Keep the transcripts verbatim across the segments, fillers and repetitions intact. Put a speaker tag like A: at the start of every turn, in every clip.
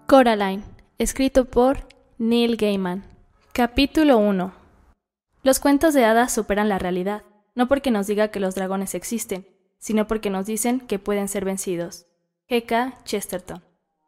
A: Coraline, escrito por Neil Gaiman. Capítulo uno. Los cuentos de hadas superan la realidad, no porque nos diga que los dragones existen, sino porque nos dicen que pueden ser vencidos. G K Chesterton.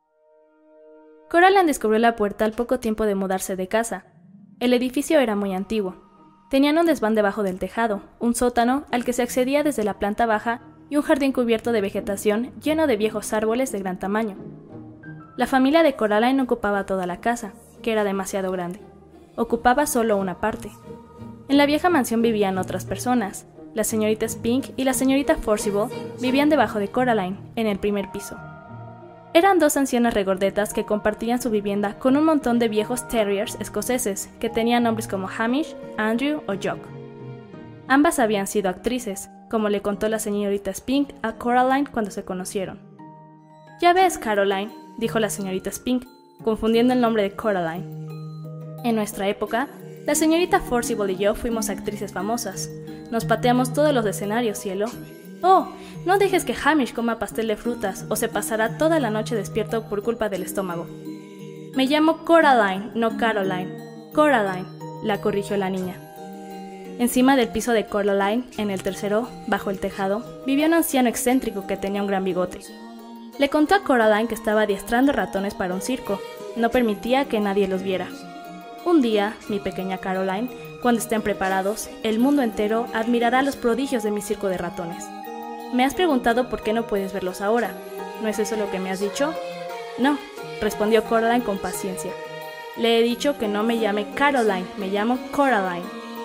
A: Coraline descubrió la puerta al poco tiempo de mudarse de casa. El edificio era muy antiguo. Tenían un desván debajo del tejado, un sótano al que se accedía desde la planta baja y un jardín cubierto de vegetación lleno de viejos árboles de gran tamaño. La familia de Coraline no ocupaba toda la casa, que era demasiado grande. Ocupaba solo una parte. En la vieja mansión vivían otras personas. La señorita Spink y la señorita Forcible vivían debajo de Coraline, en el primer piso. Eran dos ancianas regordetas que compartían su vivienda con un montón de viejos terriers escoceses que tenían nombres como Hamish, Andrew o Jock. Ambas habían sido actrices, como le contó la señorita Spink a Coraline cuando se conocieron. «Ya ves, Caroline», dijo la señorita Spink, confundiendo el nombre de Coraline. «En nuestra época, la señorita Forcible y yo fuimos actrices famosas. Nos pateamos todos los escenarios, cielo. Oh, no dejes que Hamish coma pastel de frutas o se pasará toda la noche despierto por culpa del estómago». «Me llamo Coraline, no Caroline. Coraline», la corrigió la niña. Encima del piso de Coraline, en el tercero, bajo el tejado, vivía un anciano excéntrico que tenía un gran bigote. Le contó a Coraline que estaba adiestrando ratones para un circo. No permitía que nadie los viera. Un día, mi pequeña Caroline, cuando estén preparados, el mundo entero admirará los prodigios de mi circo de ratones. Me has preguntado por qué no puedes verlos ahora. ¿No es eso lo que me has dicho? No, respondió Coraline con paciencia. Le he dicho que no me llame Caroline, me llamo Coraline.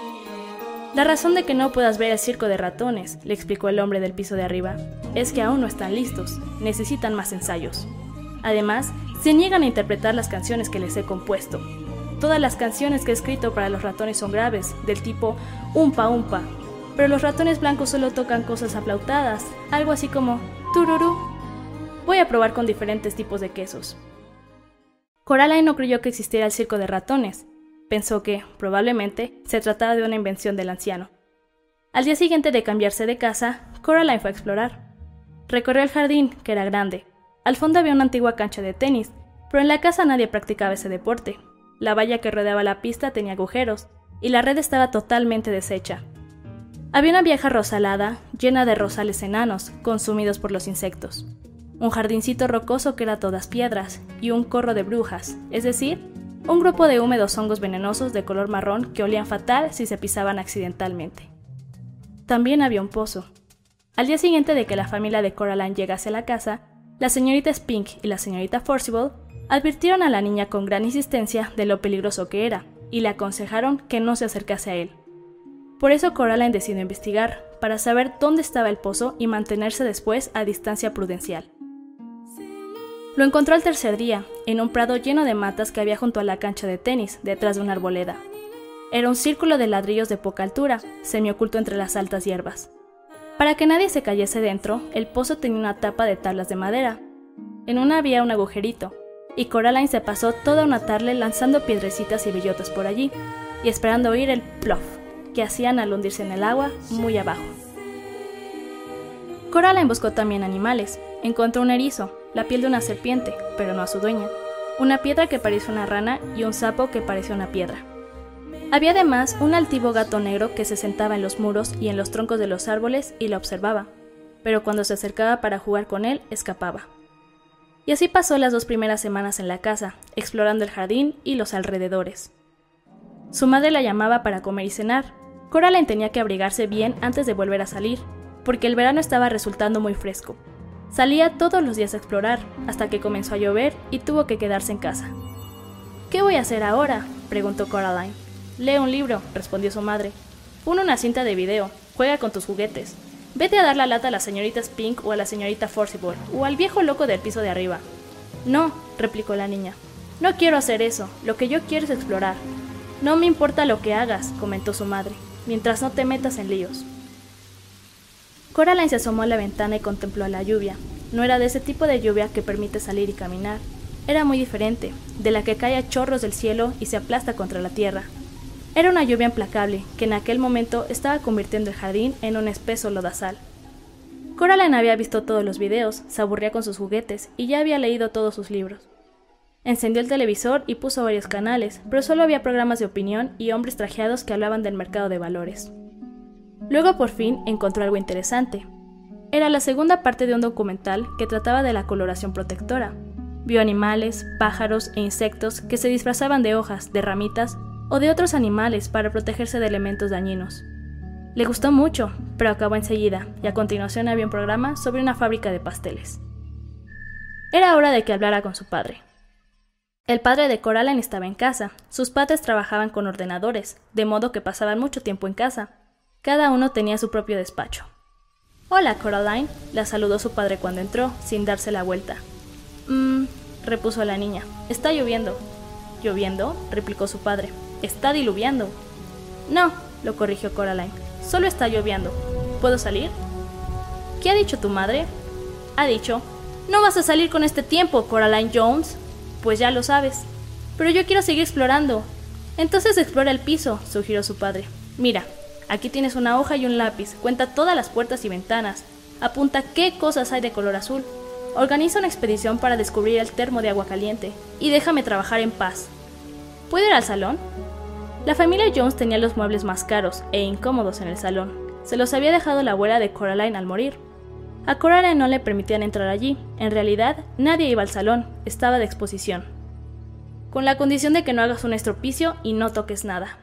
A: La razón de que no puedas ver el circo de ratones, le explicó el hombre del piso de arriba, es que aún no están listos, necesitan más ensayos. Además, se niegan a interpretar las canciones que les he compuesto. Todas las canciones que he escrito para los ratones son graves, del tipo umpa umpa, pero los ratones blancos solo tocan cosas aplautadas, algo así como tururú. Voy a probar con diferentes tipos de quesos. Coraline no creyó que existiera el circo de ratones. Pensó que, probablemente, se trataba de una invención del anciano. Al día siguiente de cambiarse de casa, Coraline fue a explorar. Recorrió el jardín, que era grande. Al fondo había una antigua cancha de tenis, pero en la casa nadie practicaba ese deporte. La valla que rodeaba la pista tenía agujeros, y la red estaba totalmente deshecha. Había una vieja rosalada, llena de rosales enanos, consumidos por los insectos. Un jardincito rocoso que era todas piedras, y un corro de brujas, es decir, un grupo de húmedos hongos venenosos de color marrón que olían fatal si se pisaban accidentalmente. También había un pozo. Al día siguiente de que la familia de Coraline llegase a la casa, la señorita Spink y la señorita Forcible advirtieron a la niña con gran insistencia de lo peligroso que era, y le aconsejaron que no se acercase a él. Por eso Coraline decidió investigar, para saber dónde estaba el pozo y mantenerse después a distancia prudencial. Lo encontró al tercer día, en un prado lleno de matas que había junto a la cancha de tenis, detrás de una arboleda. Era un círculo de ladrillos de poca altura, semioculto entre las altas hierbas. Para que nadie se cayese dentro, el pozo tenía una tapa de tablas de madera. En una había un agujerito, y Coraline se pasó toda una tarde lanzando piedrecitas y bellotas por allí, y esperando oír el plof, que hacían al hundirse en el agua muy abajo. Coraline buscó también animales. Encontró un erizo, la piel de una serpiente, pero no a su dueña, una piedra que parecía una rana y un sapo que parecía una piedra. Había además un altivo gato negro que se sentaba en los muros y en los troncos de los árboles y la observaba, pero cuando se acercaba para jugar con él, escapaba. Y así pasó las dos primeras semanas en la casa, explorando el jardín y los alrededores. Su madre la llamaba para comer y cenar. Coraline tenía que abrigarse bien antes de volver a salir, porque el verano estaba resultando muy fresco. Salía todos los días a explorar, hasta que comenzó a llover y tuvo que quedarse en casa. «¿Qué voy a hacer ahora?», preguntó Coraline. «Lee un libro», respondió su madre. «Pon una cinta de video, juega con tus juguetes. Vete a dar la lata a la señorita Spink o a la señorita Forcible, o al viejo loco del piso de arriba». «No», replicó la niña. «No quiero hacer eso, lo que yo quiero es explorar». «No me importa lo que hagas», comentó su madre, «mientras no te metas en líos». Coraline se asomó a la ventana y contempló la lluvia. No era de ese tipo de lluvia que permite salir y caminar. Era muy diferente, de la que cae a chorros del cielo y se aplasta contra la tierra. Era una lluvia implacable, que en aquel momento estaba convirtiendo el jardín en un espeso lodazal. Coraline había visto todos los videos, se aburría con sus juguetes y ya había leído todos sus libros. Encendió el televisor y puso varios canales, pero solo había programas de opinión y hombres trajeados que hablaban del mercado de valores. Luego por fin encontró algo interesante. Era la segunda parte de un documental que trataba de la coloración protectora. Vio animales, pájaros e insectos que se disfrazaban de hojas, de ramitas o de otros animales para protegerse de elementos dañinos. Le gustó mucho, pero acabó enseguida, y a continuación había un programa sobre una fábrica de pasteles. Era hora de que hablara con su padre. El padre de Coraline estaba en casa. Sus padres trabajaban con ordenadores, de modo que pasaban mucho tiempo en casa. Cada uno tenía su propio despacho. «Hola, Coraline», la saludó su padre cuando entró, sin darse la vuelta. «Mmm», repuso la niña, «está lloviendo». «¿Lloviendo?», replicó su padre. «Está diluviando». «No», lo corrigió Coraline, «solo está lloviendo. ¿Puedo salir?» «¿Qué ha dicho tu madre?» «Ha dicho, no vas a salir con este tiempo, Coraline Jones». «Pues ya lo sabes». «Pero yo quiero seguir explorando». «Entonces explora el piso», sugirió su padre. «Mira, aquí tienes una hoja y un lápiz, cuenta todas las puertas y ventanas, apunta qué cosas hay de color azul, organiza una expedición para descubrir el termo de agua caliente, y déjame trabajar en paz». «¿Puedo ir al salón?» La familia Jones tenía los muebles más caros e incómodos en el salón. Se los había dejado la abuela de Coraline al morir. A Coraline no le permitían entrar allí. En realidad, nadie iba al salón, estaba de exposición. Con la condición de que no hagas un estropicio y no toques nada.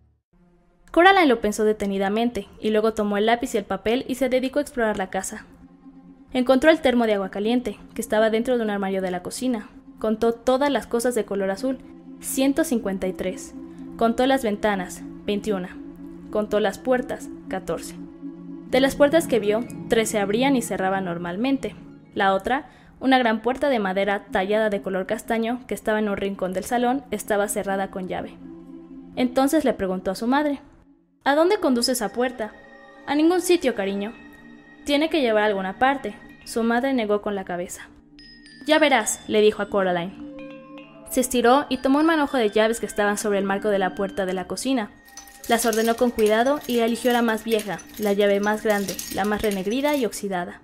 A: Coraline lo pensó detenidamente, y luego tomó el lápiz y el papel y se dedicó a explorar la casa. Encontró el termo de agua caliente, que estaba dentro de un armario de la cocina. Contó todas las cosas de color azul, ciento cincuenta y tres. Contó las ventanas, veintiuna. Contó las puertas, catorce. De las puertas que vio, tres se abrían y cerraban normalmente. La otra, una gran puerta de madera tallada de color castaño que estaba en un rincón del salón, estaba cerrada con llave. Entonces le preguntó a su madre, «¿A dónde conduce esa puerta?» «A ningún sitio, cariño». «Tiene que llevar a alguna parte». Su madre negó con la cabeza. «Ya verás», le dijo a Coraline. Se estiró y tomó un manojo de llaves que estaban sobre el marco de la puerta de la cocina. Las ordenó con cuidado y eligió la más vieja, la llave más grande, la más renegrida y oxidada.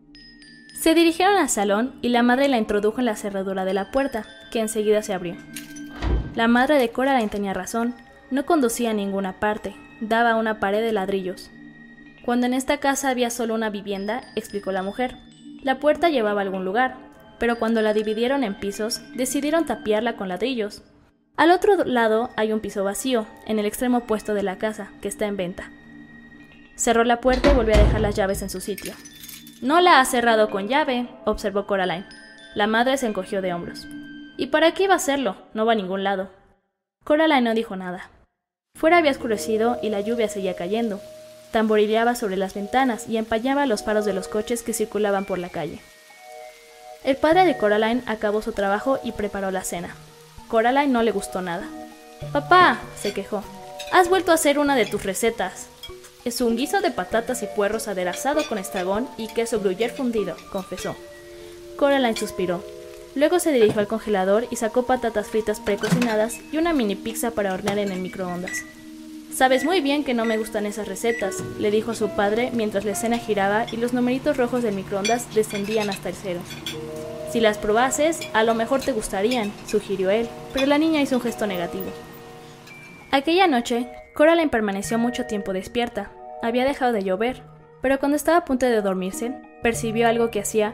A: Se dirigieron al salón y la madre la introdujo en la cerradura de la puerta, que enseguida se abrió. La madre de Coraline tenía razón, no conducía a ninguna parte, daba a una pared de ladrillos. Cuando en esta casa había solo una vivienda, explicó la mujer, la puerta llevaba a algún lugar, pero cuando la dividieron en pisos, decidieron tapiarla con ladrillos. Al otro lado hay un piso vacío, en el extremo opuesto de la casa, que está en venta. Cerró la puerta y volvió a dejar las llaves en su sitio. «No la ha cerrado con llave», observó Coraline. La madre se encogió de hombros. «¿Y para qué iba a hacerlo? No va a ningún lado». Coraline no dijo nada. Fuera había oscurecido y la lluvia seguía cayendo. Tamborileaba sobre las ventanas y empañaba los faros de los coches que circulaban por la calle. El padre de Coraline acabó su trabajo y preparó la cena. Coraline no le gustó nada. «Papá», se quejó, «has vuelto a hacer una de tus recetas». «Es un guiso de patatas y puerros aderezado con estragón y queso gruyère fundido», confesó. Coraline suspiró. Luego se dirigió al congelador y sacó patatas fritas precocinadas y una mini pizza para hornear en el microondas. «Sabes muy bien que no me gustan esas recetas», le dijo a su padre mientras la escena giraba y los numeritos rojos del microondas descendían hasta el cero. «Si las probases, a lo mejor te gustarían», sugirió él, pero la niña hizo un gesto negativo. Aquella noche, Coraline permaneció mucho tiempo despierta. Había dejado de llover, pero cuando estaba a punto de dormirse, percibió algo que hacía...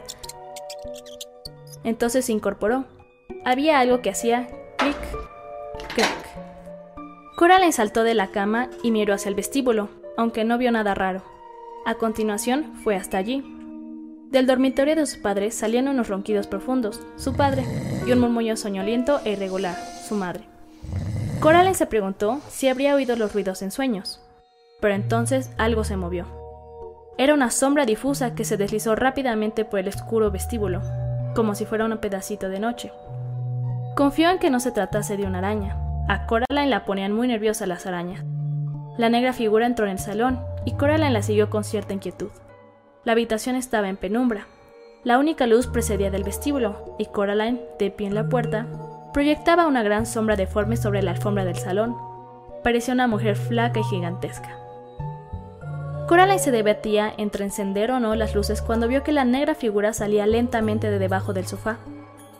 A: Entonces se incorporó. Había algo que hacía clic, crack. Coraline saltó de la cama y miró hacia el vestíbulo, aunque no vio nada raro. A continuación, fue hasta allí. Del dormitorio de sus padres salían unos ronquidos profundos, su padre, y un murmullo soñoliento e irregular, su madre. Coraline se preguntó si habría oído los ruidos en sueños, pero entonces algo se movió. Era una sombra difusa que se deslizó rápidamente por el oscuro vestíbulo, como si fuera un pedacito de noche. Confió en que no se tratase de una araña. A Coraline la ponían muy nerviosa las arañas. La negra figura entró en el salón, y Coraline la siguió con cierta inquietud. La habitación estaba en penumbra. La única luz procedía del vestíbulo, y Coraline, de pie en la puerta, proyectaba una gran sombra deforme sobre la alfombra del salón. Parecía una mujer flaca y gigantesca. Coraline se debatía entre encender o no las luces cuando vio que la negra figura salía lentamente de debajo del sofá.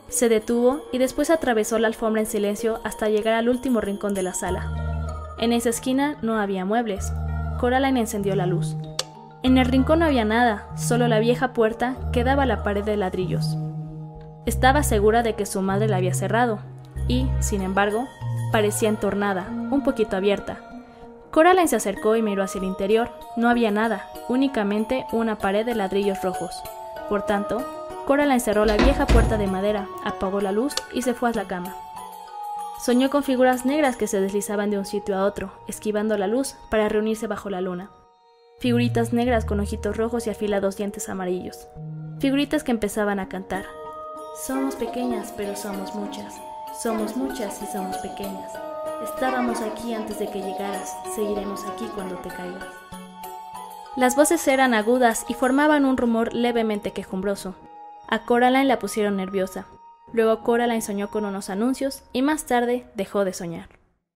A: Se detuvo y después atravesó la alfombra en silencio hasta llegar al último rincón de la sala. En esa esquina no había muebles. Coraline encendió la luz. En el rincón no había nada, solo la vieja puerta que daba a la pared de ladrillos. Estaba segura de que su madre la había cerrado, y, sin embargo, parecía entornada, un poquito abierta. Coraline se acercó y miró hacia el interior. No había nada, únicamente una pared de ladrillos rojos. Por tanto, Coraline cerró la vieja puerta de madera, apagó la luz y se fue a la cama. Soñó con figuras negras que se deslizaban de un sitio a otro, esquivando la luz para reunirse bajo la luna. Figuritas negras con ojitos rojos y afilados dientes amarillos. Figuritas que empezaban a cantar. Somos pequeñas, pero somos muchas. Somos muchas y somos pequeñas. Estábamos aquí antes de que llegaras, seguiremos aquí cuando te caigas. Las voces eran agudas y formaban un rumor levemente quejumbroso. A Coraline la pusieron nerviosa. Luego Coraline soñó con unos anuncios y más tarde dejó de soñar.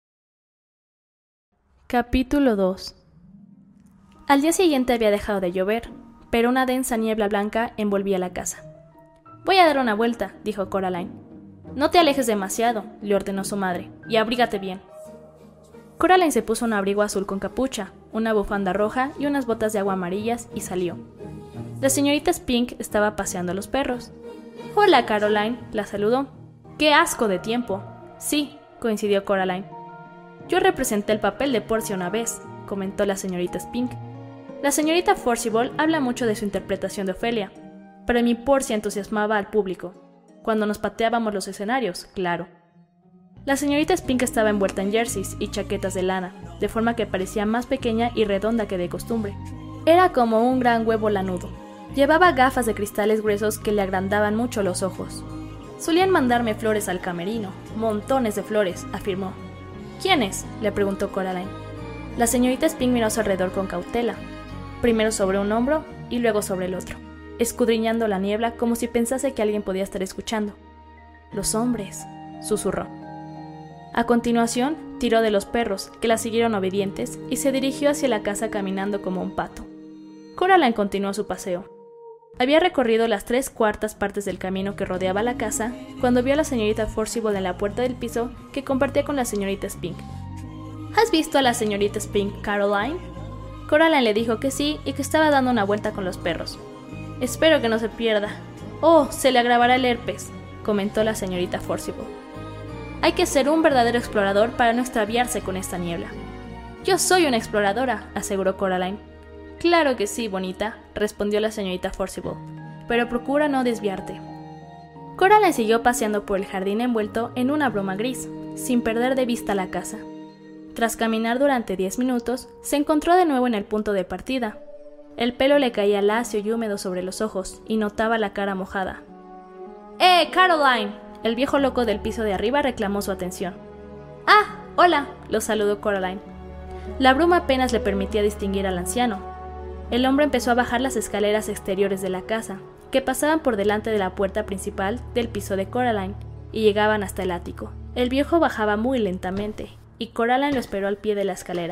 A: Capítulo dos. Al día siguiente había dejado de llover, pero una densa niebla blanca envolvía la casa. «Voy a dar una vuelta», dijo Coraline. «No te alejes demasiado», le ordenó su madre, «y abrígate bien». Coraline se puso un abrigo azul con capucha, una bufanda roja y unas botas de agua amarillas y salió. La señorita Spink estaba paseando a los perros. «Hola, Caroline», la saludó. «¡Qué asco de tiempo!» «Sí», coincidió Coraline. «Yo representé el papel de Porcia una vez», comentó la señorita Spink. La señorita Forcible habla mucho de su interpretación de Ofelia, pero mi Porcia entusiasmaba al público. Cuando nos pateábamos los escenarios, claro. La señorita Spink estaba envuelta en jerseys y chaquetas de lana, de forma que parecía más pequeña y redonda que de costumbre. Era como un gran huevo lanudo. Llevaba gafas de cristales gruesos que le agrandaban mucho los ojos. «Solían mandarme flores al camerino, montones de flores», afirmó. «¿Quiénes?», le preguntó Coraline. La señorita Spink miró a su alrededor con cautela, primero sobre un hombro y luego sobre el otro, escudriñando la niebla como si pensase que alguien podía estar escuchando. «Los hombres», susurró. A continuación, tiró de los perros, que la siguieron obedientes, y se dirigió hacia la casa caminando como un pato. Coraline continuó su paseo. Había recorrido las tres cuartas partes del camino que rodeaba la casa cuando vio a la señorita Forcible en la puerta del piso que compartía con la señorita Spink. «¿Has visto a la señorita Spink, Caroline?» Coraline le dijo que sí y que estaba dando una vuelta con los perros. «Espero que no se pierda». «Oh, se le agravará el herpes», comentó la señorita Forcible. «Hay que ser un verdadero explorador para no extraviarse con esta niebla». «Yo soy una exploradora», aseguró Coraline. «Claro que sí, bonita», respondió la señorita Forcible, «pero procura no desviarte». Coraline siguió paseando por el jardín envuelto en una bruma gris, sin perder de vista la casa. Tras caminar durante diez minutos, se encontró de nuevo en el punto de partida. El pelo le caía lacio y húmedo sobre los ojos, y notaba la cara mojada. «¡Eh, Caroline!», el viejo loco del piso de arriba reclamó su atención. «Ah, hola», lo saludó Coraline. La bruma apenas le permitía distinguir al anciano. El hombre empezó a bajar las escaleras exteriores de la casa, que pasaban por delante de la puerta principal del piso de Coraline, y llegaban hasta el ático. El viejo bajaba muy lentamente, y Coraline lo esperó al pie de la escalera.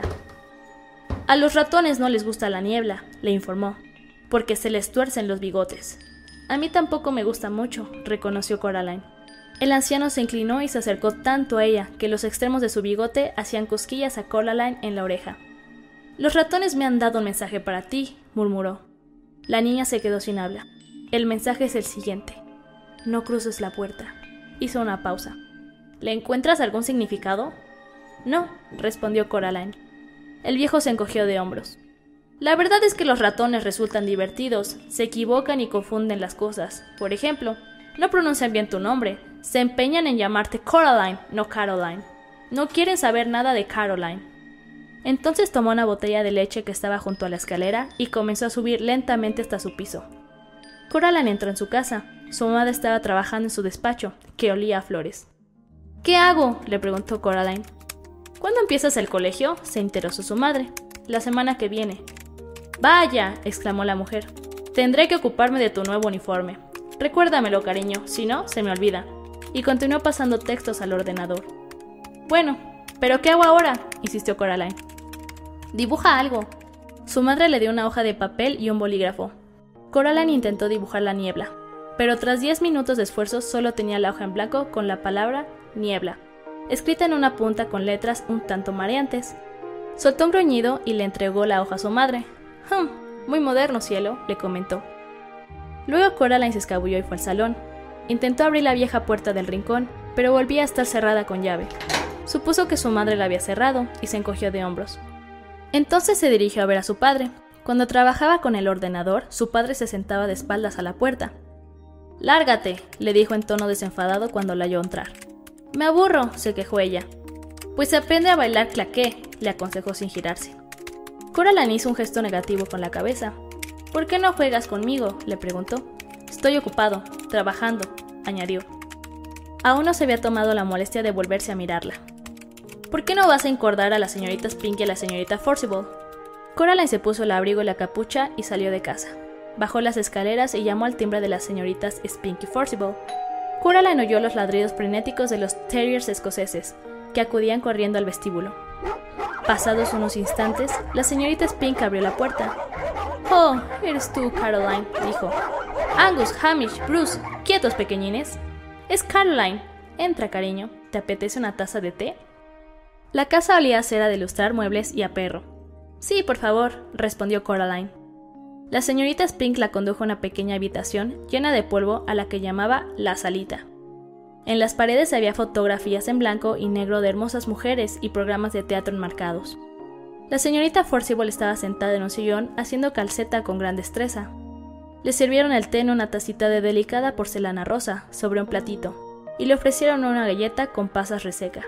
A: «A los ratones no les gusta la niebla», le informó, «porque se les tuercen los bigotes». «A mí tampoco me gusta mucho», reconoció Coraline. El anciano se inclinó y se acercó tanto a ella que los extremos de su bigote hacían cosquillas a Coraline en la oreja. «Los ratones me han dado un mensaje para ti», murmuró. La niña se quedó sin habla. «El mensaje es el siguiente. No cruces la puerta». Hizo una pausa. «¿Le encuentras algún significado?» «No», respondió Coraline. El viejo se encogió de hombros. «La verdad es que los ratones resultan divertidos, se equivocan y confunden las cosas. Por ejemplo, no pronuncian bien tu nombre, se empeñan en llamarte Coraline, no Caroline. No quieren saber nada de Caroline». Entonces tomó una botella de leche que estaba junto a la escalera y comenzó a subir lentamente hasta su piso. Coraline entró en su casa. Su madre estaba trabajando en su despacho, que olía a flores. «¿Qué hago?», le preguntó Coraline. «¿Cuándo empiezas el colegio?», se interesó su madre. «La semana que viene». «Vaya», exclamó la mujer. «Tendré que ocuparme de tu nuevo uniforme. Recuérdamelo, cariño, si no, se me olvida». Y continuó pasando textos al ordenador. «Bueno, ¿pero qué hago ahora?», insistió Coraline. «Dibuja algo». Su madre le dio una hoja de papel y un bolígrafo. Coraline intentó dibujar la niebla. pero tras diez minutos de esfuerzo solo tenía la hoja en blanco con la palabra niebla, escrita en una punta con letras un tanto mareantes. Soltó un gruñido y le entregó la hoja a su madre. «Hum, muy moderno, cielo», le comentó. Luego Coraline se escabulló y fue al salón. Intentó abrir la vieja puerta del rincón, pero volvía a estar cerrada con llave. Supuso que su madre la había cerrado y se encogió de hombros. Entonces se dirigió a ver a su padre. Cuando trabajaba con el ordenador, su padre se sentaba de espaldas a la puerta. «Lárgate», le dijo en tono desenfadado cuando la halló entrar. «Me aburro», se quejó ella. «Pues aprende a bailar claqué», le aconsejó sin girarse. Coraline hizo un gesto negativo con la cabeza. «¿Por qué no juegas conmigo?», le preguntó. «Estoy ocupado, trabajando», añadió. Aún no se había tomado la molestia de volverse a mirarla. «¿Por qué no vas a encordar a la señorita Spink y a la señorita Forcible?». Coraline se puso el abrigo y la capucha y salió de casa. Bajó las escaleras y llamó al timbre de las señoritas Spink y Forcible. Coraline oyó los ladridos frenéticos de los terriers escoceses, que acudían corriendo al vestíbulo. Pasados unos instantes, la señorita Spink abrió la puerta. «Oh, eres tú, Caroline», dijo. «Angus, Hamish, Bruce, quietos, pequeñines. Es Caroline. Entra, cariño. ¿Te apetece una taza de té?». La casa olía a cera de lustrar muebles y a perro. «Sí, por favor», respondió Coraline. La señorita Spink la condujo a una pequeña habitación llena de polvo a la que llamaba la salita. En las paredes había fotografías en blanco y negro de hermosas mujeres y programas de teatro enmarcados. La señorita Forcible estaba sentada en un sillón haciendo calceta con gran destreza. Le sirvieron el té en una tacita de delicada porcelana rosa sobre un platito y le ofrecieron una galleta con pasas reseca.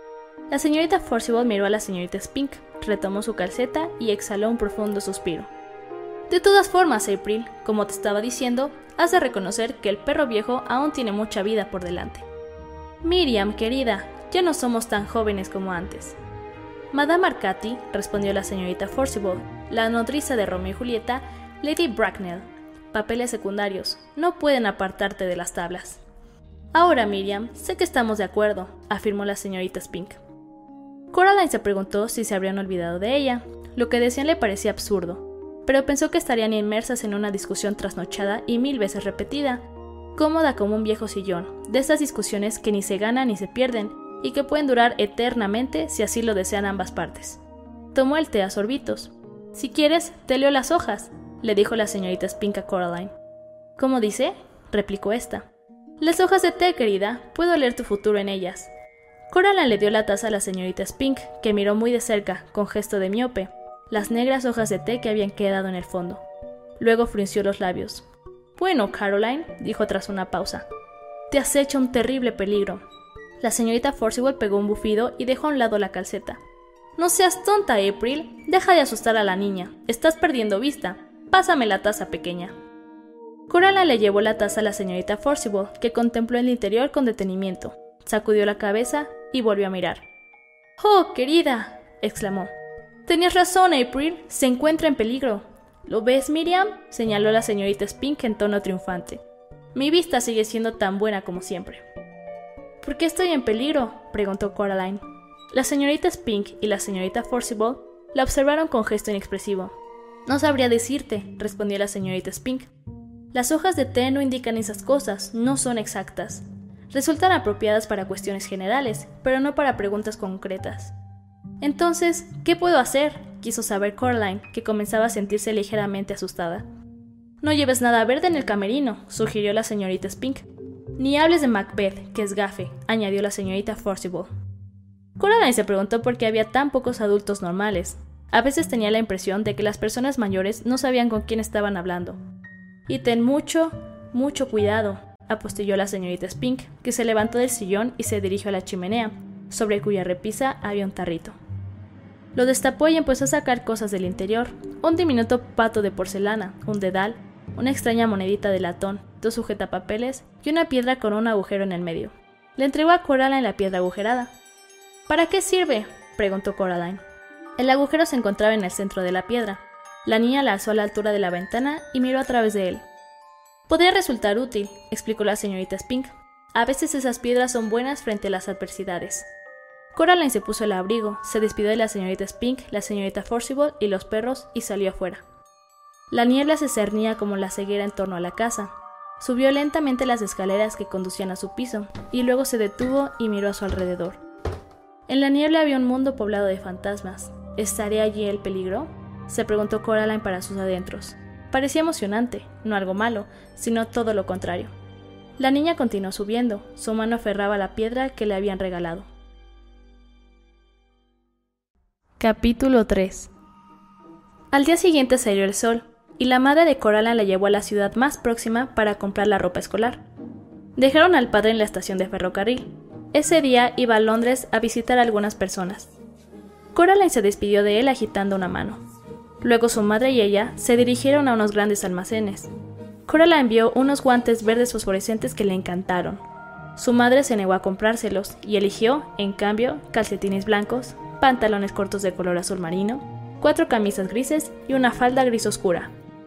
A: La señorita Forcible miró a la señorita Spink, retomó su calceta y exhaló un profundo suspiro. «De todas formas, April, como te estaba diciendo, has de reconocer que el perro viejo aún tiene mucha vida por delante». «Miriam, querida, ya no somos tan jóvenes como antes». «Madame Arcati», respondió la señorita Forcible, la nodriza de Romeo y Julieta, Lady Bracknell. «Papeles secundarios, no pueden apartarte de las tablas». «Ahora, Miriam, sé que estamos de acuerdo», afirmó la señorita Spink. Coraline se preguntó si se habrían olvidado de ella. Lo que decían le parecía absurdo, pero pensó que estarían inmersas en una discusión trasnochada y mil veces repetida, cómoda como un viejo sillón, de esas discusiones que ni se ganan ni se pierden, y que pueden durar eternamente si así lo desean ambas partes. Tomó el té a sorbitos. «Si quieres, te leo las hojas», le dijo la señorita Spink a Coraline. «¿Cómo dice?», replicó esta. «Las hojas de té, querida, puedo leer tu futuro en ellas». Coraline le dio la taza a la señorita Spink, que miró muy de cerca, con gesto de miope, las negras hojas de té que habían quedado en el fondo. Luego frunció los labios. «Bueno, Caroline», dijo tras una pausa, «te has hecho un terrible peligro». La señorita Forcible pegó un bufido y dejó a un lado la calceta. «No seas tonta, April. Deja de asustar a la niña. Estás perdiendo vista. Pásame la taza, pequeña». Coraline le llevó la taza a la señorita Forcible, que contempló el interior con detenimiento, sacudió la cabeza y volvió a mirar. «Oh, querida», exclamó. «Tenías razón, April. Se encuentra en peligro». «¿Lo ves, Miriam?», señaló la señorita Spink en tono triunfante. «Mi vista sigue siendo tan buena como siempre». «¿Por qué estoy en peligro?», preguntó Coraline. La señorita Spink y la señorita Forcible la observaron con gesto inexpresivo. «No sabría decirte», respondió la señorita Spink. «Las hojas de té no indican esas cosas, no son exactas. Resultan apropiadas para cuestiones generales, pero no para preguntas concretas». «Entonces, ¿qué puedo hacer?», quiso saber Coraline, que comenzaba a sentirse ligeramente asustada. «No lleves nada verde en el camerino», sugirió la señorita Spink. «Ni hables de Macbeth, que es gafe», añadió la señorita Forcible. Coraline se preguntó por qué había tan pocos adultos normales. A veces tenía la impresión de que las personas mayores no sabían con quién estaban hablando. «Y ten mucho, mucho cuidado», apostilló la señorita Spink, que se levantó del sillón y se dirigió a la chimenea, sobre cuya repisa había un tarrito. Lo destapó y empezó a sacar cosas del interior: un diminuto pato de porcelana, un dedal, una extraña monedita de latón, dos sujetapapeles y una piedra con un agujero en el medio. Le entregó a Coraline la piedra agujerada. «¿Para qué sirve?», preguntó Coraline. El agujero se encontraba en el centro de la piedra. La niña la alzó a la altura de la ventana y miró a través de él. «Podría resultar útil», explicó la señorita Spink. «A veces esas piedras son buenas frente a las adversidades». Coraline se puso el abrigo, se despidió de la señorita Spink, la señorita Forcible y los perros y salió afuera. La niebla se cernía como la ceguera en torno a la casa. Subió lentamente las escaleras que conducían a su piso, y luego se detuvo y miró a su alrededor. En la niebla había un mundo poblado de fantasmas. ¿Estaría allí el peligro?, se preguntó Coraline para sus adentros. Parecía emocionante, no algo malo, sino todo lo contrario. La niña continuó subiendo, su mano aferraba la piedra que le habían regalado. Capítulo tres. Al día siguiente salió el sol, y la madre de Coraline la llevó a la ciudad más próxima para comprar la ropa escolar. Dejaron al padre en la estación de ferrocarril. Ese día iba a Londres a visitar a algunas personas. Coraline se despidió de él agitando una mano. Luego su madre y ella se dirigieron a unos grandes almacenes. Coraline vio unos guantes verdes fosforescentes que le encantaron. Su madre se negó a comprárselos y eligió, en cambio, calcetines blancos, pantalones cortos de color azul marino, cuatro camisas grises y una falda gris oscura.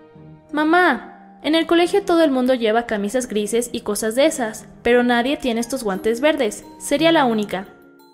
A: «Mamá, en el colegio todo el mundo lleva camisas grises y cosas de esas, pero nadie tiene estos guantes verdes. Sería la única».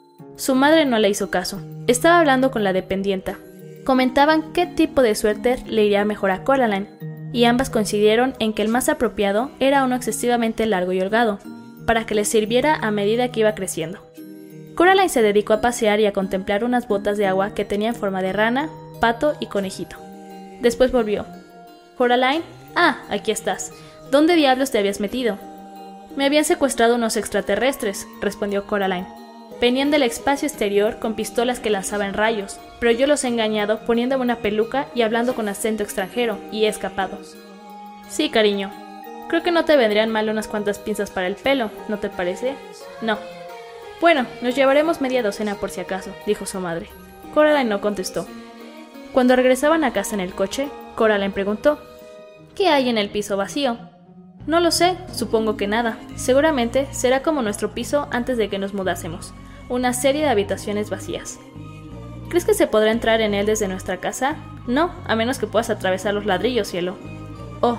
A: Su madre no le hizo caso. Estaba hablando con la dependienta. Comentaban qué tipo de suéter le iría mejor a Coraline, y ambas coincidieron en que el más apropiado era uno excesivamente largo y holgado, para que le sirviera a medida que iba creciendo. Coraline se dedicó a pasear y a contemplar unas botas de agua que tenían forma de rana, pato y conejito. Después volvió. «Coraline, ah, aquí estás. ¿Dónde diablos te habías metido?» «Me habían secuestrado unos extraterrestres», respondió Coraline. «Venían del espacio exterior con pistolas que lanzaban rayos, pero yo los he engañado poniéndome una peluca y hablando con acento extranjero, y he escapado». «Sí, cariño. Creo que no te vendrían mal unas cuantas pinzas para el pelo, ¿no te parece?» «No». «Bueno, nos llevaremos media docena por si acaso», dijo su madre. Coraline no contestó. Cuando regresaban a casa en el coche, Coraline preguntó: «¿Qué hay en el piso vacío?» «No lo sé, supongo que nada. Seguramente será como nuestro piso antes de que nos mudásemos. Una serie de habitaciones vacías». «¿Crees que se podrá entrar en él desde nuestra casa?» «No, a menos que puedas atravesar los ladrillos, cielo». «Oh».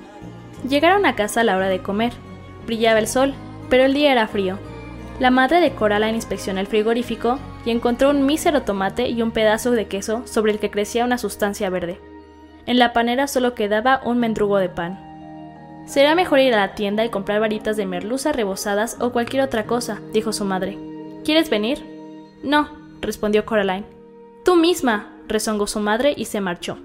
A: Llegaron a casa a la hora de comer. Brillaba el sol, pero el día era frío. La madre de Coraline inspeccionó el frigorífico y encontró un mísero tomate y un pedazo de queso sobre el que crecía una sustancia verde. En la panera solo quedaba un mendrugo de pan. «Será mejor ir a la tienda y comprar varitas de merluza rebozadas o cualquier otra cosa», dijo su madre. «¿Quieres venir?» «No», respondió Coraline. «Tú misma», rezongó su madre y se marchó.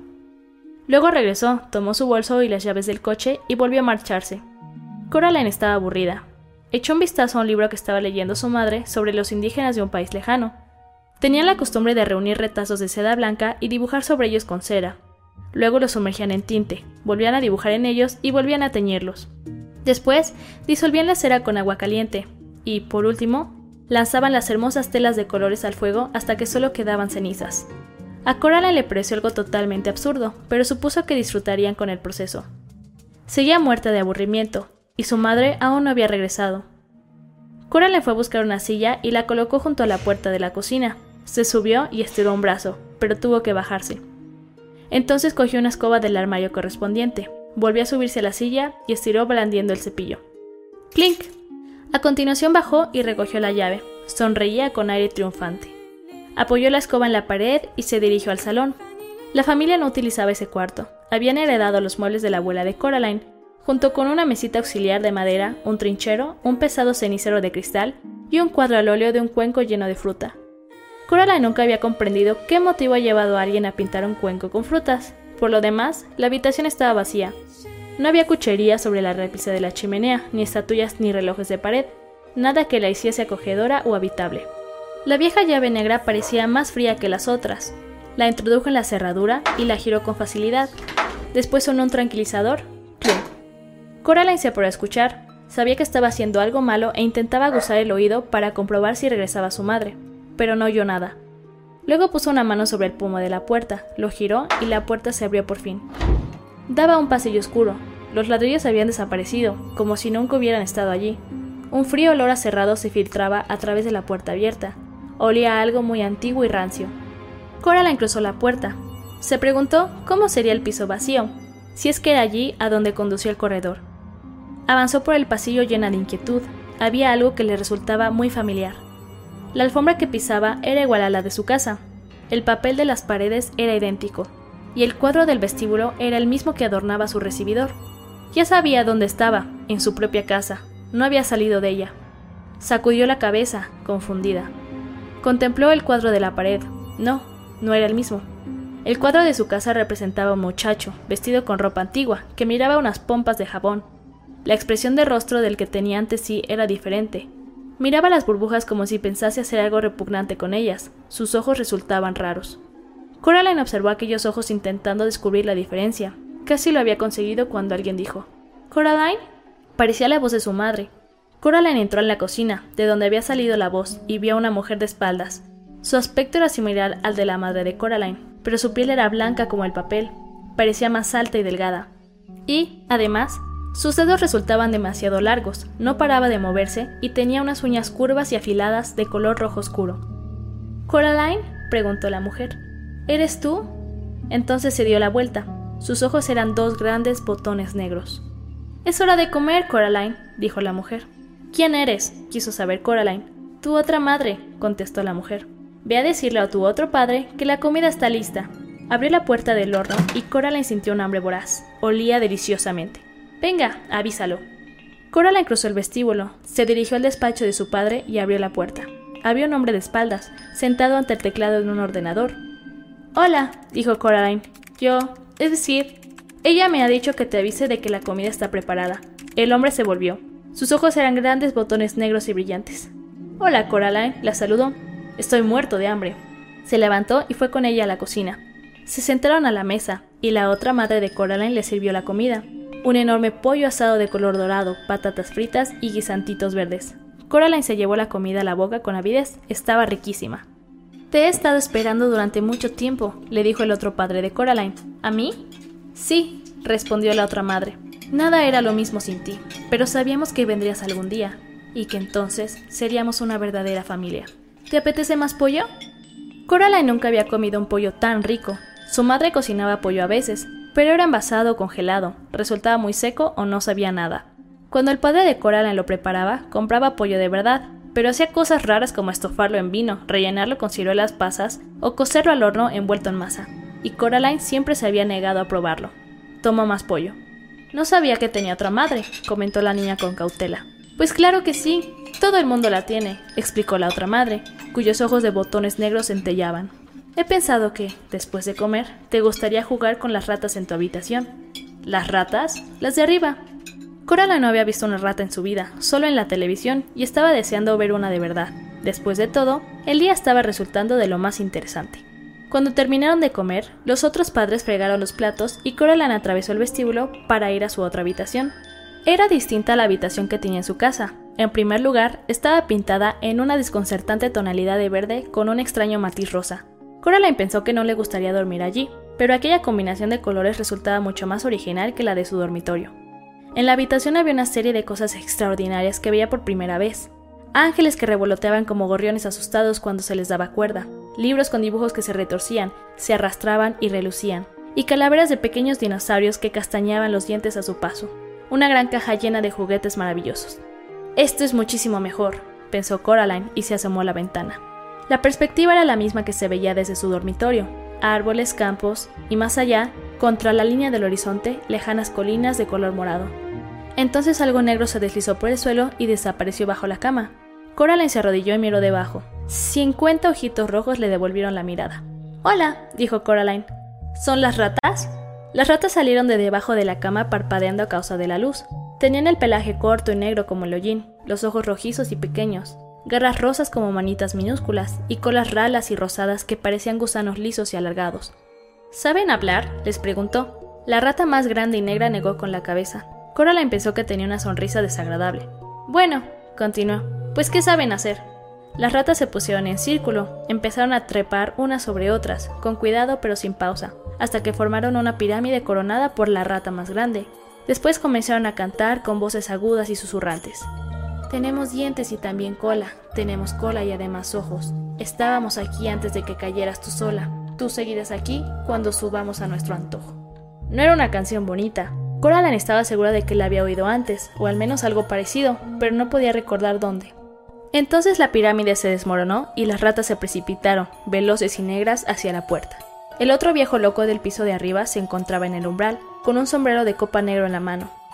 A: Luego regresó, tomó su bolso y las llaves del coche y volvió a marcharse. Coraline estaba aburrida. Echó un vistazo a un libro que estaba leyendo su madre sobre los indígenas de un país lejano. Tenían la costumbre de reunir retazos de seda blanca y dibujar sobre ellos con cera. Luego los sumergían en tinte, volvían a dibujar en ellos y volvían a teñirlos. Después, disolvían la cera con agua caliente y, por último, lanzaban las hermosas telas de colores al fuego hasta que solo quedaban cenizas. A Coraline le pareció algo totalmente absurdo, pero supuso que disfrutarían con el proceso. Seguía muerta de aburrimiento, y su madre aún no había regresado. Coraline fue a buscar una silla y la colocó junto a la puerta de la cocina. Se subió y estiró un brazo, pero tuvo que bajarse. Entonces cogió una escoba del armario correspondiente, volvió a subirse a la silla y estiró blandiendo el cepillo. ¡Clink! A continuación bajó y recogió la llave. Sonreía con aire triunfante. Apoyó la escoba en la pared y se dirigió al salón. La familia no utilizaba ese cuarto. Habían heredado los muebles de la abuela de Coraline, junto con una mesita auxiliar de madera, un trinchero, un pesado cenicero de cristal y un cuadro al óleo de un cuenco lleno de fruta. Coraline nunca había comprendido qué motivo ha llevado a alguien a pintar un cuenco con frutas. Por lo demás, la habitación estaba vacía. No había cuchería sobre la repisa de la chimenea, ni estatuillas ni relojes de pared, nada que la hiciese acogedora o habitable. La vieja llave negra parecía más fría que las otras. La introdujo en la cerradura y la giró con facilidad. Después sonó un tranquilizador. ¡Clunk! Coraline se paró a escuchar. Sabía que estaba haciendo algo malo e intentaba aguzar el oído para comprobar si regresaba su madre, pero no oyó nada. Luego puso una mano sobre el pomo de la puerta, lo giró y la puerta se abrió por fin. Daba a un pasillo oscuro. Los ladrillos habían desaparecido, como si nunca hubieran estado allí. Un frío olor a cerrado se filtraba a través de la puerta abierta. Olía a algo muy antiguo y rancio. Coraline cruzó la puerta. Se preguntó cómo sería el piso vacío, si es que era allí a donde conducía el corredor. Avanzó por el pasillo llena de inquietud. Había algo que le resultaba muy familiar. La alfombra que pisaba era igual a la de su casa. El papel de las paredes era idéntico, y el cuadro del vestíbulo era el mismo que adornaba su recibidor. Ya sabía dónde estaba, en su propia casa. No había salido de ella. Sacudió la cabeza, confundida. Contempló el cuadro de la pared. No, no era el mismo. El cuadro de su casa representaba a un muchacho, vestido con ropa antigua, que miraba unas pompas de jabón. La expresión de rostro del que tenía ante sí era diferente. Miraba las burbujas como si pensase hacer algo repugnante con ellas. Sus ojos resultaban raros. Coraline observó aquellos ojos intentando descubrir la diferencia. Casi lo había conseguido cuando alguien dijo: «¿Coraline?». Parecía la voz de su madre. Coraline entró en la cocina, de donde había salido la voz, y vio a una mujer de espaldas. Su aspecto era similar al de la madre de Coraline, pero su piel era blanca como el papel. Parecía más alta y delgada. Y, además, sus dedos resultaban demasiado largos, no paraba de moverse y tenía unas uñas curvas y afiladas de color rojo oscuro. «¿Coraline?», preguntó la mujer. «¿Eres tú?». Entonces se dio la vuelta. Sus ojos eran dos grandes botones negros. «Es hora de comer, Coraline», dijo la mujer. «¿Quién eres?», quiso saber Coraline. «Tu otra madre», contestó la mujer. «Ve a decirle a tu otro padre que la comida está lista». Abrió la puerta del horno y Coraline sintió un hambre voraz. Olía deliciosamente. «Venga, avísalo». Coraline cruzó el vestíbulo, se dirigió al despacho de su padre y abrió la puerta. Había un hombre de espaldas, sentado ante el teclado de un ordenador. «Hola», dijo Coraline. «Yo, es decir, ella me ha dicho que te avise de que la comida está preparada». El hombre se volvió. Sus ojos eran grandes botones negros y brillantes. «Hola, Coraline», la saludó. «Estoy muerto de hambre». Se levantó y fue con ella a la cocina. Se sentaron a la mesa, y la otra madre de Coraline le sirvió la comida. Un enorme pollo asado de color dorado, patatas fritas y guisantitos verdes. Coraline se llevó la comida a la boca con avidez. Estaba riquísima. «Te he estado esperando durante mucho tiempo», le dijo el otro padre de Coraline. «¿A mí?». «Sí», respondió la otra madre. «Nada era lo mismo sin ti, pero sabíamos que vendrías algún día, y que entonces seríamos una verdadera familia. ¿Te apetece más pollo?». Coraline nunca había comido un pollo tan rico. Su madre cocinaba pollo a veces, pero era envasado o congelado, resultaba muy seco o no sabía nada. Cuando el padre de Coraline lo preparaba, compraba pollo de verdad, pero hacía cosas raras como estofarlo en vino, rellenarlo con ciruelas pasas o cocerlo al horno envuelto en masa, y Coraline siempre se había negado a probarlo. Tomó más pollo. «No sabía que tenía otra madre», comentó la niña con cautela. «Pues claro que sí, todo el mundo la tiene», explicó la otra madre, cuyos ojos de botones negros centellaban. «He pensado que, después de comer, te gustaría jugar con las ratas en tu habitación». «¿Las ratas?». «Las de arriba». Coraline no había visto una rata en su vida, solo en la televisión, y estaba deseando ver una de verdad. Después de todo, el día estaba resultando de lo más interesante. Cuando terminaron de comer, los otros padres fregaron los platos y Coraline atravesó el vestíbulo para ir a su otra habitación. Era distinta a la habitación que tenía en su casa. En primer lugar, estaba pintada en una desconcertante tonalidad de verde con un extraño matiz rosa. Coraline pensó que no le gustaría dormir allí, pero aquella combinación de colores resultaba mucho más original que la de su dormitorio. En la habitación había una serie de cosas extraordinarias que veía por primera vez. Ángeles que revoloteaban como gorriones asustados cuando se les daba cuerda, libros con dibujos que se retorcían, se arrastraban y relucían, y calaveras de pequeños dinosaurios que castañaban los dientes a su paso. Una gran caja llena de juguetes maravillosos. «Esto es muchísimo mejor», pensó Coraline y se asomó a la ventana. La perspectiva era la misma que se veía desde su dormitorio. Árboles, campos y más allá, contra la línea del horizonte, lejanas colinas de color morado. Entonces algo negro se deslizó por el suelo y desapareció bajo la cama. Coraline se arrodilló y miró debajo. Cincuenta ojitos rojos le devolvieron la mirada. «Hola», dijo Coraline. «¿Son las ratas?». Las ratas salieron de debajo de la cama parpadeando a causa de la luz. Tenían el pelaje corto y negro como el hollín, los ojos rojizos y pequeños, garras rosas como manitas minúsculas y colas ralas y rosadas que parecían gusanos lisos y alargados. «¿Saben hablar?», les preguntó. La rata más grande y negra negó con la cabeza. Coraline pensó que tenía una sonrisa desagradable. «Bueno», continuó, «pues ¿qué saben hacer?». Las ratas se pusieron en círculo, empezaron a trepar unas sobre otras, con cuidado pero sin pausa, hasta que formaron una pirámide coronada por la rata más grande. Después comenzaron a cantar con voces agudas y susurrantes. «Tenemos dientes y también cola, tenemos cola y además ojos. Estábamos aquí antes de que cayeras tú sola, tú seguirás aquí cuando subamos a nuestro antojo». No era una canción bonita. Coraline estaba segura de que la había oído antes, o al menos algo parecido, pero no podía recordar dónde. Entonces la pirámide se desmoronó y las ratas se precipitaron, veloces y negras, hacia la puerta. El otro viejo loco del piso de arriba se encontraba en el umbral, con un sombrero de copa negro en la mano,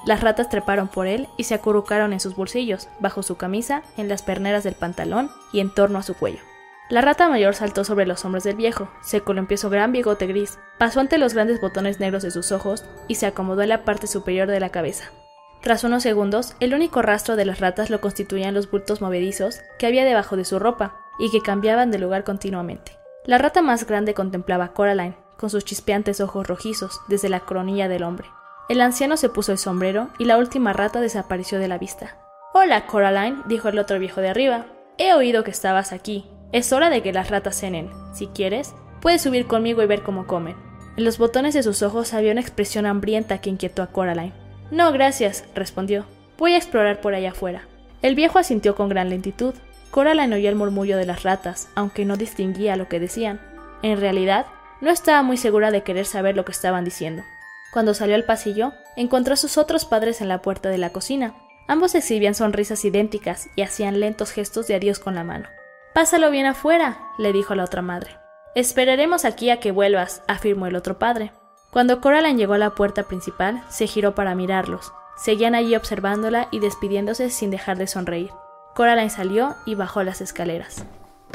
A: Las ratas treparon por él y se acurrucaron en sus bolsillos, bajo su camisa, en las perneras del pantalón y en torno a su cuello. La rata mayor saltó sobre los hombros del viejo, se columpió su gran bigote gris, pasó ante los grandes botones negros de sus ojos y se acomodó en la parte superior de la cabeza. Tras unos segundos, el único rastro de las ratas lo constituían los bultos movedizos que había debajo de su ropa y que cambiaban de lugar continuamente. La rata más grande contemplaba a Coraline, con sus chispeantes ojos rojizos, desde la coronilla del hombre. El anciano se puso el sombrero y la última rata desapareció de la vista. «Hola, Coraline», dijo el otro viejo de arriba. «He oído que estabas aquí. Es hora de que las ratas cenen. Si quieres, puedes subir conmigo y ver cómo comen». En los botones de sus ojos había una expresión hambrienta que inquietó a Coraline. «No, gracias», respondió. «Voy a explorar por allá afuera». El viejo asintió con gran lentitud. Coraline oyó el murmullo de las ratas, aunque no distinguía lo que decían. En realidad, no estaba muy segura de querer saber lo que estaban diciendo. Cuando salió al pasillo, encontró a sus otros padres en la puerta de la cocina. Ambos exhibían sonrisas idénticas y hacían lentos gestos de adiós con la mano. «Pásalo bien afuera», le dijo la otra madre. «Esperaremos aquí a que vuelvas», afirmó el otro padre. Cuando Coraline llegó a la puerta principal, se giró para mirarlos. Seguían allí observándola y despidiéndose sin dejar de sonreír. Coraline salió y bajó las escaleras.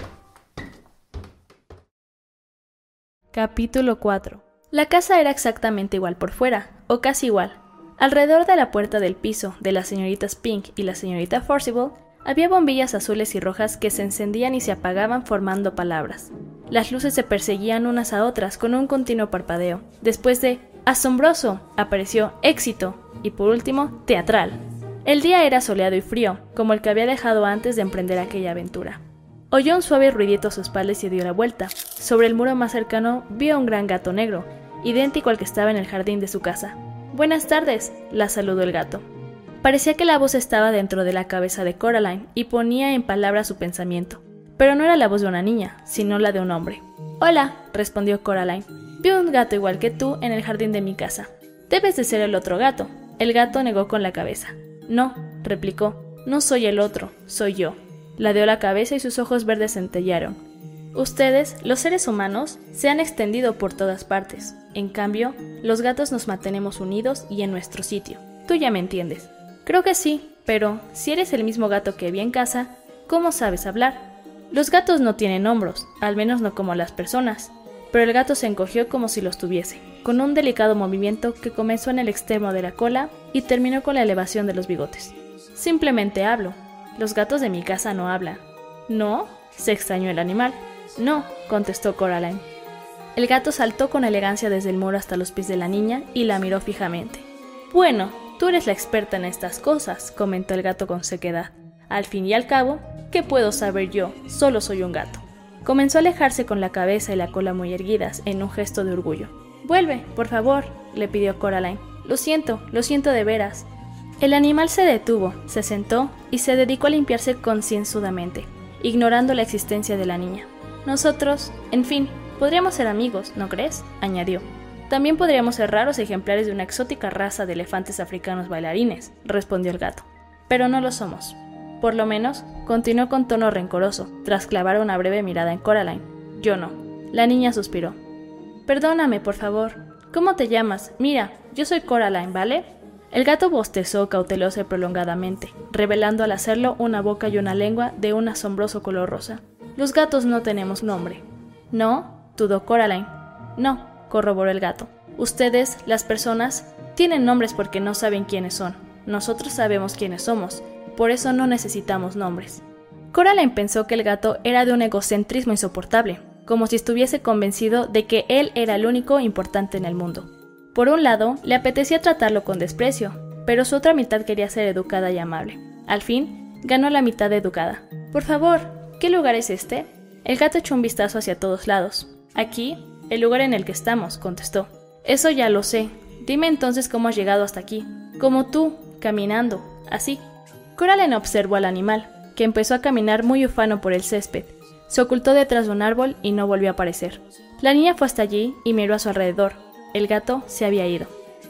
A: Capítulo cuatro. La casa era exactamente igual por fuera, o casi igual. Alrededor de la puerta del piso de las señoritas Pink y la señorita Forcible había bombillas azules y rojas que se encendían y se apagaban formando palabras. Las luces se perseguían unas a otras con un continuo parpadeo. Después de «asombroso» apareció «éxito» y por último «teatral». El día era soleado y frío, como el que había dejado antes de emprender aquella aventura. Oyó un suave ruidito a su espalda y se dio la vuelta. Sobre el muro más cercano vio un gran gato negro, idéntico al que estaba en el jardín de su casa. «Buenas tardes», la saludó el gato. Parecía que la voz estaba dentro de la cabeza de Coraline y ponía en palabras su pensamiento. Pero no era la voz de una niña, sino la de un hombre. «Hola», respondió Coraline. «Vi un gato igual que tú en el jardín de mi casa. Debes de ser el otro gato». El gato negó con la cabeza. «No», replicó, «no soy el otro, soy yo». Ladeó la cabeza y sus ojos verdes centellearon. «Ustedes, los seres humanos, se han extendido por todas partes. En cambio, los gatos nos mantenemos unidos y en nuestro sitio. Tú ya me entiendes». «Creo que sí, pero si eres el mismo gato que vi en casa, ¿cómo sabes hablar?» «Los gatos no tienen hombros, al menos no como las personas». Pero el gato se encogió como si los tuviese, con un delicado movimiento que comenzó en el extremo de la cola y terminó con la elevación de los bigotes. «Simplemente hablo. Los gatos de mi casa no hablan». «¿No?», se extrañó el animal. «No», contestó Coraline. El gato saltó con elegancia desde el muro hasta los pies de la niña y la miró fijamente. «Bueno, tú eres la experta en estas cosas», comentó el gato con sequedad. «Al fin y al cabo, ¿qué puedo saber yo? Solo soy un gato». Comenzó a alejarse con la cabeza y la cola muy erguidas, en un gesto de orgullo. «Vuelve, por favor», le pidió Coraline. «Lo siento, lo siento de veras». El animal se detuvo, se sentó y se dedicó a limpiarse concienzudamente, ignorando la existencia de la niña. «Nosotros, en fin, podríamos ser amigos, ¿no crees?», añadió. «También podríamos ser raros ejemplares de una exótica raza de elefantes africanos bailarines», respondió el gato. «Pero no lo somos». Por lo menos, continuó con tono rencoroso, tras clavar una breve mirada en Coraline. «Yo no». La niña suspiró. «Perdóname, por favor. ¿Cómo te llamas? Mira, yo soy Coraline, ¿vale?» El gato bostezó cautelosa y prolongadamente, revelando al hacerlo una boca y una lengua de un asombroso color rosa. «Los gatos no tenemos nombre». «¿No?», dudó Coraline. «No», corroboró el gato. «Ustedes, las personas, tienen nombres porque no saben quiénes son. Nosotros sabemos quiénes somos. Por eso no necesitamos nombres». Coraline pensó que el gato era de un egocentrismo insoportable, como si estuviese convencido de que él era el único importante en el mundo. Por un lado, le apetecía tratarlo con desprecio, pero su otra mitad quería ser educada y amable. Al fin, ganó la mitad educada. «Por favor, ¿qué lugar es este?» El gato echó un vistazo hacia todos lados. «Aquí, el lugar en el que estamos», contestó. «Eso ya lo sé. Dime entonces cómo has llegado hasta aquí». «Como tú, caminando, así». Coraline observó al animal, que empezó a caminar muy ufano por el césped. Se ocultó detrás de un árbol y no volvió a aparecer. La niña fue hasta allí y miró a su alrededor. El gato se había ido.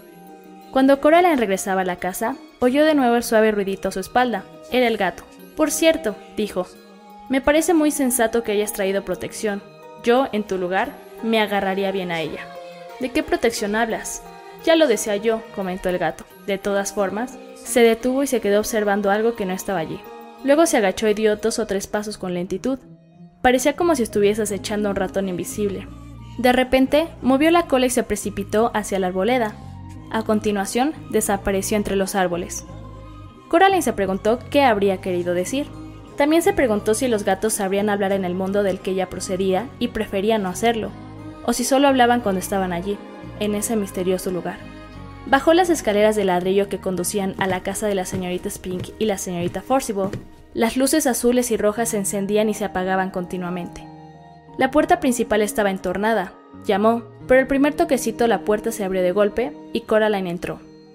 A: Cuando Coraline regresaba a la casa, oyó de nuevo el suave ruidito a su espalda. Era el gato. «Por cierto», dijo, «me parece muy sensato que hayas traído protección. Yo, en tu lugar, me agarraría bien a ella». «¿De qué protección hablas?» Ya lo decía yo, comentó el gato. De todas formas, se detuvo y se quedó observando algo que no estaba allí. Luego se agachó y dio dos o tres pasos con lentitud. Parecía como si estuviese acechando a un ratón invisible. De repente, movió la cola y se precipitó hacia la arboleda. A continuación, desapareció entre los árboles. Coraline se preguntó qué habría querido decir. También se preguntó si los gatos sabrían hablar en el mundo del que ella procedía y preferían no hacerlo, o si solo hablaban cuando estaban allí, en ese misterioso lugar. Bajó las escaleras de ladrillo que conducían a la casa de la señorita Spink y la señorita Forcible. Las luces azules y rojas se encendían y se apagaban continuamente. La puerta principal estaba entornada. Llamó, pero el primer toquecito la puerta se abrió de golpe y Coraline entró.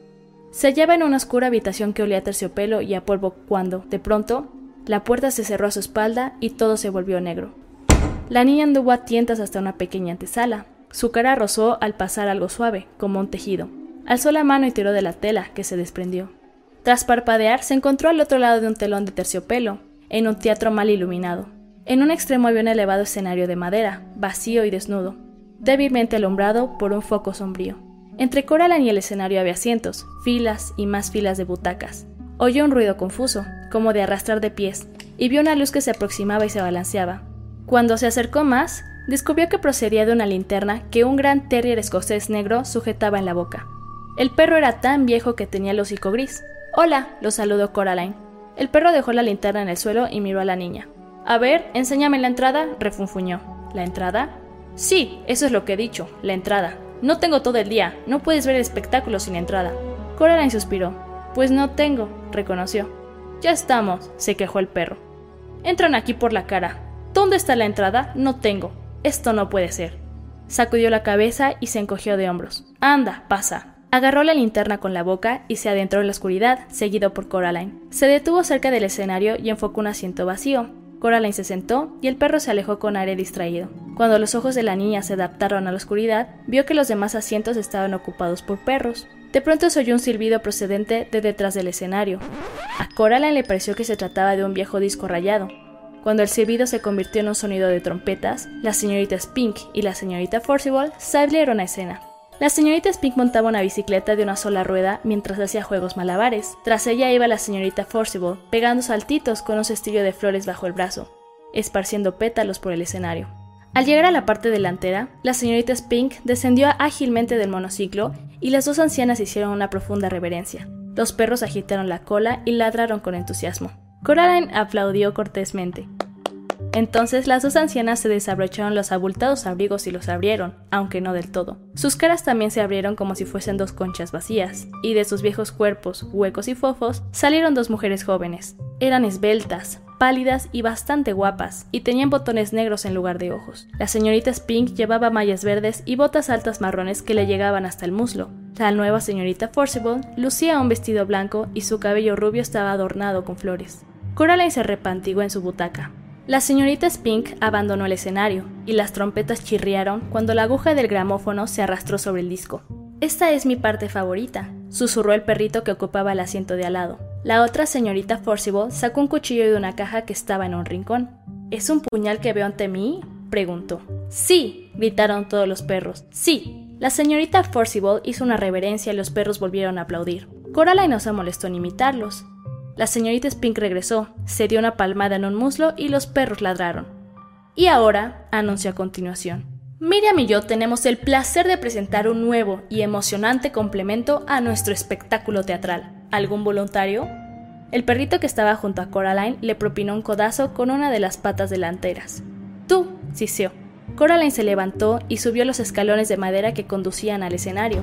A: Se hallaba en una oscura habitación que olía a terciopelo y a polvo cuando, de pronto, la puerta se cerró a su espalda y todo se volvió negro. La niña anduvo a tientas hasta una pequeña antesala. Su cara rozó al pasar algo suave, como un tejido. Alzó la mano y tiró de la tela, que se desprendió. Tras parpadear, se encontró al otro lado de un telón de terciopelo, en un teatro mal iluminado. En un extremo había un elevado escenario de madera, vacío y desnudo, débilmente alumbrado por un foco sombrío. Entre Coraline y el escenario había asientos, filas y más filas de butacas. Oyó un ruido confuso, como de arrastrar de pies, y vio una luz que se aproximaba y se balanceaba. Cuando se acercó más, descubrió que procedía de una linterna que un gran terrier escocés negro sujetaba en la boca. El perro era tan viejo que tenía el hocico gris. «Hola», lo saludó Coraline. El perro dejó la linterna en el suelo y miró a la niña. «A ver, enséñame la entrada», refunfuñó. «¿La entrada?» «Sí, eso es lo que he dicho, la entrada. No tengo todo el día, no puedes ver el espectáculo sin entrada». Coraline suspiró. «Pues no tengo», reconoció. «Ya estamos», se quejó el perro. «Entran aquí por la cara. ¿Dónde está la entrada? No tengo. Esto no puede ser». Sacudió la cabeza y se encogió de hombros. «Anda, pasa». Agarró la linterna con la boca y se adentró en la oscuridad, seguido por Coraline. Se detuvo cerca del escenario y enfocó un asiento vacío. Coraline se sentó y el perro se alejó con aire distraído. Cuando los ojos de la niña se adaptaron a la oscuridad, vio que los demás asientos estaban ocupados por perros. De pronto se oyó un silbido procedente de detrás del escenario. A Coraline le pareció que se trataba de un viejo disco rayado. Cuando el silbido se convirtió en un sonido de trompetas, la señorita Spink y la señorita Forcible salieron a escena. La señorita Spink montaba una bicicleta de una sola rueda mientras hacía juegos malabares. Tras ella iba la señorita Forcible, pegando saltitos con un cestillo de flores bajo el brazo, esparciendo pétalos por el escenario. Al llegar a la parte delantera, la señorita Spink descendió ágilmente del monociclo y las dos ancianas hicieron una profunda reverencia. Los perros agitaron la cola y ladraron con entusiasmo. Coraline aplaudió cortésmente. Entonces las dos ancianas se desabrocharon los abultados abrigos y los abrieron, aunque no del todo. Sus caras también se abrieron como si fuesen dos conchas vacías, y de sus viejos cuerpos, huecos y fofos, salieron dos mujeres jóvenes. Eran esbeltas, pálidas y bastante guapas, y tenían botones negros en lugar de ojos. La señorita Spink llevaba mallas verdes y botas altas marrones que le llegaban hasta el muslo. La nueva señorita Forcible lucía un vestido blanco y su cabello rubio estaba adornado con flores. Coraline se repantigó en su butaca. La señorita Spink abandonó el escenario, y las trompetas chirriaron cuando la aguja del gramófono se arrastró sobre el disco. «Esta es mi parte favorita», susurró el perrito que ocupaba el asiento de al lado. La otra señorita Forcible sacó un cuchillo de una caja que estaba en un rincón. «¿Es un puñal que veo ante mí?», preguntó. «Sí», gritaron todos los perros. «Sí». La señorita Forcible hizo una reverencia y los perros volvieron a aplaudir. Coraline no se molestó en imitarlos. La señorita Spink regresó, se dio una palmada en un muslo y los perros ladraron. «Y ahora», anunció a continuación, «Miriam y yo tenemos el placer de presentar un nuevo y emocionante complemento a nuestro espectáculo teatral. ¿Algún voluntario?». El perrito que estaba junto a Coraline le propinó un codazo con una de las patas delanteras. «Tú», siseó. Coraline se levantó y subió los escalones de madera que conducían al escenario.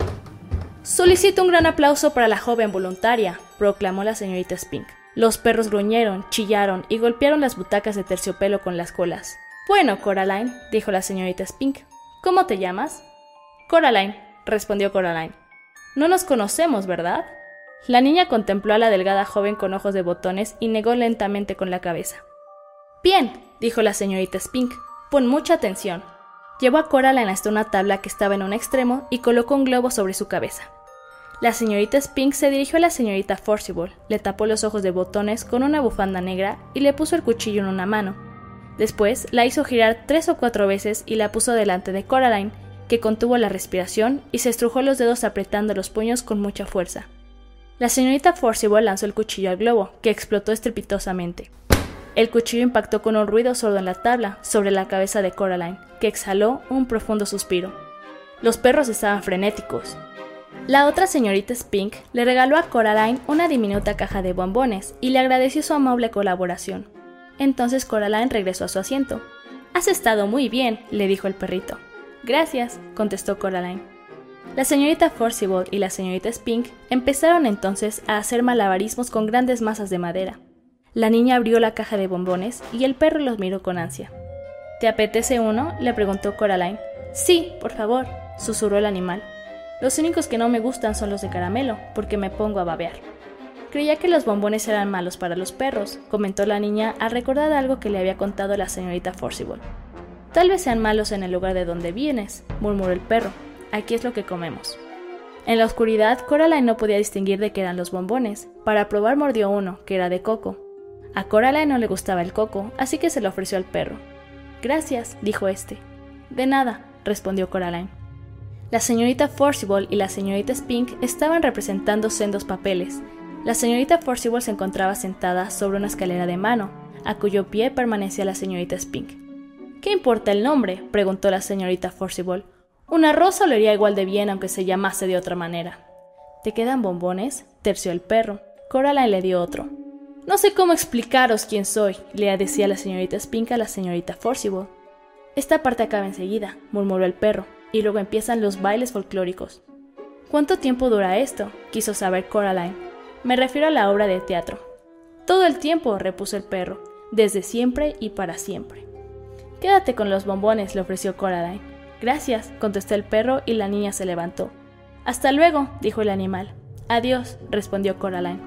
A: «Solicito un gran aplauso para la joven voluntaria», proclamó la señorita Spink. Los perros gruñeron, chillaron y golpearon las butacas de terciopelo con las colas. «Bueno, Coraline», dijo la señorita Spink, «¿cómo te llamas?». «Coraline», respondió Coraline. «No nos conocemos, ¿verdad?». La niña contempló a la delgada joven con ojos de botones y negó lentamente con la cabeza. «Bien», dijo la señorita Spink, «pon mucha atención». Llevó a Coraline hasta una tabla que estaba en un extremo y colocó un globo sobre su cabeza. La señorita Spink se dirigió a la señorita Forcible, le tapó los ojos de botones con una bufanda negra y le puso el cuchillo en una mano. Después la hizo girar tres o cuatro veces y la puso delante de Coraline, que contuvo la respiración y se estrujó los dedos apretando los puños con mucha fuerza. La señorita Forcible lanzó el cuchillo al globo, que explotó estrepitosamente. El cuchillo impactó con un ruido sordo en la tabla, sobre la cabeza de Coraline, que exhaló un profundo suspiro. Los perros estaban frenéticos. La otra señorita Spink le regaló a Coraline una diminuta caja de bombones y le agradeció su amable colaboración. Entonces Coraline regresó a su asiento. «Has estado muy bien», le dijo el perrito. «Gracias», contestó Coraline. La señorita Forcible y la señorita Spink empezaron entonces a hacer malabarismos con grandes masas de madera. La niña abrió la caja de bombones y el perro los miró con ansia. «¿Te apetece uno?», le preguntó Coraline. «Sí, por favor», susurró el animal. «Los únicos que no me gustan son los de caramelo, porque me pongo a babear». «Creía que los bombones eran malos para los perros», comentó la niña al recordar algo que le había contado la señorita Forcible. «Tal vez sean malos en el lugar de donde vienes», murmuró el perro. «Aquí es lo que comemos». En la oscuridad, Coraline no podía distinguir de qué eran los bombones. Para probar mordió uno, que era de coco. A Coraline no le gustaba el coco, así que se lo ofreció al perro. «Gracias», dijo este. «De nada», respondió Coraline. La señorita Forcible y la señorita Spink estaban representando sendos papeles. La señorita Forcible se encontraba sentada sobre una escalera de mano, a cuyo pie permanecía la señorita Spink. «¿Qué importa el nombre?», preguntó la señorita Forcible. «Una rosa olería igual de bien aunque se llamase de otra manera». «¿Te quedan bombones?», terció el perro. Coraline le dio otro. «No sé cómo explicaros quién soy», le decía la señorita Spink a la señorita Forcible. «Esta parte acaba enseguida», murmuró el perro, «y luego empiezan los bailes folclóricos». «¿Cuánto tiempo dura esto?», quiso saber Coraline. «Me refiero a la obra de teatro». «Todo el tiempo», repuso el perro, «desde siempre y para siempre». «Quédate con los bombones», le ofreció Coraline. «Gracias», contestó el perro y la niña se levantó. «Hasta luego», dijo el animal. «Adiós», respondió Coraline.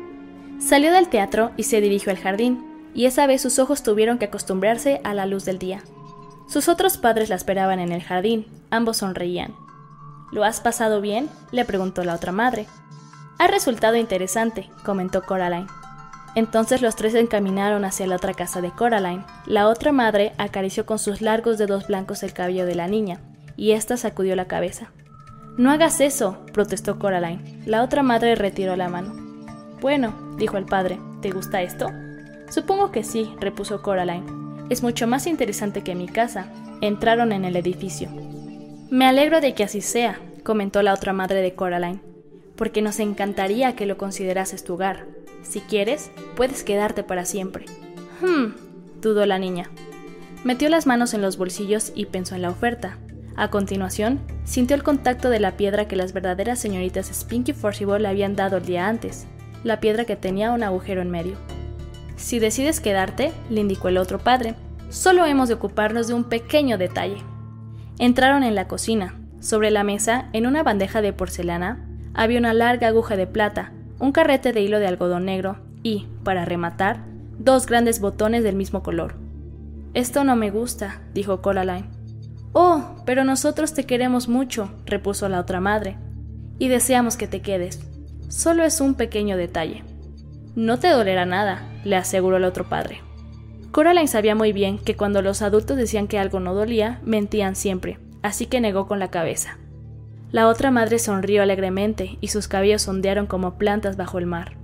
A: Salió del teatro y se dirigió al jardín, y esa vez sus ojos tuvieron que acostumbrarse a la luz del día. Sus otros padres la esperaban en el jardín, ambos sonreían. «¿Lo has pasado bien?», le preguntó la otra madre. «Ha resultado interesante», comentó Coraline. Entonces los tres se encaminaron hacia la otra casa de Coraline. La otra madre acarició con sus largos dedos blancos el cabello de la niña, y ésta sacudió la cabeza. «No hagas eso», protestó Coraline. La otra madre retiró la mano. «Bueno», dijo el padre, «¿te gusta esto?». «Supongo que sí», repuso Coraline. «Es mucho más interesante que mi casa». Entraron en el edificio. «Me alegro de que así sea», comentó la otra madre de Coraline, «porque nos encantaría que lo considerases tu hogar. Si quieres, puedes quedarte para siempre». «Hmm», dudó la niña. Metió las manos en los bolsillos y pensó en la oferta. A continuación, sintió el contacto de la piedra que las verdaderas señoritas Spink y Forcible le habían dado el día antes, la piedra que tenía un agujero en medio. «Si decides quedarte», le indicó el otro padre, «solo hemos de ocuparnos de un pequeño detalle». Entraron en la cocina. Sobre la mesa, en una bandeja de porcelana, había una larga aguja de plata, un carrete de hilo de algodón negro y, para rematar, dos grandes botones del mismo color. «Esto no me gusta», dijo Coraline. «Oh, pero nosotros te queremos mucho», repuso la otra madre, «y deseamos que te quedes. Solo es un pequeño detalle». «No te dolerá nada», le aseguró el otro padre. Coraline sabía muy bien que cuando los adultos decían que algo no dolía, mentían siempre, así que negó con la cabeza. La otra madre sonrió alegremente y sus cabellos ondearon como plantas bajo el mar.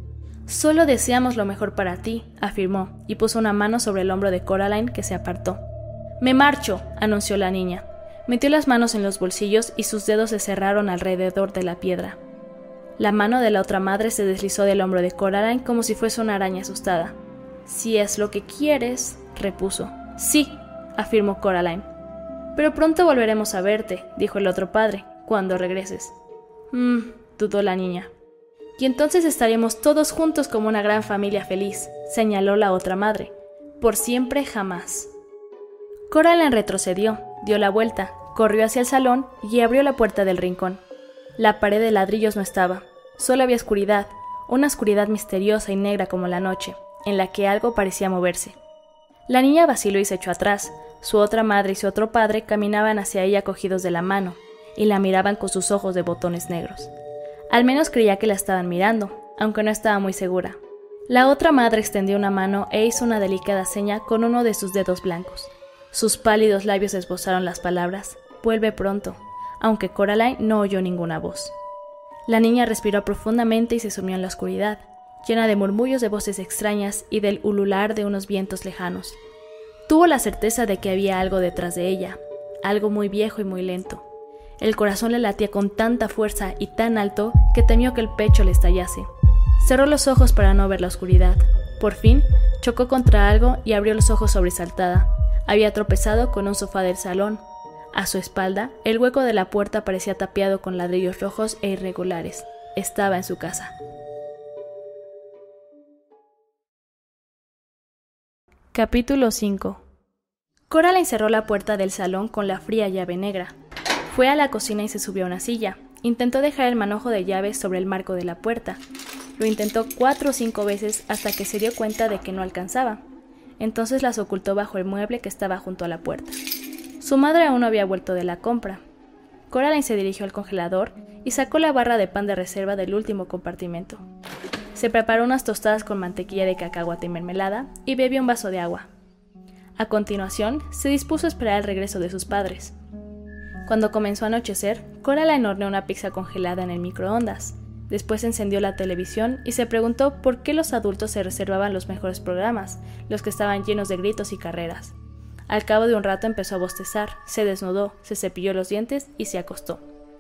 A: «Solo deseamos lo mejor para ti», afirmó, y puso una mano sobre el hombro de Coraline, que se apartó. «Me marcho», anunció la niña. Metió las manos en los bolsillos y sus dedos se cerraron alrededor de la piedra. La mano de la otra madre se deslizó del hombro de Coraline como si fuese una araña asustada. «Si es lo que quieres», repuso. «Sí», afirmó Coraline. «Pero pronto volveremos a verte», dijo el otro padre, «cuando regreses». «Mmm», dudó la niña. «Y entonces estaremos todos juntos como una gran familia feliz», señaló la otra madre. «Por siempre jamás». Coraline retrocedió, dio la vuelta, corrió hacia el salón y abrió la puerta del rincón. La pared de ladrillos no estaba, solo había oscuridad, una oscuridad misteriosa y negra como la noche, en la que algo parecía moverse. La niña vaciló y se echó atrás. Su otra madre y su otro padre caminaban hacia ella cogidos de la mano, y la miraban con sus ojos de botones negros. Al menos creía que la estaban mirando, aunque no estaba muy segura. La otra madre extendió una mano e hizo una delicada seña con uno de sus dedos blancos. Sus pálidos labios esbozaron las palabras vuelve pronto, aunque Coraline no oyó ninguna voz. La niña respiró profundamente y se sumió en la oscuridad, llena de murmullos de voces extrañas y del ulular de unos vientos lejanos. Tuvo la certeza de que había algo detrás de ella, algo muy viejo y muy lento. El corazón le latía con tanta fuerza y tan alto que temió que el pecho le estallase. Cerró los ojos para no ver la oscuridad. Por fin, chocó contra algo y abrió los ojos sobresaltada. Había tropezado con un sofá del salón. A su espalda, el hueco de la puerta parecía tapiado con ladrillos rojos e irregulares. Estaba en su casa. Capítulo cinco. Coraline cerró la puerta del salón con la fría llave negra. Fue a la cocina y se subió a una silla. Intentó dejar el manojo de llaves sobre el marco de la puerta. Lo intentó cuatro o cinco veces hasta que se dio cuenta de que no alcanzaba. Entonces las ocultó bajo el mueble que estaba junto a la puerta. Su madre aún no había vuelto de la compra. Coraline se dirigió al congelador y sacó la barra de pan de reserva del último compartimento. Se preparó unas tostadas con mantequilla de cacahuate y mermelada y bebió un vaso de agua. A continuación, se dispuso a esperar el regreso de sus padres. Cuando comenzó a anochecer, Coraline horneó una pizza congelada en el microondas. Después encendió la televisión y se preguntó por qué los adultos se reservaban los mejores programas, los que estaban llenos de gritos y carreras. Al cabo de un rato empezó a bostezar, se desnudó, se cepilló los dientes y se acostó.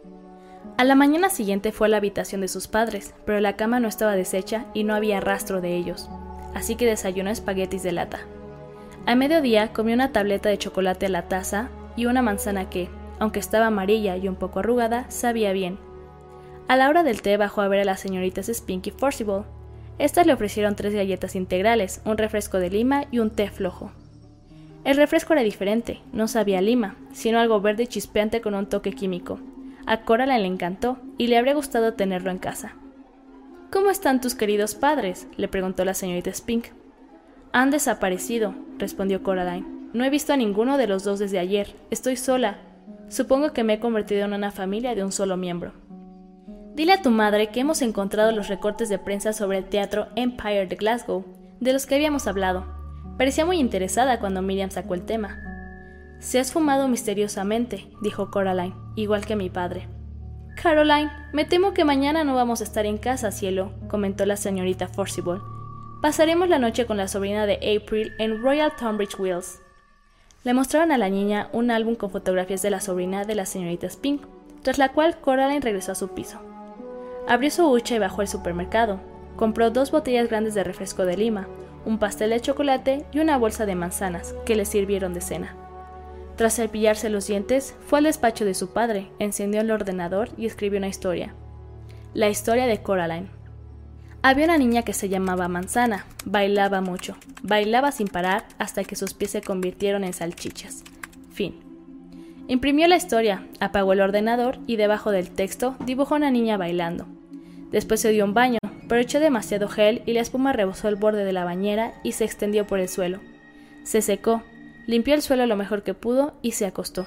A: A la mañana siguiente fue a la habitación de sus padres, pero la cama no estaba deshecha y no había rastro de ellos, así que desayunó espaguetis de lata. A mediodía comió una tableta de chocolate a la taza y una manzana que, aunque estaba amarilla y un poco arrugada, sabía bien. A la hora del té bajó a ver a las señoritas Spink y Forcible. Estas le ofrecieron tres galletas integrales, un refresco de lima y un té flojo. El refresco era diferente, no sabía a lima, sino algo verde y chispeante con un toque químico. A Coraline le encantó y le habría gustado tenerlo en casa. ¿Cómo están tus queridos padres?, le preguntó la señorita Spink. Han desaparecido, respondió Coraline. No he visto a ninguno de los dos desde ayer, estoy sola. Supongo que me he convertido en una familia de un solo miembro. Dile a tu madre que hemos encontrado los recortes de prensa sobre el teatro Empire de Glasgow, de los que habíamos hablado. Parecía muy interesada cuando Miriam sacó el tema. Se ha esfumado misteriosamente, dijo Coraline, igual que mi padre. Caroline, me temo que mañana no vamos a estar en casa, cielo, comentó la señorita Forcible. Pasaremos la noche con la sobrina de April en Royal Tunbridge Wells. Le mostraron a la niña un álbum con fotografías de la sobrina de la señorita Spink, tras la cual Coraline regresó a su piso. Abrió su hucha y bajó al supermercado. Compró dos botellas grandes de refresco de lima, un pastel de chocolate y una bolsa de manzanas, que le sirvieron de cena. Tras cepillarse los dientes, fue al despacho de su padre, encendió el ordenador y escribió una historia. La historia de Coraline. Había una niña que se llamaba Manzana, bailaba mucho, bailaba sin parar hasta que sus pies se convirtieron en salchichas. Fin. Imprimió la historia, apagó el ordenador y debajo del texto dibujó a una niña bailando. Después se dio un baño, pero echó demasiado gel y la espuma rebosó el borde de la bañera y se extendió por el suelo. Se secó, limpió el suelo lo mejor que pudo y se acostó.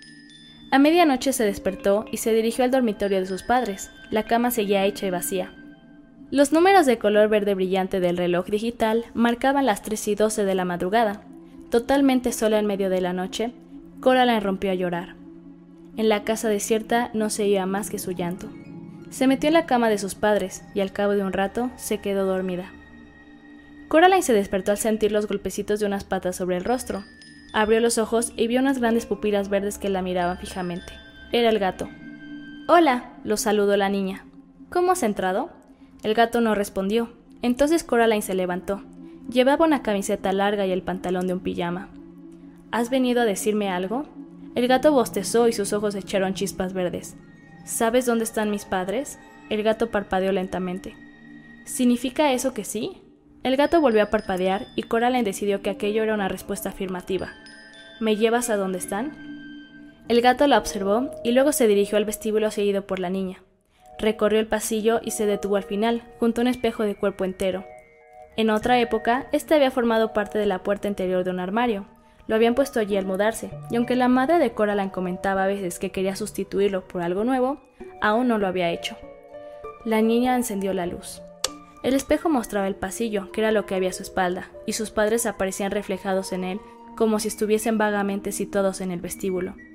A: A medianoche se despertó y se dirigió al dormitorio de sus padres. La cama seguía hecha y vacía. Los números de color verde brillante del reloj digital marcaban las tres y doce de la madrugada. Totalmente sola en medio de la noche, Coraline rompió a llorar. En la casa desierta no se oía más que su llanto. Se metió en la cama de sus padres y al cabo de un rato se quedó dormida. Coraline se despertó al sentir los golpecitos de unas patas sobre el rostro. Abrió los ojos y vio unas grandes pupilas verdes que la miraban fijamente. Era el gato. «Hola», lo saludó la niña. «¿Cómo has entrado?» El gato no respondió. Entonces Coraline se levantó. Llevaba una camiseta larga y el pantalón de un pijama. ¿Has venido a decirme algo? El gato bostezó y sus ojos echaron chispas verdes. ¿Sabes dónde están mis padres? El gato parpadeó lentamente. ¿Significa eso que sí? El gato volvió a parpadear y Coraline decidió que aquello era una respuesta afirmativa. ¿Me llevas a dónde están? El gato la observó y luego se dirigió al vestíbulo seguido por la niña. Recorrió el pasillo y se detuvo al final, junto a un espejo de cuerpo entero. En otra época, este había formado parte de la puerta interior de un armario. Lo habían puesto allí al mudarse, y aunque la madre de Coraline comentaba a veces que quería sustituirlo por algo nuevo, aún no lo había hecho. La niña encendió la luz. El espejo mostraba el pasillo, que era lo que había a su espalda, y sus padres aparecían reflejados en él, como si estuviesen vagamente situados en el vestíbulo.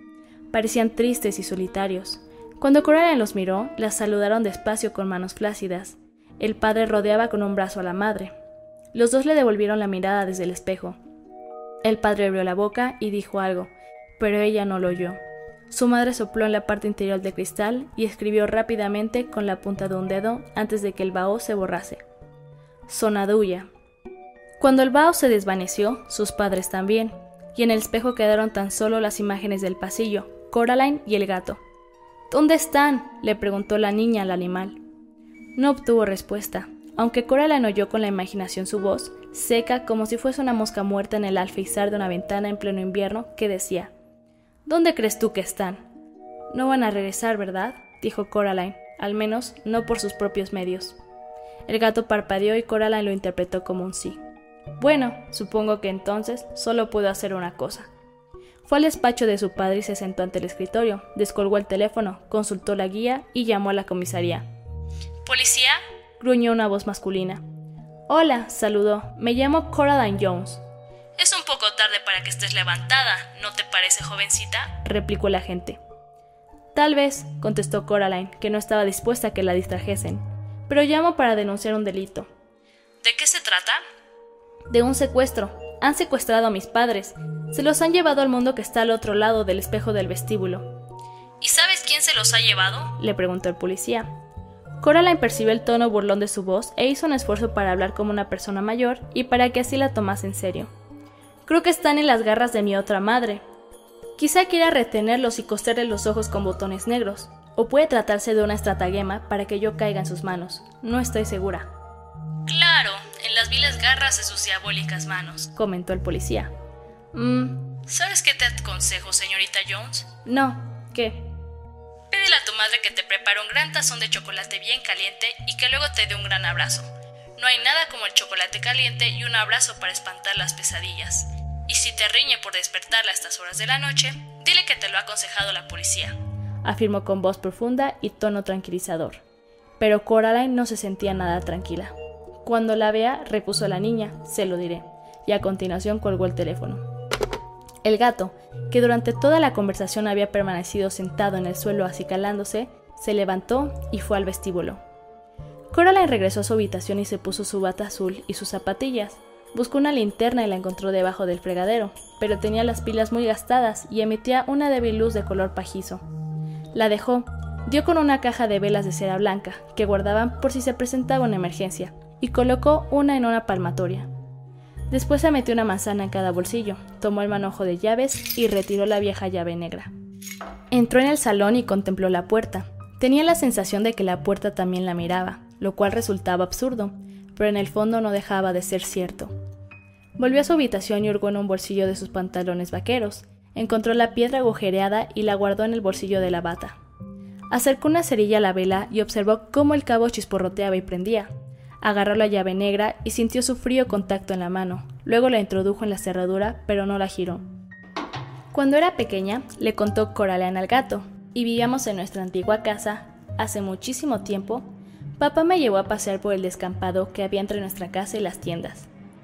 A: Parecían tristes y solitarios. Cuando Coraline los miró, las saludaron despacio con manos flácidas. El padre rodeaba con un brazo a la madre. Los dos le devolvieron la mirada desde el espejo. El padre abrió la boca y dijo algo, pero ella no lo oyó. Su madre sopló en la parte interior del cristal y escribió rápidamente con la punta de un dedo antes de que el vaho se borrase. Sonaduya. Cuando el vaho se desvaneció, sus padres también, y en el espejo quedaron tan solo las imágenes del pasillo, Coraline y el gato. ¿Dónde están?, le preguntó la niña al animal. No obtuvo respuesta, aunque Coraline oyó con la imaginación su voz, seca como si fuese una mosca muerta en el alféizar de una ventana en pleno invierno, que decía: ¿Dónde crees tú que están? No van a regresar, ¿verdad?, dijo Coraline, al menos no por sus propios medios. El gato parpadeó y Coraline lo interpretó como un sí. Bueno, supongo que entonces solo puedo hacer una cosa. Fue al despacho de su padre y se sentó ante el escritorio, descolgó el teléfono, consultó la guía y llamó a la comisaría. ¿Policía?, gruñó una voz masculina. Hola, saludó, me llamo Coraline Jones. Es un poco tarde para que estés levantada, ¿no te parece, jovencita?, replicó el agente. Tal vez, contestó Coraline, que no estaba dispuesta a que la distrajesen, pero llamo para denunciar un delito. ¿De qué se trata? De un secuestro. Han secuestrado a mis padres. Se los han llevado al mundo que está al otro lado del espejo del vestíbulo. ¿Y sabes quién se los ha llevado?, le preguntó el policía. Coraline percibió el tono burlón de su voz e hizo un esfuerzo para hablar como una persona mayor y para que así la tomase en serio. Creo que están en las garras de mi otra madre. Quizá quiera retenerlos y coserle los ojos con botones negros, o puede tratarse de una estratagema para que yo caiga en sus manos. No estoy segura. Claro, en las viles garras de sus diabólicas manos, comentó el policía. Mm, ¿sabes qué te aconsejo, señorita Jones? No, ¿qué? Pídele a tu madre que te prepare un gran tazón de chocolate bien caliente y que luego te dé un gran abrazo. No hay nada como el chocolate caliente y un abrazo para espantar las pesadillas. Y si te riñe por despertarla a estas horas de la noche, dile que te lo ha aconsejado la policía, afirmó con voz profunda y tono tranquilizador. Pero Coraline no se sentía nada tranquila. Cuando la vea, repuso la niña, se lo diré, y a continuación colgó el teléfono. El gato, que durante toda la conversación había permanecido sentado en el suelo acicalándose, se levantó y fue al vestíbulo. Coraline regresó a su habitación y se puso su bata azul y sus zapatillas. Buscó una linterna y la encontró debajo del fregadero, pero tenía las pilas muy gastadas y emitía una débil luz de color pajizo. La dejó, dio con una caja de velas de cera blanca, que guardaban por si se presentaba una emergencia, y colocó una en una palmatoria. Después se metió una manzana en cada bolsillo, tomó el manojo de llaves y retiró la vieja llave negra. Entró en el salón y contempló la puerta. Tenía la sensación de que la puerta también la miraba, lo cual resultaba absurdo, pero en el fondo no dejaba de ser cierto. Volvió a su habitación y hurgó en un bolsillo de sus pantalones vaqueros. Encontró la piedra agujereada y la guardó en el bolsillo de la bata. Acercó una cerilla a la vela y observó cómo el cabo chisporroteaba y prendía. Agarró la llave negra y sintió su frío contacto en la mano. Luego la introdujo en la cerradura, pero no la giró. Cuando era pequeña, le contó Coraline al gato, y vivíamos en nuestra antigua casa, hace muchísimo tiempo. Papá me llevó a pasear por el descampado que había entre nuestra casa y las tiendas.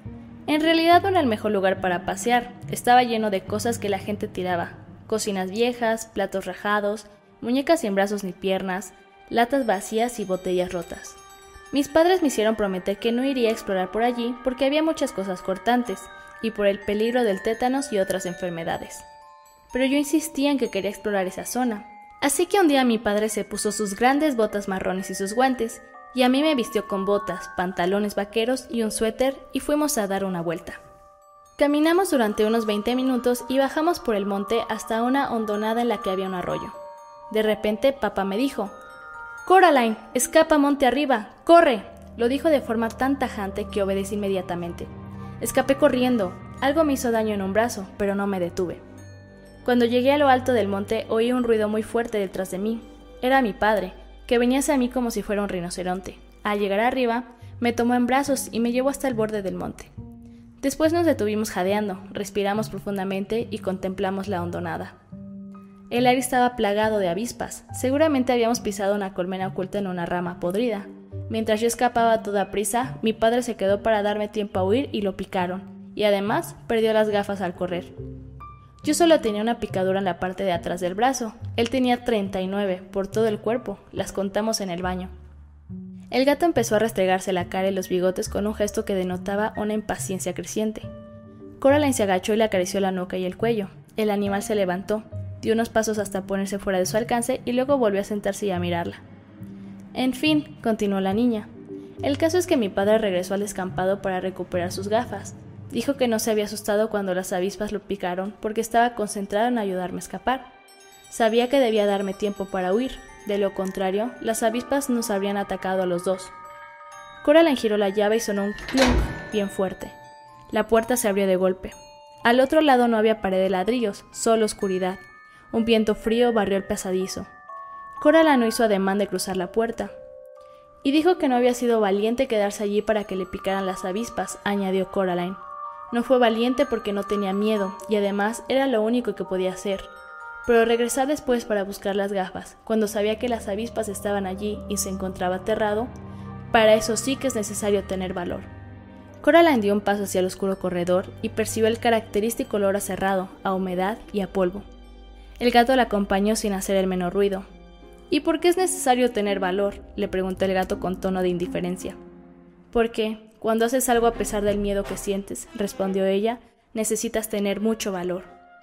A: En realidad no era el mejor lugar para pasear, estaba lleno de cosas que la gente tiraba, cocinas viejas, platos rajados, muñecas sin brazos ni piernas, latas vacías y botellas rotas. Mis padres me hicieron prometer que no iría a explorar por allí porque había muchas cosas cortantes, y por el peligro del tétanos y otras enfermedades. Pero yo insistía en que quería explorar esa zona, así que un día mi padre se puso sus grandes botas marrones y sus guantes, y a mí me vistió con botas, pantalones vaqueros y un suéter y fuimos a dar una vuelta. Caminamos durante unos veinte minutos y bajamos por el monte hasta una hondonada en la que había un arroyo. De repente papá me dijo: «Coraline, escapa monte arriba, corre», lo dijo de forma tan tajante que obedecí inmediatamente. Escapé corriendo, algo me hizo daño en un brazo, pero no me detuve. Cuando llegué a lo alto del monte oí un ruido muy fuerte detrás de mí. Era mi padre, que venía hacia mí como si fuera un rinoceronte. Al llegar arriba, me tomó en brazos y me llevó hasta el borde del monte. Después nos detuvimos jadeando, respiramos profundamente y contemplamos la hondonada. El aire estaba plagado de avispas, seguramente habíamos pisado una colmena oculta en una rama podrida. Mientras yo escapaba a toda prisa, mi padre se quedó para darme tiempo a huir y lo picaron, y además perdió las gafas al correr. Yo solo tenía una picadura en la parte de atrás del brazo. Él tenía treinta y nueve por todo el cuerpo. Las contamos en el baño. El gato empezó a restregarse la cara y los bigotes con un gesto que denotaba una impaciencia creciente. Coraline se agachó y le acarició la nuca y el cuello. El animal se levantó, dio unos pasos hasta ponerse fuera de su alcance y luego volvió a sentarse y a mirarla. En fin, continuó la niña. El caso es que mi padre regresó al descampado para recuperar sus gafas. Dijo que no se había asustado cuando las avispas lo picaron porque estaba concentrado en ayudarme a escapar. Sabía que debía darme tiempo para huir, de lo contrario, las avispas nos habrían atacado a los dos. Coraline giró la llave y sonó un clunk bien fuerte. La puerta se abrió de golpe. Al otro lado no había pared de ladrillos, solo oscuridad. Un viento frío barrió el pasadizo. Coraline no hizo ademán de cruzar la puerta. Y dijo que no había sido valiente quedarse allí para que le picaran las avispas, añadió Coraline. No fue valiente porque no tenía miedo, y además era lo único que podía hacer. Pero regresar después para buscar las gafas, cuando sabía que las avispas estaban allí y se encontraba aterrado, para eso sí que es necesario tener valor. Coraline dio un paso hacia el oscuro corredor y percibió el característico olor a cerrado, a humedad y a polvo. El gato la acompañó sin hacer el menor ruido. ¿Y por qué es necesario tener valor?, le preguntó el gato con tono de indiferencia. Porque, cuando haces algo a pesar del miedo que sientes, respondió ella, necesitas tener mucho valor.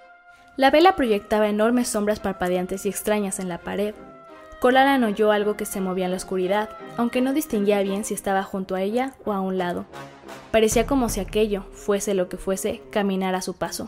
A: La vela proyectaba enormes sombras parpadeantes y extrañas en la pared. Coraline oyó algo que se movía en la oscuridad, aunque no distinguía bien si estaba junto a ella o a un lado. Parecía como si aquello, fuese lo que fuese, caminara a su paso.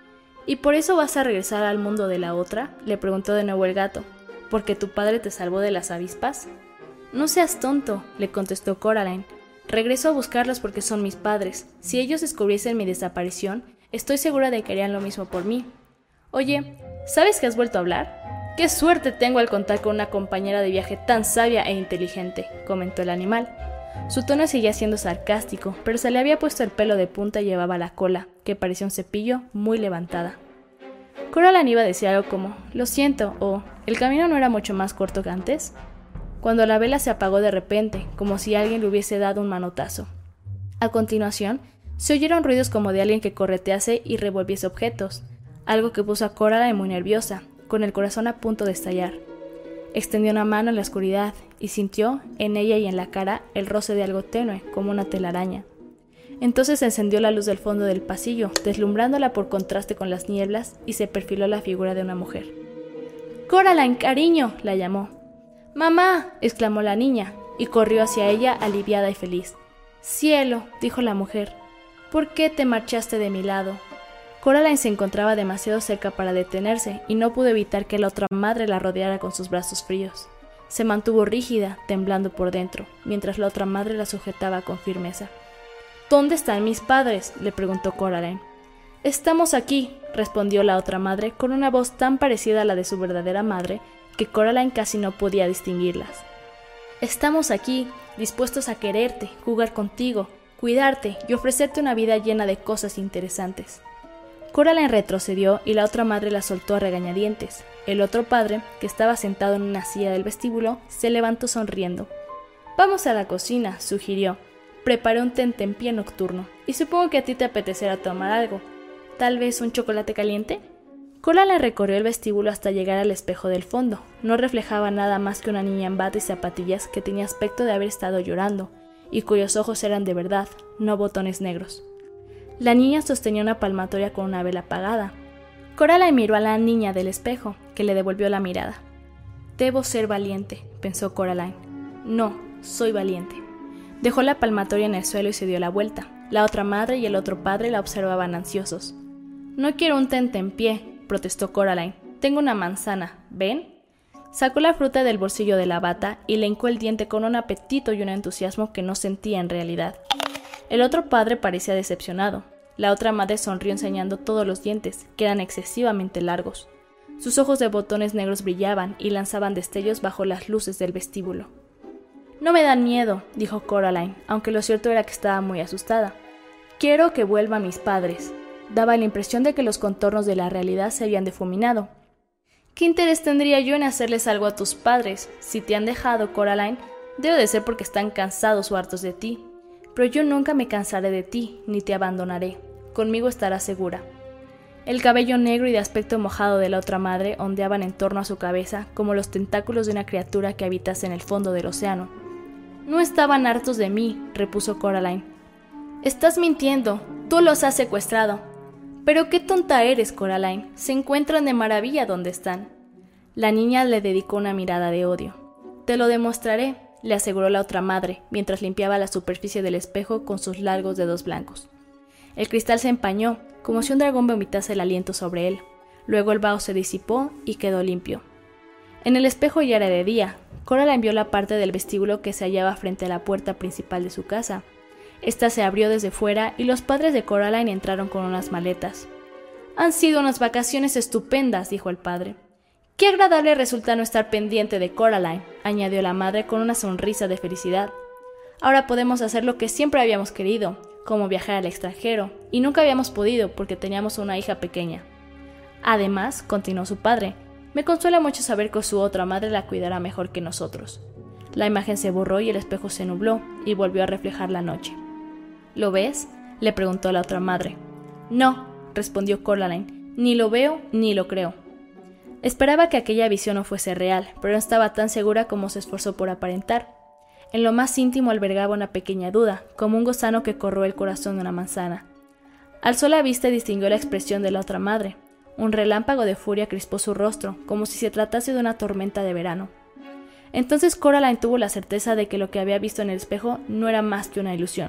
A: ¿Y por eso vas a regresar al mundo de la otra?, le preguntó de nuevo el gato. ¿Porque tu padre te salvó de las avispas? No seas tonto, le contestó Coraline. Regreso a buscarlos porque son mis padres. Si ellos descubriesen mi desaparición, estoy segura de que harían lo mismo por mí. Oye, ¿sabes que has vuelto a hablar? ¡Qué suerte tengo al contar con una compañera de viaje tan sabia e inteligente!, comentó el animal. Su tono seguía siendo sarcástico, pero se le había puesto el pelo de punta y llevaba la cola, que parecía un cepillo, muy levantada. Coraline iba a decir algo como, lo siento, o ¿el camino no era mucho más corto que antes?, cuando la vela se apagó de repente, como si alguien le hubiese dado un manotazo. A continuación, se oyeron ruidos como de alguien que corretease y revolviese objetos, algo que puso a Coraline muy nerviosa, con el corazón a punto de estallar. Extendió una mano en la oscuridad y sintió, en ella y en la cara, el roce de algo tenue, como una telaraña. Entonces encendió la luz del fondo del pasillo, deslumbrándola por contraste con las nieblas, y se perfiló la figura de una mujer. «¡Coraline, cariño!», la llamó. «¡Mamá!», exclamó la niña, y corrió hacia ella aliviada y feliz. «Cielo», dijo la mujer, «¿por qué te marchaste de mi lado?». Coraline se encontraba demasiado cerca para detenerse, y no pudo evitar que la otra madre la rodeara con sus brazos fríos. Se mantuvo rígida, temblando por dentro, mientras la otra madre la sujetaba con firmeza. «¿Dónde están mis padres?», le preguntó Coraline. «Estamos aquí», respondió la otra madre con una voz tan parecida a la de su verdadera madre que Coraline casi no podía distinguirlas. «Estamos aquí, dispuestos a quererte, jugar contigo, cuidarte y ofrecerte una vida llena de cosas interesantes». Coraline retrocedió y la otra madre la soltó a regañadientes. El otro padre, que estaba sentado en una silla del vestíbulo, se levantó sonriendo. «Vamos a la cocina», sugirió. «Preparé un tentempié nocturno, y supongo que a ti te apetecerá tomar algo. ¿Tal vez un chocolate caliente?». Coraline recorrió el vestíbulo hasta llegar al espejo del fondo. No reflejaba nada más que una niña en bata y zapatillas que tenía aspecto de haber estado llorando, y cuyos ojos eran de verdad, no botones negros. La niña sostenía una palmatoria con una vela apagada. Coraline miró a la niña del espejo, que le devolvió la mirada. «Debo ser valiente», pensó Coraline. «No, soy valiente». Dejó la palmatoria en el suelo y se dio la vuelta. La otra madre y el otro padre la observaban ansiosos. «No quiero un tentempié», protestó Coraline. «Tengo una manzana, ¿ven?». Sacó la fruta del bolsillo de la bata y le hincó el diente con un apetito y un entusiasmo que no sentía en realidad. El otro padre parecía decepcionado. La otra madre sonrió enseñando todos los dientes, que eran excesivamente largos. Sus ojos de botones negros brillaban y lanzaban destellos bajo las luces del vestíbulo. «No me dan miedo», dijo Coraline, aunque lo cierto era que estaba muy asustada. «Quiero que vuelvan mis padres». Daba la impresión de que los contornos de la realidad se habían difuminado. «¿Qué interés tendría yo en hacerles algo a tus padres? Si te han dejado, Coraline, debe de ser porque están cansados o hartos de ti. Pero yo nunca me cansaré de ti, ni te abandonaré. Conmigo estarás segura». El cabello negro y de aspecto mojado de la otra madre ondeaban en torno a su cabeza como los tentáculos de una criatura que habitase en el fondo del océano. «No estaban hartos de mí», repuso Coraline. «Estás mintiendo, tú los has secuestrado». «Pero qué tonta eres, Coraline, se encuentran de maravilla donde están». La niña le dedicó una mirada de odio. «Te lo demostraré», le aseguró la otra madre, mientras limpiaba la superficie del espejo con sus largos dedos blancos. El cristal se empañó, como si un dragón vomitase el aliento sobre él. Luego el vaho se disipó y quedó limpio. En el espejo ya era de día. Coraline vio la parte del vestíbulo que se hallaba frente a la puerta principal de su casa. Esta se abrió desde fuera y los padres de Coraline entraron con unas maletas. «Han sido unas vacaciones estupendas», dijo el padre. «Qué agradable resulta no estar pendiente de Coraline», añadió la madre con una sonrisa de felicidad. «Ahora podemos hacer lo que siempre habíamos querido, como viajar al extranjero, y nunca habíamos podido porque teníamos una hija pequeña. Además», continuó su padre, «me consuela mucho saber que su otra madre la cuidará mejor que nosotros». La imagen se borró y el espejo se nubló y volvió a reflejar la noche. «¿Lo ves?», le preguntó la otra madre. «No», respondió Coraline, «ni lo veo ni lo creo». Esperaba que aquella visión no fuese real, pero no estaba tan segura como se esforzó por aparentar. En lo más íntimo albergaba una pequeña duda, como un gusano que corroe el corazón de una manzana. Alzó la vista y distinguió la expresión de la otra madre. Un relámpago de furia crispó su rostro, como si se tratase de una tormenta de verano. Entonces Coraline tuvo la certeza de que lo que había visto en el espejo no era más que una ilusión.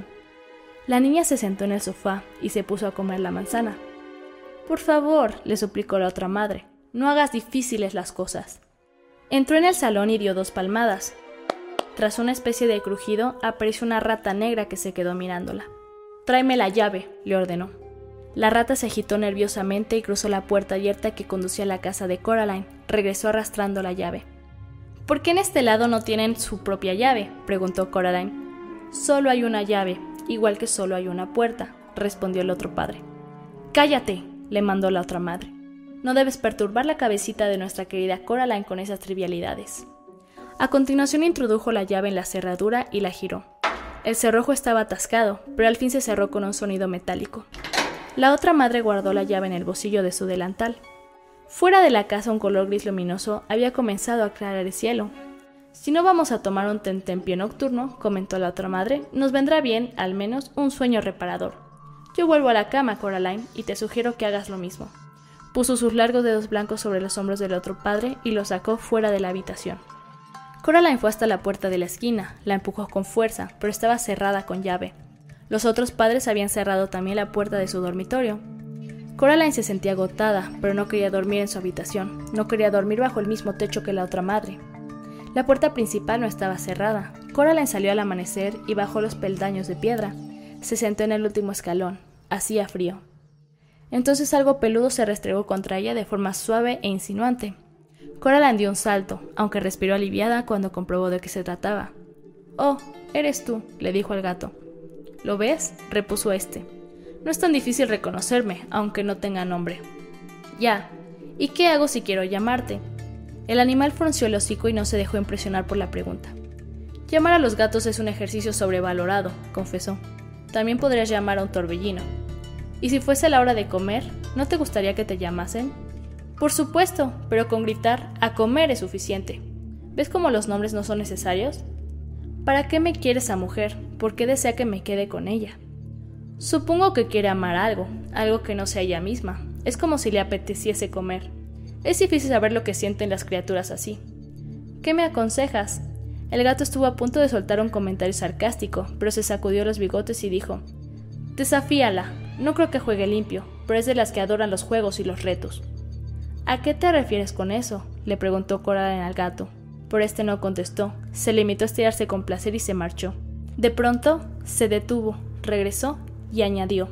A: La niña se sentó en el sofá y se puso a comer la manzana. «Por favor», le suplicó la otra madre, «no hagas difíciles las cosas». Entró en el salón y dio dos palmadas. Tras una especie de crujido, apareció una rata negra que se quedó mirándola. «Tráeme la llave», le ordenó. La rata se agitó nerviosamente y cruzó la puerta abierta que conducía a la casa de Coraline. Regresó arrastrando la llave. «¿Por qué en este lado no tienen su propia llave?», preguntó Coraline. «Solo hay una llave, igual que solo hay una puerta», respondió el otro padre. «Cállate», le mandó la otra madre. «No debes perturbar la cabecita de nuestra querida Coraline con esas trivialidades». A continuación introdujo la llave en la cerradura y la giró. El cerrojo estaba atascado, pero al fin se cerró con un sonido metálico. La otra madre guardó la llave en el bolsillo de su delantal. Fuera de la casa un color gris luminoso había comenzado a aclarar el cielo. «Si no vamos a tomar un tentempié nocturno», comentó la otra madre, «nos vendrá bien, al menos, un sueño reparador. Yo vuelvo a la cama, Coraline, y te sugiero que hagas lo mismo». Puso sus largos dedos blancos sobre los hombros del otro padre y lo sacó fuera de la habitación. Coraline fue hasta la puerta de la esquina, la empujó con fuerza, pero estaba cerrada con llave. Los otros padres habían cerrado también la puerta de su dormitorio. Coraline se sentía agotada, pero no quería dormir en su habitación, no quería dormir bajo el mismo techo que la otra madre. La puerta principal no estaba cerrada. Coraline salió al amanecer y bajó los peldaños de piedra. Se sentó en el último escalón. Hacía frío. Entonces algo peludo se restregó contra ella de forma suave e insinuante. Coraline dio un salto, aunque respiró aliviada cuando comprobó de qué se trataba. «Oh, eres tú», le dijo al gato. «¿Lo ves?», repuso este. «No es tan difícil reconocerme, aunque no tenga nombre». «Ya. ¿Y qué hago si quiero llamarte?». El animal frunció el hocico y no se dejó impresionar por la pregunta. «Llamar a los gatos es un ejercicio sobrevalorado», confesó. «También podrías llamar a un torbellino». «¿Y si fuese la hora de comer, no te gustaría que te llamasen?». «Por supuesto, pero con gritar a comer es suficiente. ¿Ves cómo los nombres no son necesarios?». «¿Para qué me quiere esa mujer? ¿Por qué desea que me quede con ella?». «Supongo que quiere amar algo, algo que no sea ella misma. Es como si le apeteciese comer. Es difícil saber lo que sienten las criaturas así». «¿Qué me aconsejas?». El gato estuvo a punto de soltar un comentario sarcástico, pero se sacudió los bigotes y dijo: «Desafíala. No creo que juegue limpio, pero es de las que adoran los juegos y los retos». «¿A qué te refieres con eso?», le preguntó Coraline al gato. Pero este no contestó, se limitó a estirarse con placer y se marchó. De pronto, se detuvo, regresó y añadió: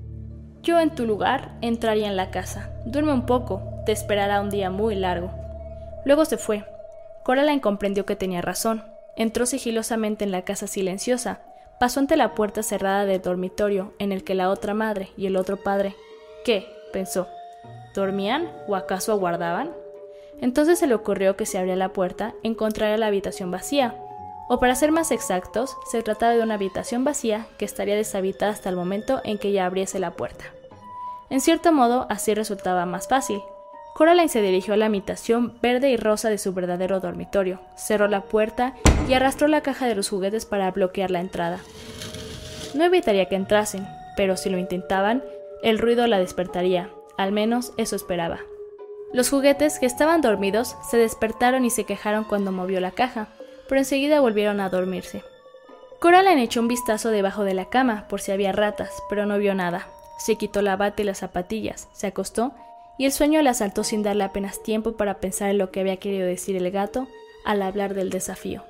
A: «Yo en tu lugar entraría en la casa. Duerme un poco, te esperará un día muy largo». Luego se fue. Coraline comprendió que tenía razón. Entró sigilosamente en la casa silenciosa, pasó ante la puerta cerrada del dormitorio en el que la otra madre y el otro padre... ¿Qué?, pensó. ¿Dormían o acaso aguardaban? Entonces se le ocurrió que si abría la puerta encontraría la habitación vacía, o para ser más exactos, se trataba de una habitación vacía que estaría deshabitada hasta el momento en que ella abriese la puerta. En cierto modo, así resultaba más fácil. Coraline se dirigió a la habitación verde y rosa de su verdadero dormitorio, cerró la puerta y arrastró la caja de los juguetes para bloquear la entrada. No evitaría que entrasen, pero si lo intentaban, el ruido la despertaría, al menos eso esperaba. Los juguetes, que estaban dormidos, se despertaron y se quejaron cuando movió la caja, pero enseguida volvieron a dormirse. Coraline echó un vistazo debajo de la cama por si había ratas, pero no vio nada. Se quitó la bata y las zapatillas, se acostó, y el sueño la asaltó sin darle apenas tiempo para pensar en lo que había querido decir el gato al hablar del desafío.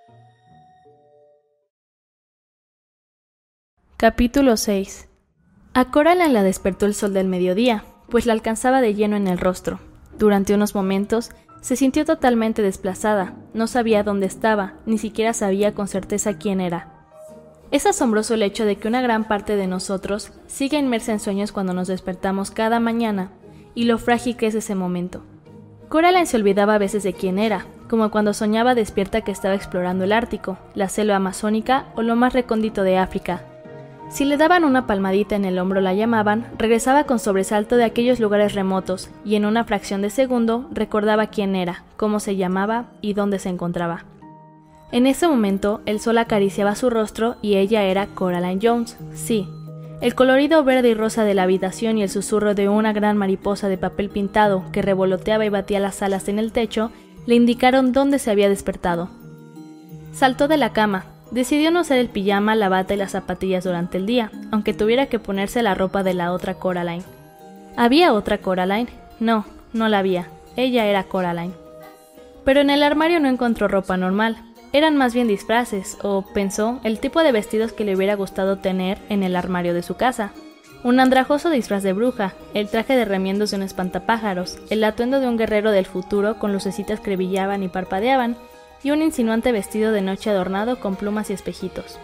A: Capítulo seis. A Coraline la despertó el sol del mediodía, pues la alcanzaba de lleno en el rostro. Durante unos momentos se sintió totalmente desplazada, no sabía dónde estaba, ni siquiera sabía con certeza quién era. Es asombroso el hecho de que una gran parte de nosotros siga inmersa en sueños cuando nos despertamos cada mañana, y lo frágil que es ese momento. Coraline se olvidaba a veces de quién era, como cuando soñaba despierta que estaba explorando el Ártico, la selva amazónica o lo más recóndito de África. Si le daban una palmadita en el hombro la llamaban, regresaba con sobresalto de aquellos lugares remotos y en una fracción de segundo recordaba quién era, cómo se llamaba y dónde se encontraba. En ese momento el sol acariciaba su rostro y ella era Coraline Jones, sí. El colorido verde y rosa de la habitación y el susurro de una gran mariposa de papel pintado que revoloteaba y batía las alas en el techo le indicaron dónde se había despertado. Saltó de la cama. Decidió no usar el pijama, la bata y las zapatillas durante el día, aunque tuviera que ponerse la ropa de la otra Coraline. ¿Había otra Coraline? No, no la había. Ella era Coraline. Pero en el armario no encontró ropa normal. Eran más bien disfraces, o, pensó, el tipo de vestidos que le hubiera gustado tener en el armario de su casa. Un andrajoso disfraz de bruja, el traje de remiendos de un espantapájaros, el atuendo de un guerrero del futuro con lucecitas que brillaban y parpadeaban, y un insinuante vestido de noche adornado con plumas y espejitos.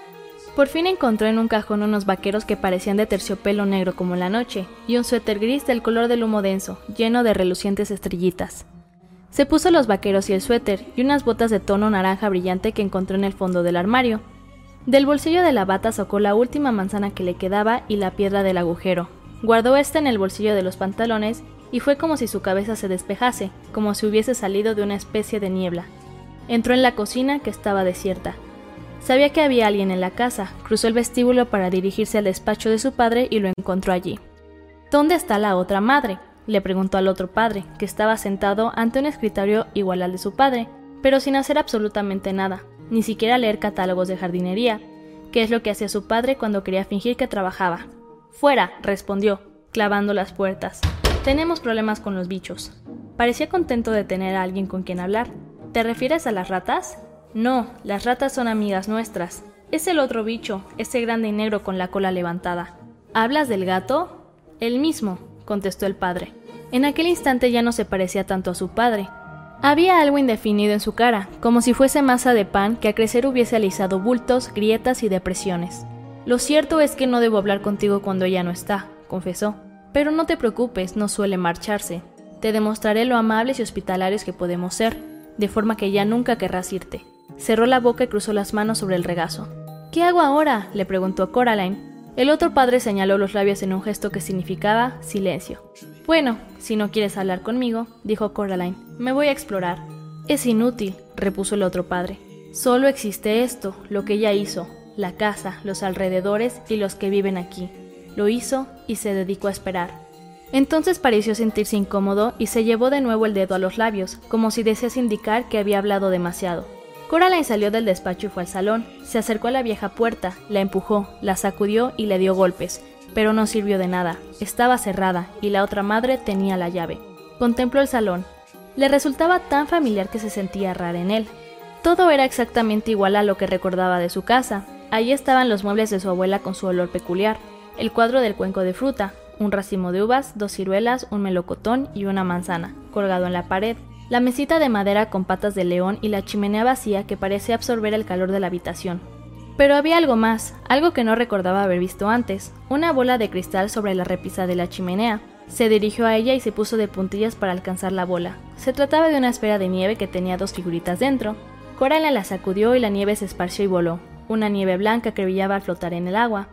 A: Por fin encontró en un cajón unos vaqueros que parecían de terciopelo negro como la noche, y un suéter gris del color del humo denso, lleno de relucientes estrellitas. Se puso los vaqueros y el suéter, y unas botas de tono naranja brillante que encontró en el fondo del armario. Del bolsillo de la bata sacó la última manzana que le quedaba y la piedra del agujero. Guardó esta en el bolsillo de los pantalones, y fue como si su cabeza se despejase, como si hubiese salido de una especie de niebla. Entró en la cocina, que estaba desierta. Sabía que había alguien en la casa, cruzó el vestíbulo para dirigirse al despacho de su padre y lo encontró allí. ¿Dónde está la otra madre?, le preguntó al otro padre, que estaba sentado ante un escritorio igual al de su padre, pero sin hacer absolutamente nada, ni siquiera leer catálogos de jardinería, que es lo que hacía su padre cuando quería fingir que trabajaba. «Fuera», respondió, clavando las puertas. «Tenemos problemas con los bichos». Parecía contento de tener a alguien con quien hablar. ¿Te refieres a las ratas? No, las ratas son amigas nuestras. Es el otro bicho, ese grande y negro con la cola levantada. ¿Hablas del gato? El mismo, contestó el padre. En aquel instante ya no se parecía tanto a su padre. Había algo indefinido en su cara, como si fuese masa de pan que a crecer hubiese alisado bultos, grietas y depresiones. Lo cierto es que no debo hablar contigo cuando ella no está, confesó. Pero no te preocupes, no suele marcharse. Te demostraré lo amables y hospitalarios que podemos ser, de forma que ya nunca querrás irte. Cerró la boca y cruzó las manos sobre el regazo. ¿Qué hago ahora?, le preguntó Coraline. El otro padre señaló los labios en un gesto que significaba silencio. Bueno, si no quieres hablar conmigo, dijo Coraline, me voy a explorar. Es inútil, repuso el otro padre. Solo existe esto, lo que ella hizo, la casa, los alrededores y los que viven aquí. Lo hizo y se dedicó a esperar. Entonces pareció sentirse incómodo y se llevó de nuevo el dedo a los labios, como si desease indicar que había hablado demasiado. Coraline salió del despacho y fue al salón. Se acercó a la vieja puerta, la empujó, la sacudió y le dio golpes, pero no sirvió de nada. Estaba cerrada y la otra madre tenía la llave. Contempló el salón. Le resultaba tan familiar que se sentía rara en él. Todo era exactamente igual a lo que recordaba de su casa. Allí estaban los muebles de su abuela con su olor peculiar, el cuadro del cuenco de fruta, un racimo de uvas, dos ciruelas, un melocotón y una manzana, colgado en la pared, la mesita de madera con patas de león y la chimenea vacía que parecía absorber el calor de la habitación. Pero había algo más, algo que no recordaba haber visto antes, una bola de cristal sobre la repisa de la chimenea. Se dirigió a ella y se puso de puntillas para alcanzar la bola. Se trataba de una esfera de nieve que tenía dos figuritas dentro. Coraline la sacudió y la nieve se esparció y voló, una nieve blanca que brillaba al flotar en el agua.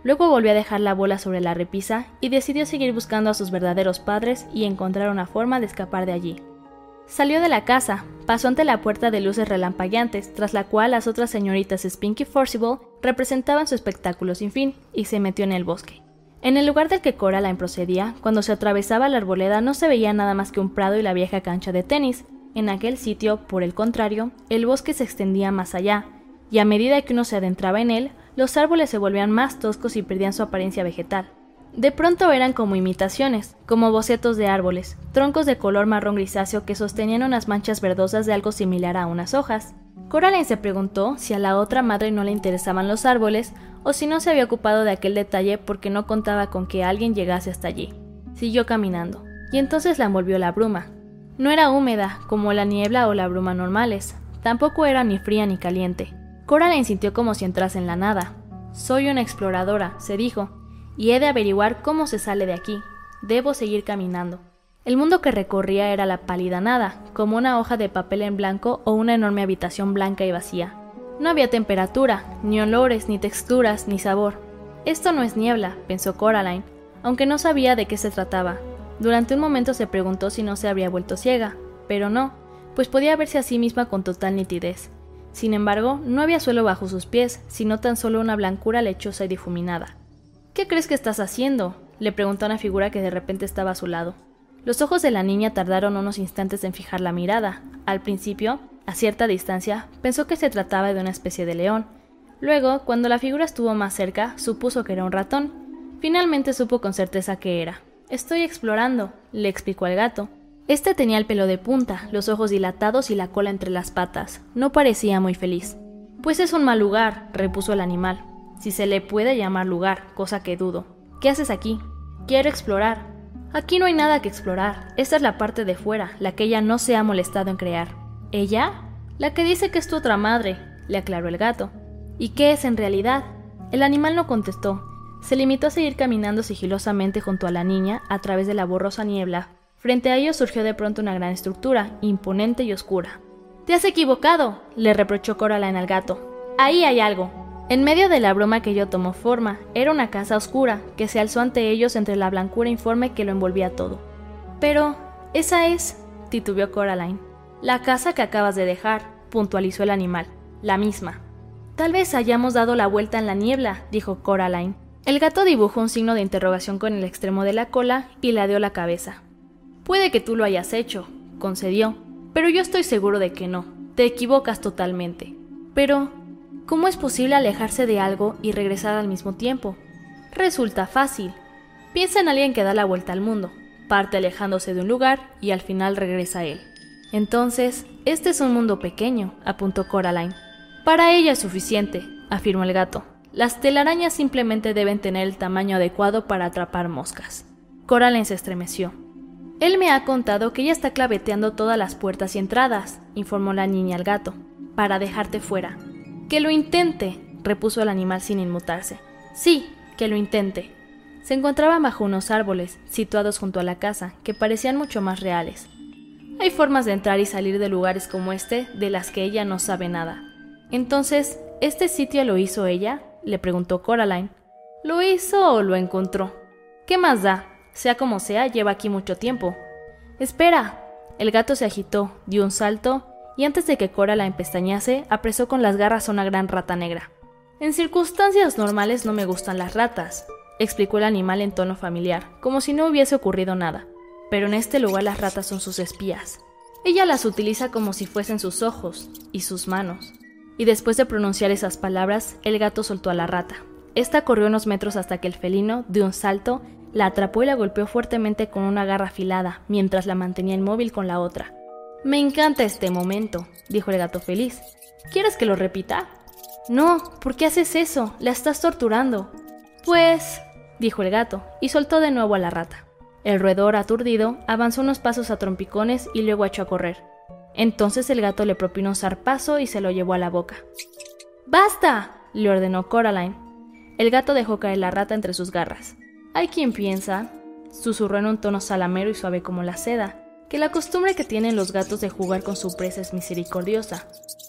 A: Luego volvió a dejar la bola sobre la repisa y decidió seguir buscando a sus verdaderos padres y encontrar una forma de escapar de allí. Salió de la casa, pasó ante la puerta de luces relampagueantes, tras la cual las otras señoritas Spink y Forcible representaban su espectáculo sin fin, y se metió en el bosque. En el lugar del que Coraline procedía, cuando se atravesaba la arboleda no se veía nada más que un prado y la vieja cancha de tenis. En aquel sitio, por el contrario, el bosque se extendía más allá, y a medida que uno se adentraba en él, los árboles se volvían más toscos y perdían su apariencia vegetal. De pronto eran como imitaciones, como bocetos de árboles, troncos de color marrón grisáceo que sostenían unas manchas verdosas de algo similar a unas hojas. Coraline se preguntó si a la otra madre no le interesaban los árboles o si no se había ocupado de aquel detalle porque no contaba con que alguien llegase hasta allí. Siguió caminando, y entonces la envolvió la bruma. No era húmeda, como la niebla o la bruma normales, tampoco era ni fría ni caliente. Coraline sintió como si entrase en la nada. «Soy una exploradora», se dijo, «y he de averiguar cómo se sale de aquí. Debo seguir caminando». El mundo que recorría era la pálida nada, como una hoja de papel en blanco o una enorme habitación blanca y vacía. No había temperatura, ni olores, ni texturas, ni sabor. «Esto no es niebla», pensó Coraline, aunque no sabía de qué se trataba. Durante un momento se preguntó si no se habría vuelto ciega, pero no, pues podía verse a sí misma con total nitidez. Sin embargo, no había suelo bajo sus pies, sino tan solo una blancura lechosa y difuminada. «¿Qué crees que estás haciendo?», le preguntó una figura que de repente estaba a su lado. Los ojos de la niña tardaron unos instantes en fijar la mirada. Al principio, a cierta distancia, pensó que se trataba de una especie de león. Luego, cuando la figura estuvo más cerca, supuso que era un ratón. Finalmente supo con certeza qué era. «Estoy explorando», le explicó el gato. Este tenía el pelo de punta, los ojos dilatados y la cola entre las patas. No parecía muy feliz. «Pues es un mal lugar», repuso el animal. «Si se le puede llamar lugar, cosa que dudo. ¿Qué haces aquí?» «Quiero explorar». «Aquí no hay nada que explorar. Esta es la parte de fuera, la que ella no se ha molestado en crear». «¿Ella?» «La que dice que es tu otra madre», le aclaró el gato. «¿Y qué es en realidad?» El animal no contestó. Se limitó a seguir caminando sigilosamente junto a la niña a través de la borrosa niebla. Frente a ellos surgió de pronto una gran estructura, imponente y oscura. «¡Te has equivocado!», le reprochó Coraline al gato. «Ahí hay algo». En medio de la bruma que yo tomó forma, era una casa oscura, que se alzó ante ellos entre la blancura informe que lo envolvía todo. «Pero, esa es», titubeó Coraline. «La casa que acabas de dejar», puntualizó el animal. «La misma». «Tal vez hayamos dado la vuelta en la niebla», dijo Coraline. El gato dibujó un signo de interrogación con el extremo de la cola y ladeó la cabeza. «Puede que tú lo hayas hecho», concedió, «pero yo estoy seguro de que no. Te equivocas totalmente». «Pero, ¿cómo es posible alejarse de algo y regresar al mismo tiempo?» «Resulta fácil. Piensa en alguien que da la vuelta al mundo, parte alejándose de un lugar y al final regresa a él». «Entonces, este es un mundo pequeño», apuntó Coraline. «Para ella es suficiente», afirmó el gato. «Las telarañas simplemente deben tener el tamaño adecuado para atrapar moscas». Coraline se estremeció. «Él me ha contado que ella está claveteando todas las puertas y entradas», informó la niña al gato, «para dejarte fuera». «Que lo intente», repuso el animal sin inmutarse. «Sí, que lo intente». Se encontraban bajo unos árboles, situados junto a la casa, que parecían mucho más reales. Hay formas de entrar y salir de lugares como este, de las que ella no sabe nada. «Entonces, ¿este sitio lo hizo ella?», le preguntó Coraline. «¿Lo hizo o lo encontró? ¿Qué más da? Sea como sea, lleva aquí mucho tiempo». «Espera». El gato se agitó, dio un salto, y antes de que Coraline pestañease, apresó con las garras a una gran rata negra. «En circunstancias normales no me gustan las ratas», explicó el animal en tono familiar, como si no hubiese ocurrido nada. «Pero en este lugar las ratas son sus espías. Ella las utiliza como si fuesen sus ojos y sus manos». Y después de pronunciar esas palabras, el gato soltó a la rata. Esta corrió unos metros hasta que el felino, de un salto, la atrapó y la golpeó fuertemente con una garra afilada, mientras la mantenía inmóvil con la otra. «Me encanta este momento», dijo el gato feliz. «¿Quieres que lo repita?» «No, ¿por qué haces eso? La estás torturando». «Pues», dijo el gato, y soltó de nuevo a la rata. El roedor, aturdido, avanzó unos pasos a trompicones y luego echó a correr. Entonces el gato le propinó un zarpazo y se lo llevó a la boca. «¡Basta!», le ordenó Coraline. El gato dejó caer la rata entre sus garras. «Hay quien piensa», susurró en un tono salamero y suave como la seda, «que la costumbre que tienen los gatos de jugar con su presa es misericordiosa.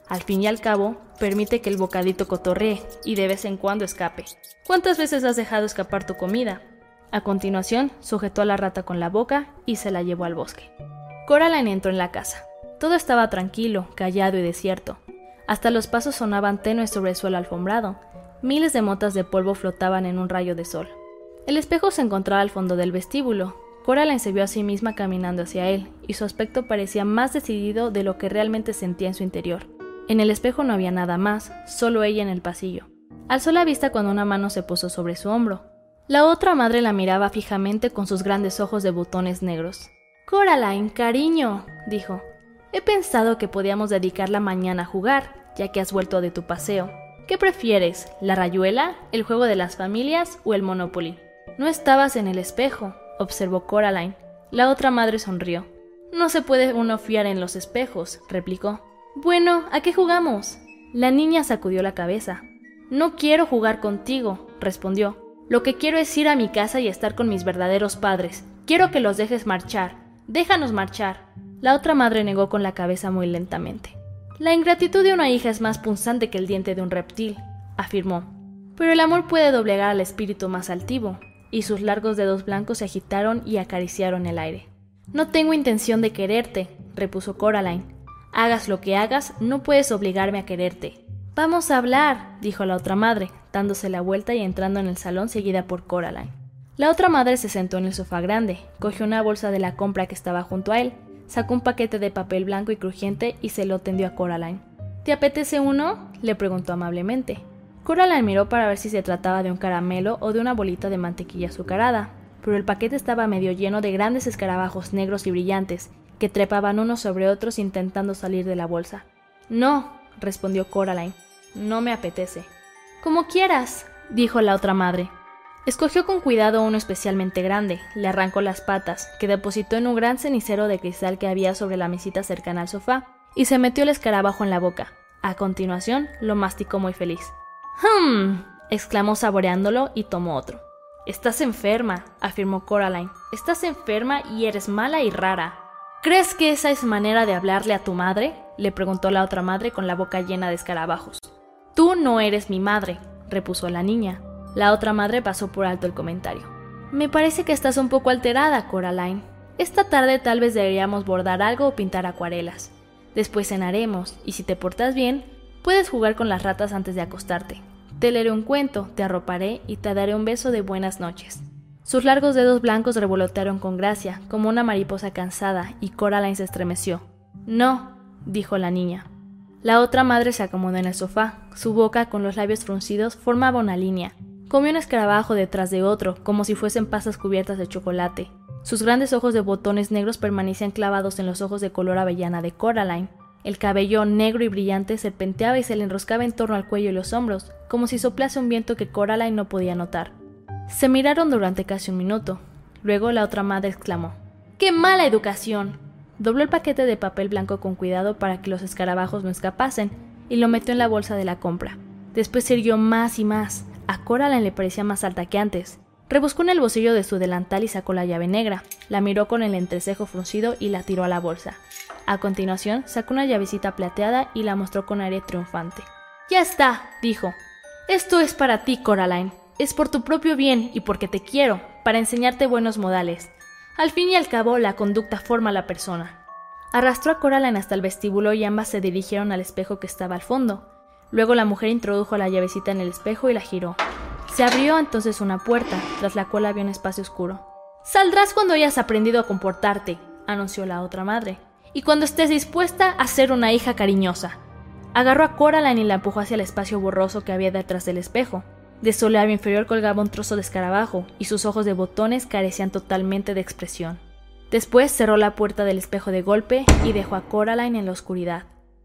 A: Al fin y al cabo, permite que el bocadito cotorree y de vez en cuando escape. ¿Cuántas veces has dejado escapar tu comida? A continuación, sujetó a la rata con la boca y se la llevó al bosque. Coraline entró en la casa. Todo estaba tranquilo, callado y desierto. Hasta los pasos sonaban tenues sobre el suelo alfombrado. Miles de motas de polvo flotaban en un rayo de sol. El espejo se encontraba al fondo del vestíbulo. Coraline se vio a sí misma caminando hacia él, y su aspecto parecía más decidido de lo que realmente sentía en su interior. En el espejo no había nada más, solo ella en el pasillo. Alzó la vista cuando una mano se posó sobre su hombro. La otra madre la miraba fijamente con sus grandes ojos de botones negros. «Coraline, cariño», dijo. «He pensado que podíamos dedicar la mañana a jugar, ya que has vuelto de tu paseo. ¿Qué prefieres, la rayuela, el juego de las familias o el Monopoly?» «No estabas en el espejo», observó Coraline. La otra madre sonrió. «No se puede uno fiar en los espejos», replicó. «Bueno, ¿a qué jugamos?» La niña sacudió la cabeza. «No quiero jugar contigo», respondió. «Lo que quiero es ir a mi casa y estar con mis verdaderos padres. Quiero que los dejes marchar. Déjanos marchar». La otra madre negó con la cabeza muy lentamente. «La ingratitud de una hija es más punzante que el diente de un reptil», afirmó. «Pero el amor puede doblegar al espíritu más altivo», y sus largos dedos blancos se agitaron y acariciaron el aire. «No tengo intención de quererte», repuso Coraline. «Hagas lo que hagas, no puedes obligarme a quererte». «Vamos a hablar», dijo la otra madre, dándose la vuelta y entrando en el salón seguida por Coraline. La otra madre se sentó en el sofá grande, cogió una bolsa de la compra que estaba junto a él, sacó un paquete de papel blanco y crujiente y se lo tendió a Coraline. «¿Te apetece uno?», le preguntó amablemente. Coraline miró para ver si se trataba de un caramelo o de una bolita de mantequilla azucarada, pero el paquete estaba medio lleno de grandes escarabajos negros y brillantes, que trepaban unos sobre otros intentando salir de la bolsa. «No», respondió Coraline, «no me apetece». «Como quieras», dijo la otra madre. Escogió con cuidado uno especialmente grande, le arrancó las patas, que depositó en un gran cenicero de cristal que había sobre la mesita cercana al sofá, y se metió el escarabajo en la boca. A continuación, lo masticó muy feliz. «Hum», exclamó saboreándolo y tomó otro. «Estás enferma», afirmó Coraline. «Estás enferma y eres mala y rara». «¿Crees que esa es manera de hablarle a tu madre?», le preguntó la otra madre con la boca llena de escarabajos. «Tú no eres mi madre», repuso la niña. La otra madre pasó por alto el comentario. «Me parece que estás un poco alterada, Coraline. Esta tarde tal vez deberíamos bordar algo o pintar acuarelas. Después cenaremos, y si te portas bien, puedes jugar con las ratas antes de acostarte. Te leeré un cuento, te arroparé y te daré un beso de buenas noches». Sus largos dedos blancos revolotearon con gracia, como una mariposa cansada, y Coraline se estremeció. «No», dijo la niña. La otra madre se acomodó en el sofá. Su boca, con los labios fruncidos, formaba una línea. Comió un escarabajo detrás de otro, como si fuesen pasas cubiertas de chocolate. Sus grandes ojos de botones negros permanecían clavados en los ojos de color avellana de Coraline. El cabello negro y brillante serpenteaba y se le enroscaba en torno al cuello y los hombros, como si soplase un viento que Coraline no podía notar. Se miraron durante casi un minuto. Luego la otra madre exclamó: «¡Qué mala educación!». Dobló el paquete de papel blanco con cuidado para que los escarabajos no escapasen, y lo metió en la bolsa de la compra. Después sirvió más y más. A Coraline le parecía más alta que antes. Rebuscó en el bolsillo de su delantal y sacó la llave negra. La miró con el entrecejo fruncido y la tiró a la bolsa. A continuación, sacó una llavecita plateada y la mostró con aire triunfante. «Ya está», dijo. «Esto es para ti, Coraline. Es por tu propio bien y porque te quiero, para enseñarte buenos modales. Al fin y al cabo, la conducta forma a la persona». Arrastró a Coraline hasta el vestíbulo y ambas se dirigieron al espejo que estaba al fondo. Luego la mujer introdujo la llavecita en el espejo y la giró. Se abrió entonces una puerta, tras la cual había un espacio oscuro. «Saldrás cuando hayas aprendido a comportarte», anunció la otra madre, «y cuando estés dispuesta a ser una hija cariñosa». Agarró a Coraline y la empujó hacia el espacio borroso que había detrás del espejo. De su labio inferior colgaba un trozo de escarabajo, y sus ojos de botones carecían totalmente de expresión. Después cerró la puerta del espejo de golpe y dejó a Coraline en la oscuridad.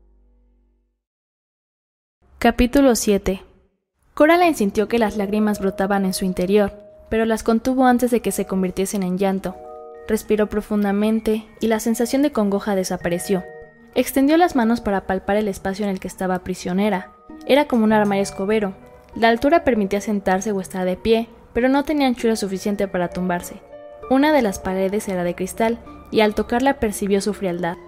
A: Capítulo siete. Coraline sintió que las lágrimas brotaban en su interior, pero las contuvo antes de que se convirtiesen en llanto. Respiró profundamente y la sensación de congoja desapareció. Extendió las manos para palpar el espacio en el que estaba prisionera. Era como un armario escobero. La altura permitía sentarse o estar de pie, pero no tenía anchura suficiente para tumbarse. Una de las paredes era de cristal, y al tocarla percibió su frialdad.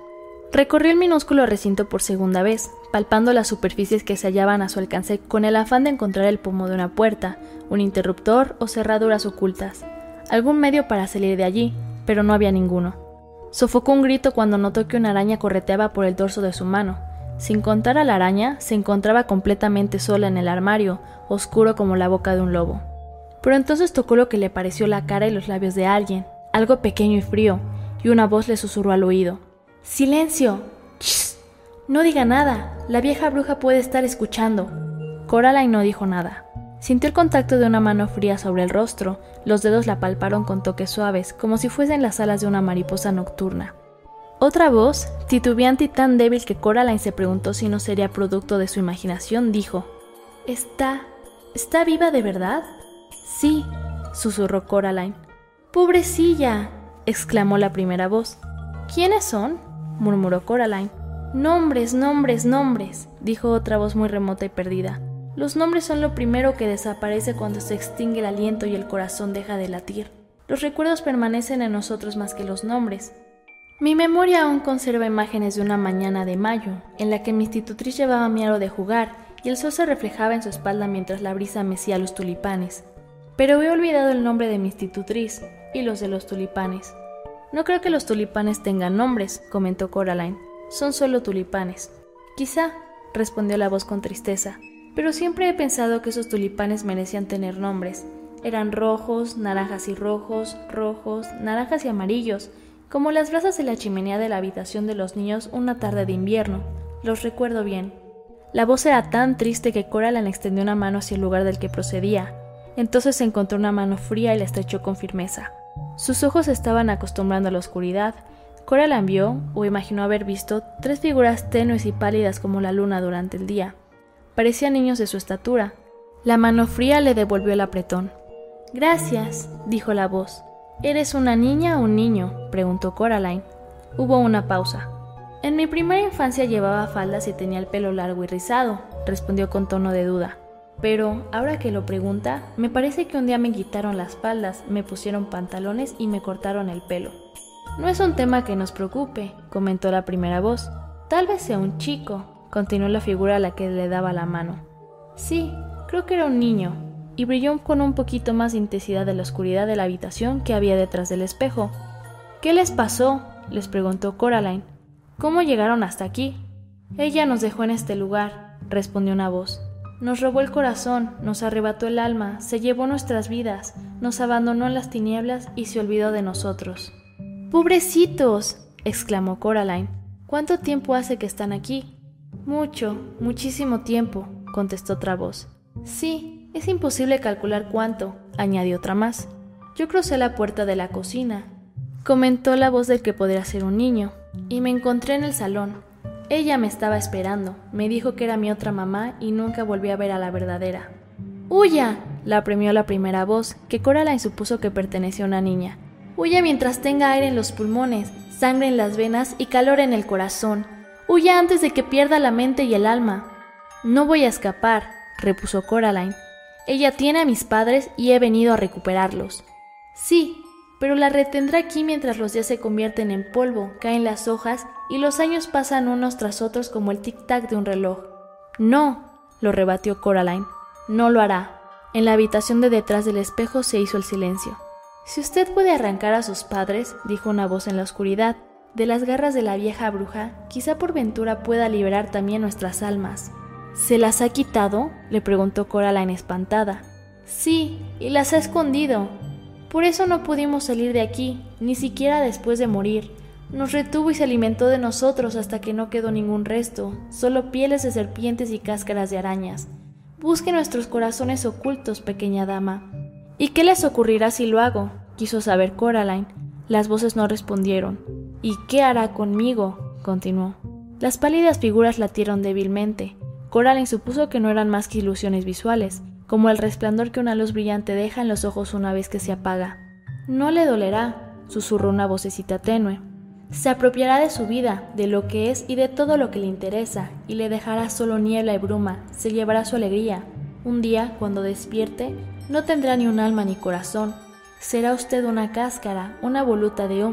A: Recorrió el minúsculo recinto por segunda vez, palpando las superficies que se hallaban a su alcance con el afán de encontrar el pomo de una puerta, un interruptor o cerraduras ocultas, algún medio para salir de allí, pero no había ninguno. Sofocó un grito cuando notó que una araña correteaba por el dorso de su mano. Sin contar a la araña, se encontraba completamente sola en el armario, oscuro como la boca de un lobo. Pero entonces tocó lo que le pareció la cara y los labios de alguien, algo pequeño y frío, y una voz le susurró al oído: ¡Silencio! ¡Shh! No diga nada, la vieja bruja puede estar escuchando. Coraline no dijo nada. Sintió el contacto de una mano fría sobre el rostro, los dedos la palparon con toques suaves, como si fuesen las alas de una mariposa nocturna. Otra voz, titubeante y tan débil que Coraline se preguntó si no sería producto de su imaginación, dijo: ¿Está... ¿está viva de verdad? Sí, susurró Coraline. ¡Pobrecilla!, exclamó la primera voz. ¿Quiénes son?, murmuró Coraline. Nombres, nombres, nombres, dijo otra voz muy remota y perdida. Los nombres son lo primero que desaparece cuando se extingue el aliento y el corazón deja de latir. Los recuerdos permanecen en nosotros más que los nombres. Mi memoria aún conserva imágenes de una mañana de mayo, en la que mi institutriz llevaba mi aro de jugar y el sol se reflejaba en su espalda mientras la brisa mecía los tulipanes. Pero he olvidado el nombre de mi institutriz y los de los tulipanes. No creo que los tulipanes tengan nombres, comentó Coraline. Son solo tulipanes. Quizá, respondió la voz con tristeza, pero siempre he pensado que esos tulipanes merecían tener nombres. Eran rojos, naranjas y rojos, rojos, naranjas y amarillos, como las brasas de la chimenea de la habitación de los niños una tarde de invierno. Los recuerdo bien. La voz era tan triste que Coraline extendió una mano hacia el lugar del que procedía. Entonces encontró una mano fría y la estrechó con firmeza. Sus ojos estaban acostumbrando a la oscuridad. Coraline vio, o imaginó haber visto, tres figuras tenues y pálidas como la luna durante el día. Parecían niños de su estatura. La mano fría le devolvió el apretón. «Gracias», dijo la voz. «¿Eres una niña o un niño?», preguntó Coraline. Hubo una pausa. «En mi primera infancia llevaba faldas y tenía el pelo largo y rizado», respondió con tono de duda. «Pero, ahora que lo pregunta, me parece que un día me quitaron las faldas, me pusieron pantalones y me cortaron el pelo». «No es un tema que nos preocupe», comentó la primera voz. «Tal vez sea un chico», continuó la figura a la que le daba la mano. «Sí, creo que era un niño», y brilló con un poquito más de intensidad de la oscuridad de la habitación que había detrás del espejo. «¿Qué les pasó?», les preguntó Coraline. «¿Cómo llegaron hasta aquí?». «Ella nos dejó en este lugar», respondió una voz. «Nos robó el corazón, nos arrebató el alma, se llevó nuestras vidas, nos abandonó en las tinieblas y se olvidó de nosotros». «¡Pobrecitos!», exclamó Coraline. «¿Cuánto tiempo hace que están aquí?». «Mucho, muchísimo tiempo», contestó otra voz. «Sí, es imposible calcular cuánto», añadió otra más. «Yo crucé la puerta de la cocina», comentó la voz del que podría ser un niño, «y me encontré en el salón. Ella me estaba esperando, me dijo que era mi otra mamá y nunca volví a ver a la verdadera». «¡Huya!», la apremió la primera voz, que Coraline supuso que pertenecía a una niña. «Huya mientras tenga aire en los pulmones, sangre en las venas y calor en el corazón. Huya antes de que pierda la mente y el alma». «No voy a escapar», repuso Coraline. «Ella tiene a mis padres y he venido a recuperarlos». «Sí, pero la retendrá aquí mientras los días se convierten en polvo, caen las hojas y los años pasan unos tras otros como el tic-tac de un reloj». «No», lo rebatió Coraline, «no lo hará». En la habitación de detrás del espejo se hizo el silencio. «Si usted puede arrancar a sus padres», dijo una voz en la oscuridad, «de las garras de la vieja bruja, quizá por ventura pueda liberar también nuestras almas». «¿Se las ha quitado?», le preguntó Coraline espantada. «Sí, y las ha escondido. Por eso no pudimos salir de aquí, ni siquiera después de morir. Nos retuvo y se alimentó de nosotros hasta que no quedó ningún resto, solo pieles de serpientes y cáscaras de arañas. Busque nuestros corazones ocultos, pequeña dama». «¿Y qué les ocurrirá si lo hago?», quiso saber Coraline. Las voces no respondieron. «¿Y qué hará conmigo?», continuó. Las pálidas figuras latieron débilmente. Coraline supuso que no eran más que ilusiones visuales, como el resplandor que una luz brillante deja en los ojos una vez que se apaga. «No le dolerá», susurró una vocecita tenue. «Se apropiará de su vida, de lo que es y de todo lo que le interesa, y le dejará solo niebla y bruma, se llevará su alegría. Un día, cuando despierte, no tendrá ni un alma ni corazón. Será usted una cáscara, una voluta de humo,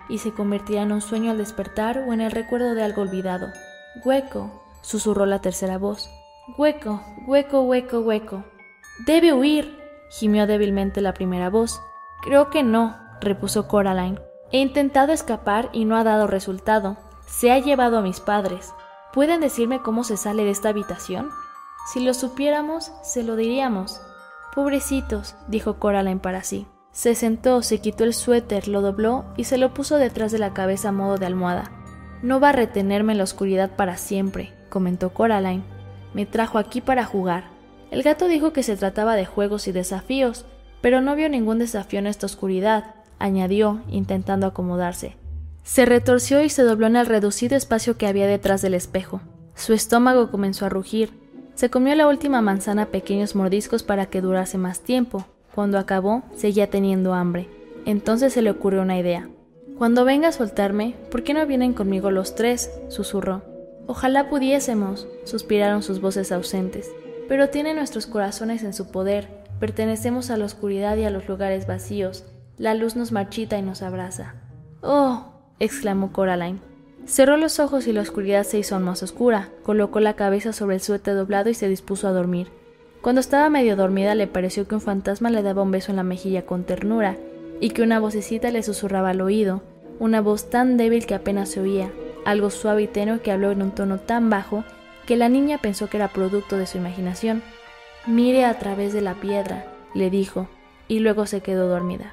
A: y se convertirá en un sueño al despertar o en el recuerdo de algo olvidado. «Hueco», susurró la tercera voz. «Hueco, hueco, hueco, hueco». «¡Debe huir!», gimió débilmente la primera voz. «Creo que no», repuso Coraline. «He intentado escapar y no ha dado resultado. Se ha llevado a mis padres. ¿Pueden decirme cómo se sale de esta habitación? Si lo supiéramos, se lo diríamos». «Pobrecitos», dijo Coraline para sí. Se sentó, se quitó el suéter, lo dobló y se lo puso detrás de la cabeza a modo de almohada. «No va a retenerme en la oscuridad para siempre», comentó Coraline. «Me trajo aquí para jugar». El gato dijo que se trataba de juegos y desafíos, pero no vio ningún desafío en esta oscuridad, añadió, intentando acomodarse. Se retorció y se dobló en el reducido espacio que había detrás del espejo. Su estómago comenzó a rugir. Se comió la última manzana a pequeños mordiscos para que durase más tiempo. Cuando acabó, seguía teniendo hambre. Entonces se le ocurrió una idea. «Cuando venga a soltarme, ¿por qué no vienen conmigo los tres?», susurró. «Ojalá pudiésemos», suspiraron sus voces ausentes. «Pero tiene nuestros corazones en su poder. Pertenecemos a la oscuridad y a los lugares vacíos. La luz nos marchita y nos abraza». «¡Oh!», exclamó Coraline. Cerró los ojos y la oscuridad se hizo aún más oscura. Colocó la cabeza sobre el suéter doblado y se dispuso a dormir. Cuando estaba medio dormida le pareció que un fantasma le daba un beso en la mejilla con ternura y que una vocecita le susurraba al oído, una voz tan débil que apenas se oía, algo suave y tenue que habló en un tono tan bajo que la niña pensó que era producto de su imaginación. «Mire a través de la piedra», le dijo, y luego se quedó dormida.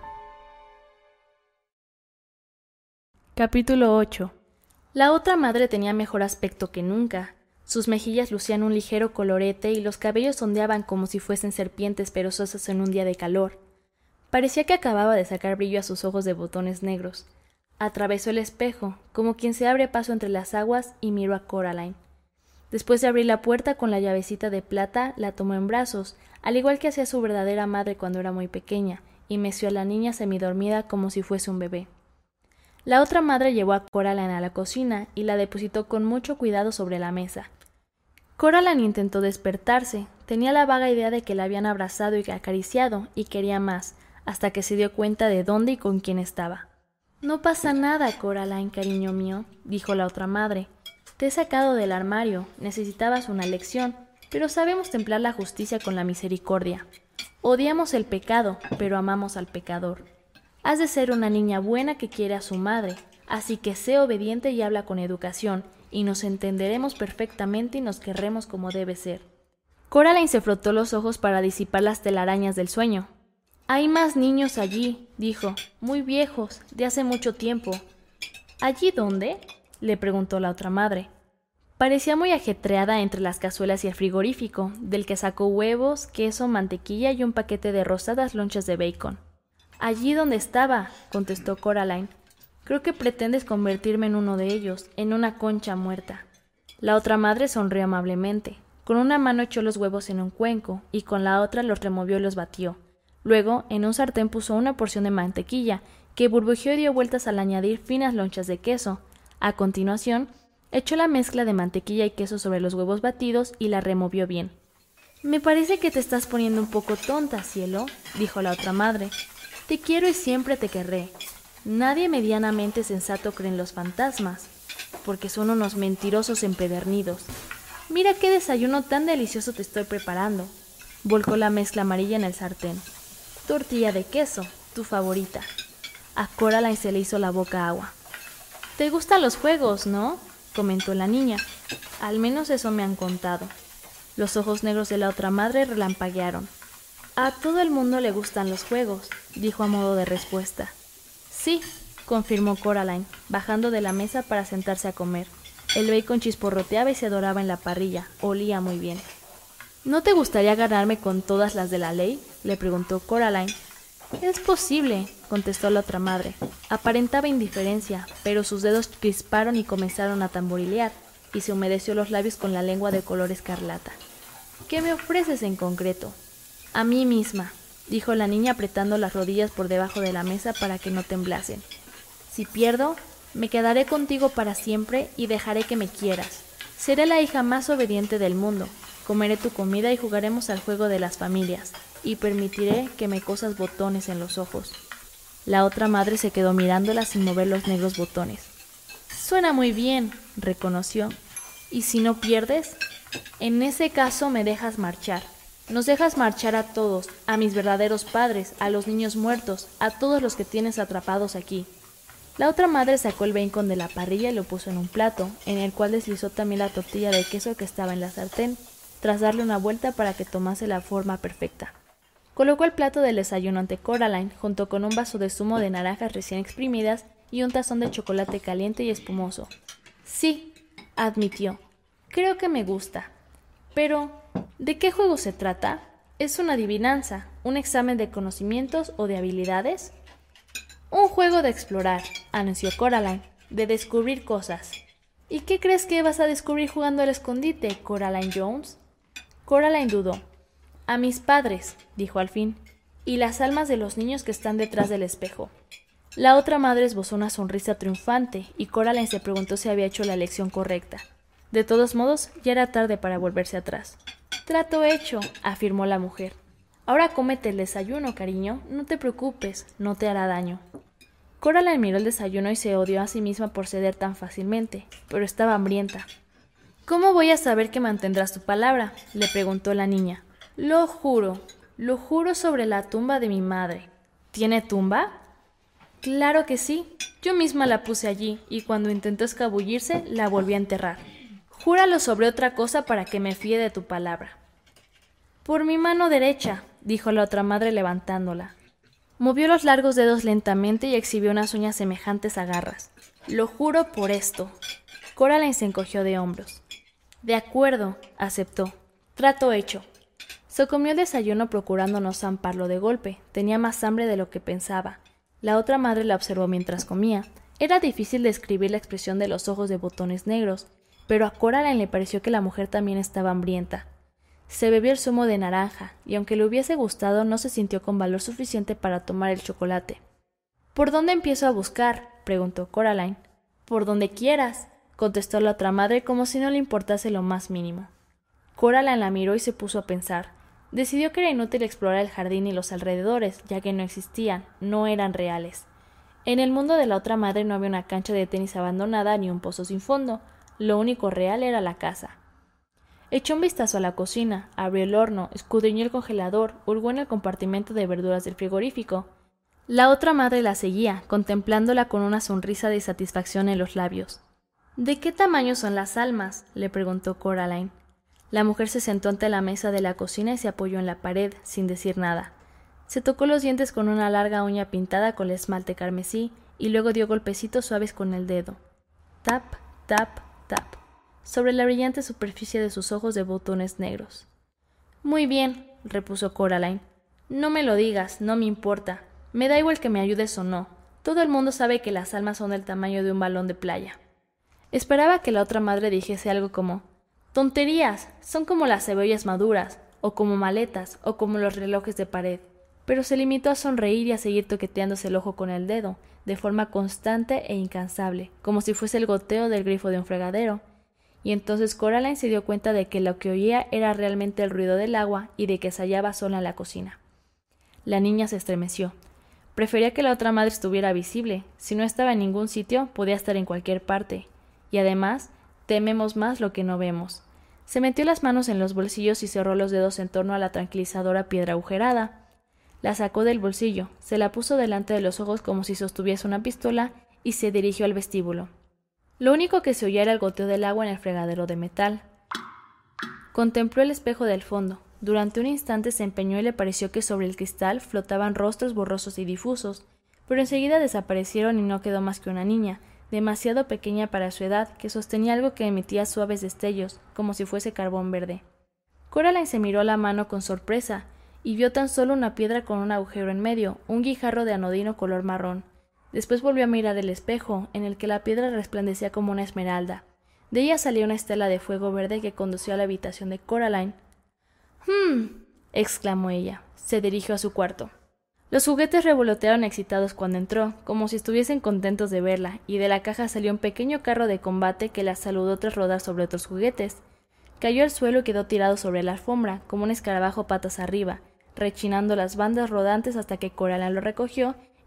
A: Capítulo ocho. La otra madre tenía mejor aspecto que nunca. Sus mejillas lucían un ligero colorete y los cabellos ondeaban como si fuesen serpientes perezosas en un día de calor. Parecía que acababa de sacar brillo a sus ojos de botones negros. Atravesó el espejo, como quien se abre paso entre las aguas, y miró a Coraline. Después de abrir la puerta con la llavecita de plata, la tomó en brazos, al igual que hacía su verdadera madre cuando era muy pequeña, y meció a la niña semidormida como si fuese un bebé. La otra madre llevó a Coraline a la cocina y la depositó con mucho cuidado sobre la mesa. Coraline intentó despertarse, tenía la vaga idea de que la habían abrazado y acariciado, y quería más, hasta que se dio cuenta de dónde y con quién estaba. «No pasa nada, Coraline, cariño mío», dijo la otra madre. «Te he sacado del armario, necesitabas una lección, pero sabemos templar la justicia con la misericordia. Odiamos el pecado, pero amamos al pecador. Has de ser una niña buena que quiere a su madre, así que sé obediente y habla con educación, y nos entenderemos perfectamente y nos querremos como debe ser». Coraline se frotó los ojos para disipar las telarañas del sueño. «Hay más niños allí», dijo, «muy viejos, de hace mucho tiempo». «¿Allí dónde?», le preguntó la otra madre. Parecía muy ajetreada entre las cazuelas y el frigorífico, del que sacó huevos, queso, mantequilla y un paquete de rosadas lonchas de bacon. «Allí donde estaba», contestó Coraline. «Creo que pretendes convertirme en uno de ellos, en una concha muerta». La otra madre sonrió amablemente. Con una mano echó los huevos en un cuenco y con la otra los removió y los batió. Luego, en un sartén puso una porción de mantequilla, que burbujeó y dio vueltas al añadir finas lonchas de queso. A continuación, echó la mezcla de mantequilla y queso sobre los huevos batidos y la removió bien. «Me parece que te estás poniendo un poco tonta, cielo», dijo la otra madre. «Te quiero y siempre te querré. Nadie medianamente sensato cree en los fantasmas, porque son unos mentirosos empedernidos. Mira qué desayuno tan delicioso te estoy preparando». Volcó la mezcla amarilla en el sartén. «Tortilla de queso, tu favorita». A Coraline se le hizo la boca agua. «Te gustan los juegos, ¿no?», comentó la niña. «Al menos eso me han contado». Los ojos negros de la otra madre relampaguearon. «A todo el mundo le gustan los juegos», dijo a modo de respuesta. «Sí», confirmó Coraline, bajando de la mesa para sentarse a comer. El bacon chisporroteaba y se doraba en la parrilla, olía muy bien. «¿No te gustaría ganarme con todas las de la ley?», le preguntó Coraline. «Es posible», contestó la otra madre. Aparentaba indiferencia, pero sus dedos crisparon y comenzaron a tamborilear, y se humedeció los labios con la lengua de color escarlata. «¿Qué me ofreces en concreto?» «A mí misma», dijo la niña apretando las rodillas por debajo de la mesa para que no temblasen. «Si pierdo, me quedaré contigo para siempre y dejaré que me quieras. Seré la hija más obediente del mundo. Comeré tu comida y jugaremos al juego de las familias, y permitiré que me cosas botones en los ojos». La otra madre se quedó mirándola sin mover los negros botones. Suena muy bien, reconoció. ¿Y si no pierdes? En ese caso me dejas marchar. Nos dejas marchar a todos, a mis verdaderos padres, a los niños muertos, a todos los que tienes atrapados aquí. La otra madre sacó el bacon de la parrilla y lo puso en un plato, en el cual deslizó también la tortilla de queso que estaba en la sartén, tras darle una vuelta para que tomase la forma perfecta. Colocó el plato del desayuno ante Coraline, junto con un vaso de zumo de naranjas recién exprimidas y un tazón de chocolate caliente y espumoso. Sí, admitió, creo que me gusta. Pero, ¿de qué juego se trata? ¿Es una adivinanza, un examen de conocimientos o de habilidades? Un juego de explorar, anunció Coraline, de descubrir cosas. ¿Y qué crees que vas a descubrir jugando al escondite, Coraline Jones? Coraline dudó. A mis padres, dijo al fin, y las almas de los niños que están detrás del espejo. La otra madre esbozó una sonrisa triunfante y Coraline se preguntó si había hecho la elección correcta. De todos modos, ya era tarde para volverse atrás. Trato hecho, afirmó la mujer. Ahora cómete el desayuno, cariño, no te preocupes, no te hará daño. Coraline miró el desayuno y se odió a sí misma por ceder tan fácilmente, pero estaba hambrienta. ¿Cómo voy a saber que mantendrás tu palabra?, le preguntó la niña. Lo juro, lo juro sobre la tumba de mi madre. ¿Tiene tumba? Claro que sí, yo misma la puse allí y cuando intentó escabullirse la volví a enterrar. Júralo sobre otra cosa para que me fíe de tu palabra. Por mi mano derecha, dijo la otra madre levantándola. Movió los largos dedos lentamente y exhibió unas uñas semejantes a garras. Lo juro por esto. Coraline se encogió de hombros. De acuerdo, aceptó. Trato hecho. Se comió el desayuno procurando no zamparlo de golpe. Tenía más hambre de lo que pensaba. La otra madre la observó mientras comía. Era difícil describir la expresión de los ojos de botones negros, pero a Coraline le pareció que la mujer también estaba hambrienta. Se bebió el zumo de naranja, y aunque le hubiese gustado, no se sintió con valor suficiente para tomar el chocolate. ¿Por dónde empiezo a buscar?, preguntó Coraline. Por donde quieras, contestó la otra madre como si no le importase lo más mínimo. Coraline la miró y se puso a pensar. Decidió que era inútil explorar el jardín y los alrededores, ya que no existían, no eran reales. En el mundo de la otra madre no había una cancha de tenis abandonada ni un pozo sin fondo. Lo único real era la casa. Echó un vistazo a la cocina, abrió el horno, escudriñó el congelador, hurgó en el compartimento de verduras del frigorífico. La otra madre la seguía, contemplándola con una sonrisa de satisfacción en los labios. ¿De qué tamaño son las almas?, le preguntó Coraline. La mujer se sentó ante la mesa de la cocina y se apoyó en la pared, sin decir nada. Se tocó los dientes con una larga uña pintada con el esmalte carmesí y luego dio golpecitos suaves con el dedo. Tap, tap, tap, sobre la brillante superficie de sus ojos de botones negros. Muy bien, repuso Coraline. No me lo digas, no me importa. Me da igual que me ayudes o no. Todo el mundo sabe que las almas son del tamaño de un balón de playa. Esperaba que la otra madre dijese algo como «Tonterías, son como las cebollas maduras, o como maletas, o como los relojes de pared», pero se limitó a sonreír y a seguir toqueteándose el ojo con el dedo, de forma constante e incansable, como si fuese el goteo del grifo de un fregadero. Y entonces Coraline se dio cuenta de que lo que oía era realmente el ruido del agua y de que se hallaba sola en la cocina. La niña se estremeció. Prefería que la otra madre estuviera visible. Si no estaba en ningún sitio, podía estar en cualquier parte. Y además, tememos más lo que no vemos. Se metió las manos en los bolsillos y cerró los dedos en torno a la tranquilizadora piedra agujerada. La sacó del bolsillo, se la puso delante de los ojos como si sostuviese una pistola y se dirigió al vestíbulo. Lo único que se oía era el goteo del agua en el fregadero de metal. Contempló el espejo del fondo. Durante un instante se empeñó y le pareció que sobre el cristal flotaban rostros borrosos y difusos, pero enseguida desaparecieron y no quedó más que una niña, demasiado pequeña para su edad, que sostenía algo que emitía suaves destellos, como si fuese carbón verde. Coraline se miró la mano con sorpresa, y vio tan solo una piedra con un agujero en medio, un guijarro de anodino color marrón. Después volvió a mirar el espejo, en el que la piedra resplandecía como una esmeralda. De ella salía una estela de fuego verde que condució a la habitación de Coraline. «¡Hum!», exclamó ella. Se dirigió a su cuarto. Los juguetes revolotearon excitados cuando entró, como si estuviesen contentos de verla, y de la caja salió un pequeño carro de combate que la saludó tras rodar sobre otros juguetes. Cayó al suelo y quedó tirado sobre la alfombra, como un escarabajo patas arriba, rechinando las bandas rodantes hasta que Coraline lo recogió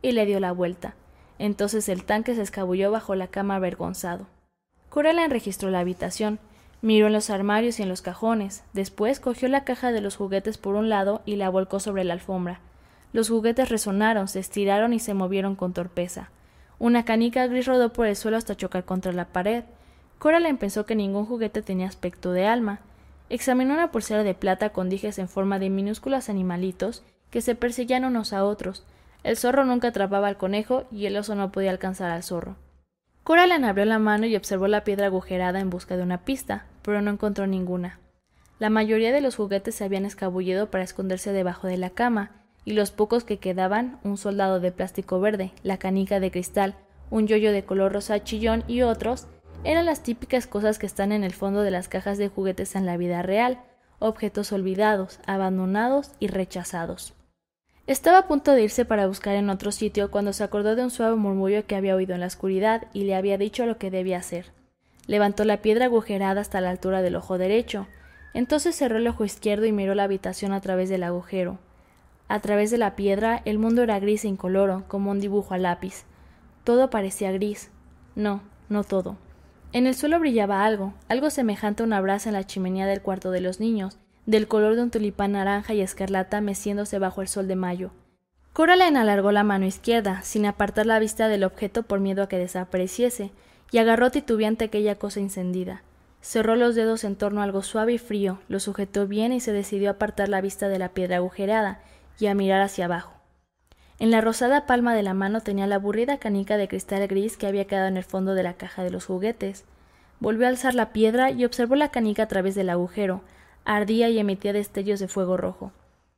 A: y le dio la vuelta. Entonces el tanque se escabulló bajo la cama avergonzado. Coraline registró la habitación, miró en los armarios y en los cajones, después cogió la caja de los juguetes por un lado y la volcó sobre la alfombra. Los juguetes resonaron, se estiraron y se movieron con torpeza. Una canica gris rodó por el suelo hasta chocar contra la pared. Coraline pensó que ningún juguete tenía aspecto de alma. Examinó una pulsera de plata con dijes en forma de minúsculos animalitos que se perseguían unos a otros. El zorro nunca atrapaba al conejo y el oso no podía alcanzar al zorro. Coraline abrió la mano y observó la piedra agujerada en busca de una pista, pero no encontró ninguna. La mayoría de los juguetes se habían escabullido para esconderse debajo de la cama, y los pocos que quedaban, un soldado de plástico verde, la canica de cristal, un yoyo de color rosa chillón y otros, eran las típicas cosas que están en el fondo de las cajas de juguetes en la vida real, objetos olvidados, abandonados y rechazados. Estaba a punto de irse para buscar en otro sitio cuando se acordó de un suave murmullo que había oído en la oscuridad y le había dicho lo que debía hacer. Levantó la piedra agujerada hasta la altura del ojo derecho. Entonces cerró el ojo izquierdo y miró la habitación a través del agujero. A través de la piedra el mundo era gris e incoloro, como un dibujo a lápiz. Todo parecía gris. No, no todo. En el suelo brillaba algo, algo semejante a una brasa en la chimenea del cuarto de los niños, del color de un tulipán naranja y escarlata meciéndose bajo el sol de mayo. Coraline alargó la mano izquierda, sin apartar la vista del objeto por miedo a que desapareciese, y agarró titubeante aquella cosa encendida. Cerró los dedos en torno a algo suave y frío, lo sujetó bien y se decidió a apartar la vista de la piedra agujerada y a mirar hacia abajo. En la rosada palma de la mano tenía la aburrida canica de cristal gris que había quedado en el fondo de la caja de los juguetes. Volvió a alzar la piedra y observó la canica a través del agujero. Ardía y emitía destellos de fuego rojo.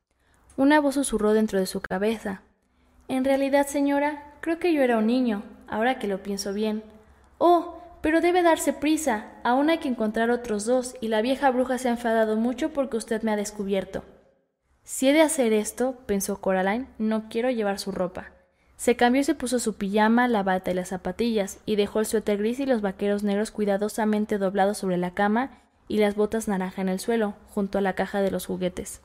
A: Una voz susurró dentro de su cabeza. En realidad, señora, creo que yo era un niño, ahora que lo pienso bien. Oh, pero debe darse prisa, aún hay que encontrar otros dos, y la vieja bruja se ha enfadado mucho porque usted me ha descubierto. Si he de hacer esto, pensó Coraline, no quiero llevar su ropa. Se cambió y se puso su pijama, la bata y las zapatillas, y dejó el suéter gris y los vaqueros negros cuidadosamente doblados sobre la cama y las botas naranja en el suelo, junto a la caja de los juguetes.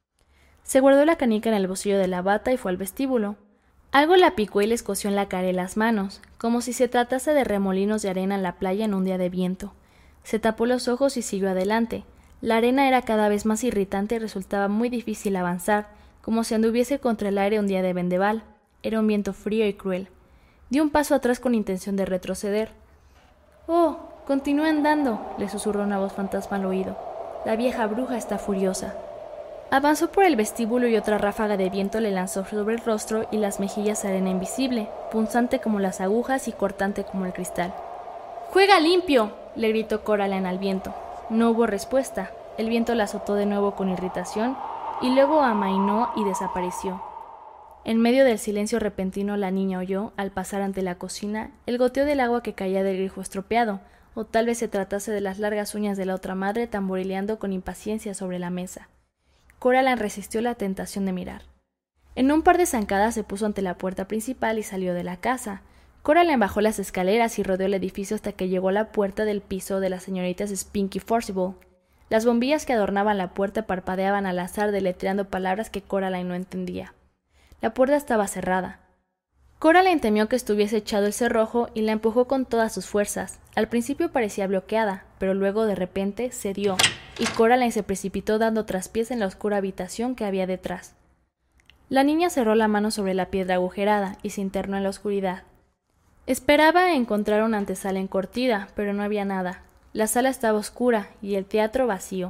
A: Se guardó la canica en el bolsillo de la bata y fue al vestíbulo. Algo la picó y le escoció en la cara y las manos, como si se tratase de remolinos de arena en la playa en un día de viento. Se tapó los ojos y siguió adelante. La arena era cada vez más irritante y resultaba muy difícil avanzar, como si anduviese contra el aire un día de vendaval. Era un viento frío y cruel. Dio un paso atrás con intención de retroceder. «Oh, continúa andando», le susurró una voz fantasma al oído. «La vieja bruja está furiosa». Avanzó por el vestíbulo y otra ráfaga de viento le lanzó sobre el rostro y las mejillas arena invisible, punzante como las agujas y cortante como el cristal. «¡Juega limpio!», le gritó Coraline al viento. No hubo respuesta. El viento la azotó de nuevo con irritación y luego amainó y desapareció. En medio del silencio repentino la niña oyó, al pasar ante la cocina, el goteo del agua que caía del grifo estropeado, o tal vez se tratase de las largas uñas de la otra madre tamborileando con impaciencia sobre la mesa. Coraline resistió la tentación de mirar. En un par de zancadas se puso ante la puerta principal y salió de la casa. Coraline bajó las escaleras y rodeó el edificio hasta que llegó a la puerta del piso de las señoritas Spink y Forcible. Las bombillas que adornaban la puerta parpadeaban al azar deletreando palabras que Coraline no entendía. La puerta estaba cerrada. Coraline temió que estuviese echado el cerrojo y la empujó con todas sus fuerzas. Al principio parecía bloqueada, pero luego de repente cedió, y Coraline se precipitó dando traspiés en la oscura habitación que había detrás. La niña cerró la mano sobre la piedra agujerada y se internó en la oscuridad. Esperaba encontrar una antesala encortida, pero no había nada. La sala estaba oscura y el teatro vacío.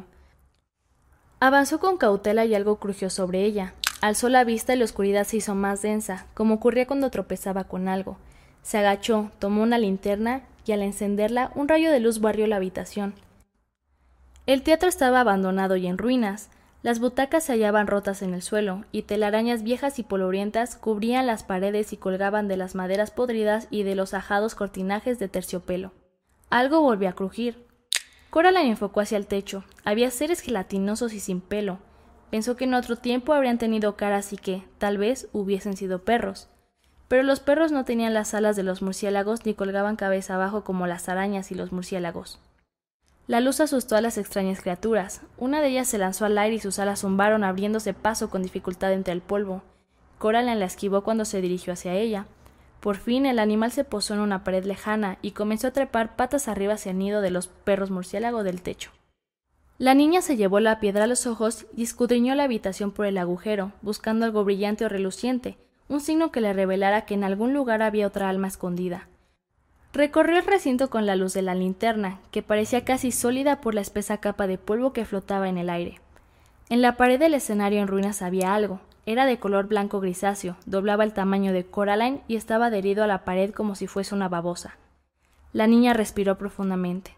A: Avanzó con cautela y algo crujió sobre ella. Alzó la vista y la oscuridad se hizo más densa, como ocurría cuando tropezaba con algo. Se agachó, tomó una linterna y al encenderla un rayo de luz barrió la habitación. El teatro estaba abandonado y en ruinas. Las butacas se hallaban rotas en el suelo, y telarañas viejas y polvorientas cubrían las paredes y colgaban de las maderas podridas y de los ajados cortinajes de terciopelo. Algo volvió a crujir. Coraline enfocó hacia el techo. Había seres gelatinosos y sin pelo. Pensó que en otro tiempo habrían tenido caras y que, tal vez, hubiesen sido perros. Pero los perros no tenían las alas de los murciélagos ni colgaban cabeza abajo como las arañas y los murciélagos. La luz asustó a las extrañas criaturas. Una de ellas se lanzó al aire y sus alas zumbaron abriéndose paso con dificultad entre el polvo. Coraline la esquivó cuando se dirigió hacia ella. Por fin el animal se posó en una pared lejana y comenzó a trepar patas arriba hacia el nido de los perros murciélago del techo. La niña se llevó la piedra a los ojos y escudriñó la habitación por el agujero, buscando algo brillante o reluciente, un signo que le revelara que en algún lugar había otra alma escondida. Recorrió el recinto con la luz de la linterna, que parecía casi sólida por la espesa capa de polvo que flotaba en el aire. En la pared del escenario en ruinas había algo. Era de color blanco grisáceo, doblaba el tamaño de Coraline y estaba adherido a la pared como si fuese una babosa. La niña respiró profundamente.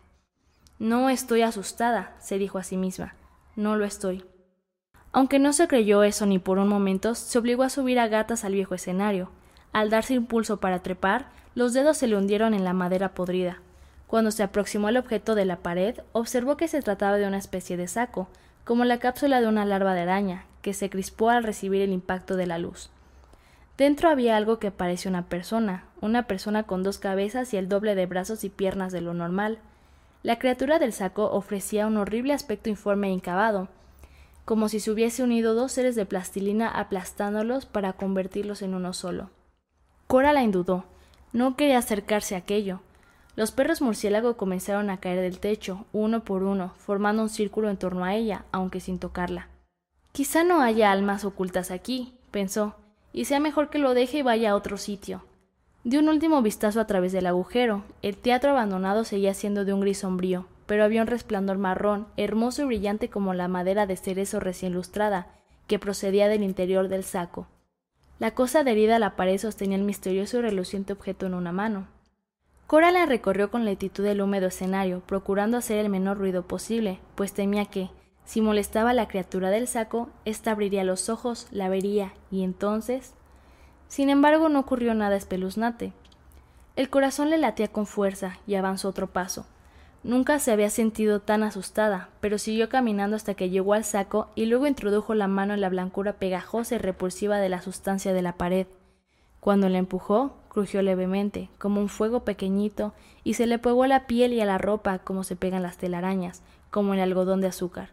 A: «No estoy asustada», se dijo a sí misma. «No lo estoy». Aunque no se creyó eso ni por un momento, se obligó a subir a gatas al viejo escenario. Al darse impulso para trepar, los dedos se le hundieron en la madera podrida. Cuando se aproximó al objeto de la pared, observó que se trataba de una especie de saco, como la cápsula de una larva de araña, que se crispó al recibir el impacto de la luz. Dentro había algo que parecía una persona, una persona con dos cabezas y el doble de brazos y piernas de lo normal. La criatura del saco ofrecía un horrible aspecto informe e incavado, como si se hubiese unido dos seres de plastilina aplastándolos para convertirlos en uno solo. Coraline dudó. No quería acercarse a aquello. Los perros murciélago comenzaron a caer del techo, uno por uno, formando un círculo en torno a ella, aunque sin tocarla. Quizá no haya almas ocultas aquí, pensó, y sea mejor que lo deje y vaya a otro sitio. Dio un último vistazo a través del agujero. El teatro abandonado seguía siendo de un gris sombrío, pero había un resplandor marrón, hermoso y brillante como la madera de cerezo recién lustrada, que procedía del interior del saco. La cosa adherida a la pared sostenía el misterioso y reluciente objeto en una mano. Coraline recorrió con lentitud el húmedo escenario, procurando hacer el menor ruido posible, pues temía que, si molestaba a la criatura del saco, ésta abriría los ojos, la vería, y entonces... Sin embargo, no ocurrió nada espeluznante. El corazón le latía con fuerza y avanzó otro paso. Nunca se había sentido tan asustada, pero siguió caminando hasta que llegó al saco y luego introdujo la mano en la blancura pegajosa y repulsiva de la sustancia de la pared. Cuando la empujó, crujió levemente, como un fuego pequeñito, y se le pegó a la piel y a la ropa como se pegan las telarañas, como el algodón de azúcar.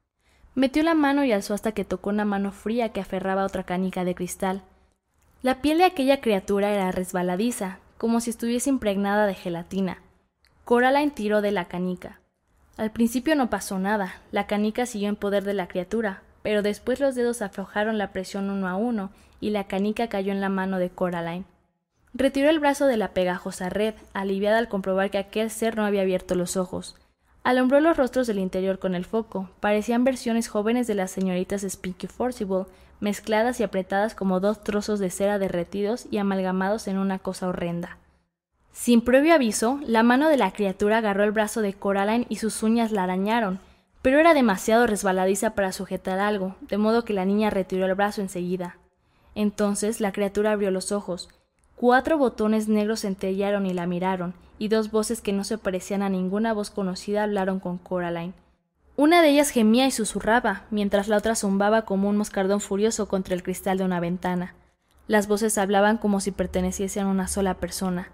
A: Metió la mano y alzó hasta que tocó una mano fría que aferraba otra canica de cristal. La piel de aquella criatura era resbaladiza, como si estuviese impregnada de gelatina. Coraline tiró de la canica. Al principio no pasó nada, la canica siguió en poder de la criatura, pero después los dedos aflojaron la presión uno a uno y la canica cayó en la mano de Coraline. Retiró el brazo de la pegajosa red, aliviada al comprobar que aquel ser no había abierto los ojos. Alumbró los rostros del interior con el foco. Parecían versiones jóvenes de las señoritas Spinky Forcible, mezcladas y apretadas como dos trozos de cera derretidos y amalgamados en una cosa horrenda. Sin previo aviso, la mano de la criatura agarró el brazo de Coraline y sus uñas la arañaron, pero era demasiado resbaladiza para sujetar algo, de modo que la niña retiró el brazo enseguida. Entonces la criatura abrió los ojos. Cuatro botones negros centellaron y la miraron, y dos voces que no se parecían a ninguna voz conocida hablaron con Coraline. Una de ellas gemía y susurraba, mientras la otra zumbaba como un moscardón furioso contra el cristal de una ventana. Las voces hablaban como si perteneciesen a una sola persona.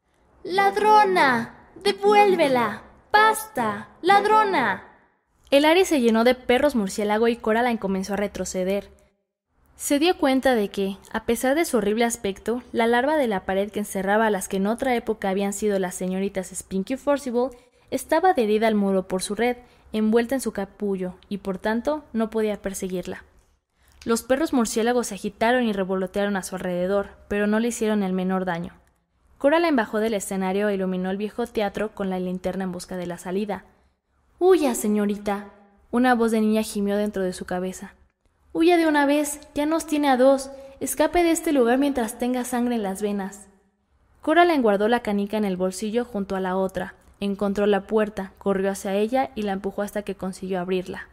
A: «¡Ladrona! ¡Devuélvela! ¡Basta! ¡Ladrona!». El área se llenó de perros murciélago y Coraline comenzó a retroceder. Se dio cuenta de que, a pesar de su horrible aspecto, la larva de la pared que encerraba a las que en otra época habían sido las señoritas Spinky Forcible estaba adherida al muro por su red, envuelta en su capullo, y por tanto no podía perseguirla. Los perros murciélagos se agitaron y revolotearon a su alrededor, pero no le hicieron el menor daño. Coraline bajó del escenario e iluminó el viejo teatro con la linterna en busca de la salida. «¡Huya, señorita!», una voz de niña gimió dentro de su cabeza. «¡Huya de una vez! ¡Ya nos tiene a dos! Escape de este lugar mientras tenga sangre en las venas». Coraline guardó la canica en el bolsillo junto a la otra, encontró la puerta, corrió hacia ella y la empujó hasta que consiguió abrirla.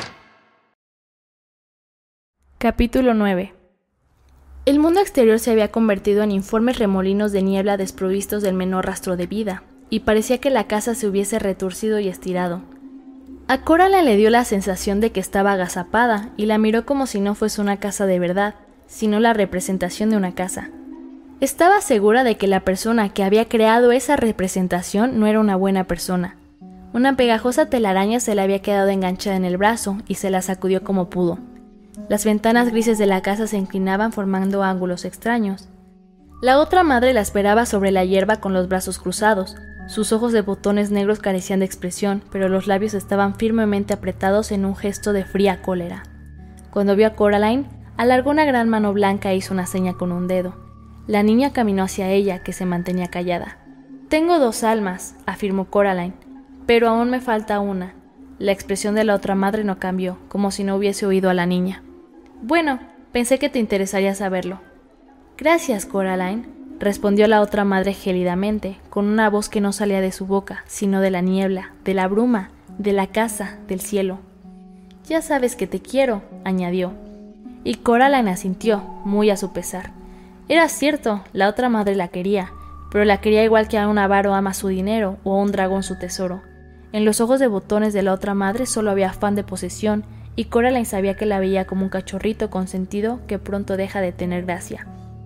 A: Capítulo nueve. El mundo exterior se había convertido en informes remolinos de niebla desprovistos del menor rastro de vida, y parecía que la casa se hubiese retorcido y estirado. A Coraline le dio la sensación de que estaba agazapada y la miró como si no fuese una casa de verdad, sino la representación de una casa. Estaba segura de que la persona que había creado esa representación no era una buena persona. Una pegajosa telaraña se le había quedado enganchada en el brazo y se la sacudió como pudo. Las ventanas grises de la casa se inclinaban formando ángulos extraños. La otra madre la esperaba sobre la hierba con los brazos cruzados. Sus ojos de botones negros carecían de expresión, pero los labios estaban firmemente apretados en un gesto de fría cólera. Cuando vio a Coraline, alargó una gran mano blanca e hizo una seña con un dedo. La niña caminó hacia ella, que se mantenía callada. «Tengo dos almas», afirmó Coraline, «pero aún me falta una». La expresión de la otra madre no cambió, como si no hubiese oído a la niña. «Bueno, pensé que te interesaría saberlo». «Gracias, Coraline», respondió la otra madre gélidamente, con una voz que no salía de su boca, sino de la niebla, de la bruma, de la casa, del cielo. «Ya sabes que te quiero», añadió. Y Coraline asintió, muy a su pesar. Era cierto, la otra madre la quería, pero la quería igual que a un avaro ama su dinero o a un dragón su tesoro. En los ojos de botones de la otra madre solo había afán de posesión, y Coraline sabía que la veía como un cachorrito consentido que pronto deja de tener gracia.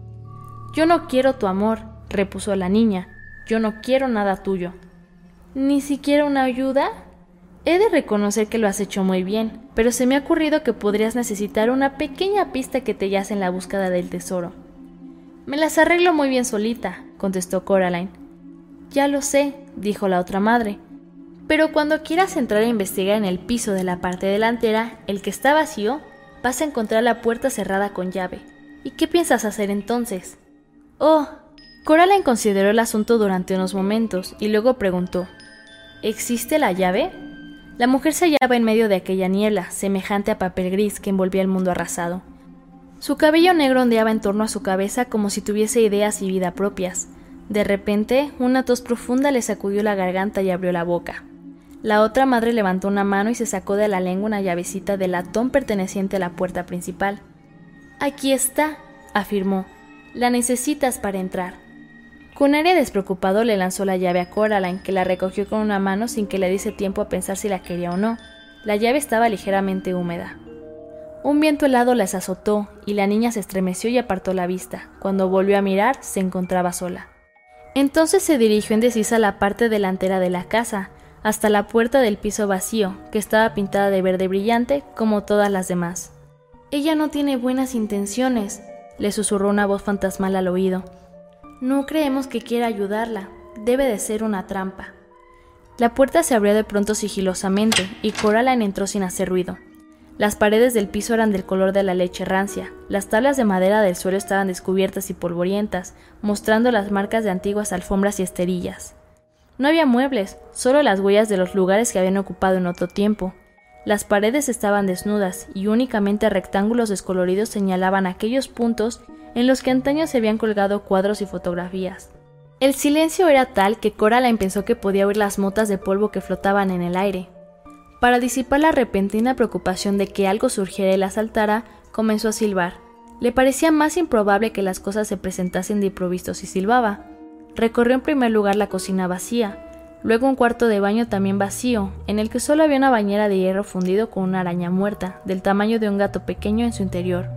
A: «Yo no quiero tu amor», repuso la niña. «Yo no quiero nada tuyo». «¿Ni siquiera una ayuda?» «He de reconocer que lo has hecho muy bien, pero se me ha ocurrido que podrías necesitar una pequeña pista que te guíe en la búsqueda del tesoro». «Me las arreglo muy bien solita», contestó Coraline. «Ya lo sé», dijo la otra madre. «Pero cuando quieras entrar a investigar en el piso de la parte delantera, el que está vacío, vas a encontrar la puerta cerrada con llave. ¿Y qué piensas hacer entonces?» «Oh». Coraline consideró el asunto durante unos momentos y luego preguntó: «¿Existe la llave?» La mujer se hallaba en medio de aquella niebla, semejante a papel gris que envolvía el mundo arrasado. Su cabello negro ondeaba en torno a su cabeza como si tuviese ideas y vida propias. De repente, una tos profunda le sacudió la garganta y abrió la boca. La otra madre levantó una mano y se sacó de la lengua una llavecita de latón perteneciente a la puerta principal. «Aquí está», afirmó. «La necesitas para entrar». Con aire despreocupado le lanzó la llave a Coraline, que la recogió con una mano sin que le diese tiempo a pensar si la quería o no. La llave estaba ligeramente húmeda. Un viento helado las azotó, y la niña se estremeció y apartó la vista. Cuando volvió a mirar, se encontraba sola. Entonces se dirigió indecisa a la parte delantera de la casa, hasta la puerta del piso vacío, que estaba pintada de verde brillante, como todas las demás. «Ella no tiene buenas intenciones», le susurró una voz fantasmal al oído. «No creemos que quiera ayudarla. Debe de ser una trampa». La puerta se abrió de pronto sigilosamente, y Coraline entró sin hacer ruido. Las paredes del piso eran del color de la leche rancia, las tablas de madera del suelo estaban descubiertas y polvorientas, mostrando las marcas de antiguas alfombras y esterillas. No había muebles, solo las huellas de los lugares que habían ocupado en otro tiempo. Las paredes estaban desnudas, y únicamente rectángulos descoloridos señalaban aquellos puntos en los que antaño se habían colgado cuadros y fotografías. El silencio era tal que Coraline pensó que podía oír las motas de polvo que flotaban en el aire. Para disipar la repentina preocupación de que algo surgiera y la asaltara, comenzó a silbar. Le parecía más improbable que las cosas se presentasen de improviso si silbaba. Recorrió en primer lugar la cocina vacía, luego un cuarto de baño también vacío, en el que solo había una bañera de hierro fundido con una araña muerta, del tamaño de un gato pequeño en su interior.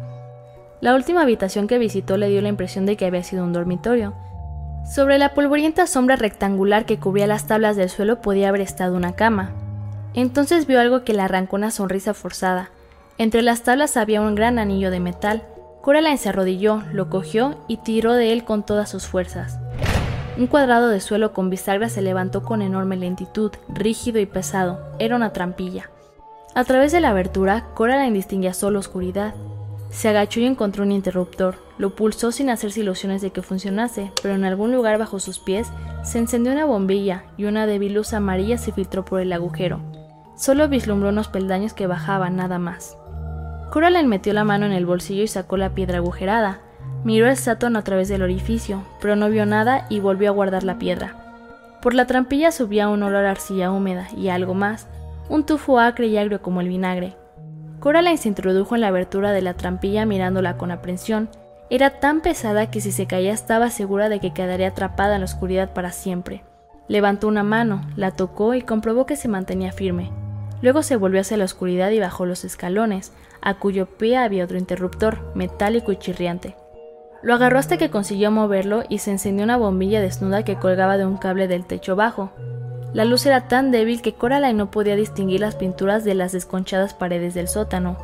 A: La última habitación que visitó le dio la impresión de que había sido un dormitorio. Sobre la polvorienta sombra rectangular que cubría las tablas del suelo podía haber estado una cama. Entonces vio algo que le arrancó una sonrisa forzada. Entre las tablas había un gran anillo de metal. Coraline se arrodilló, lo cogió y tiró de él con todas sus fuerzas. Un cuadrado de suelo con bisagra se levantó con enorme lentitud, rígido y pesado. Era una trampilla. A través de la abertura, Coraline distinguía solo oscuridad. Se agachó y encontró un interruptor. Lo pulsó sin hacerse ilusiones de que funcionase, pero en algún lugar bajo sus pies se encendió una bombilla y una débil luz amarilla se filtró por el agujero. Solo vislumbró unos peldaños que bajaban, nada más. Coraline metió la mano en el bolsillo y sacó la piedra agujerada. Miró el sótano a través del orificio, pero no vio nada y volvió a guardar la piedra. Por la trampilla subía un olor a arcilla húmeda y algo más, un tufo acre y agrio como el vinagre. Coraline se introdujo en la abertura de la trampilla mirándola con aprensión. Era tan pesada que si se caía estaba segura de que quedaría atrapada en la oscuridad para siempre. Levantó una mano, la tocó y comprobó que se mantenía firme. Luego se volvió hacia la oscuridad y bajó los escalones, a cuyo pie había otro interruptor, metálico y chirriante. Lo agarró hasta que consiguió moverlo y se encendió una bombilla desnuda que colgaba de un cable del techo bajo. La luz era tan débil que Coraline no podía distinguir las pinturas de las desconchadas paredes del sótano.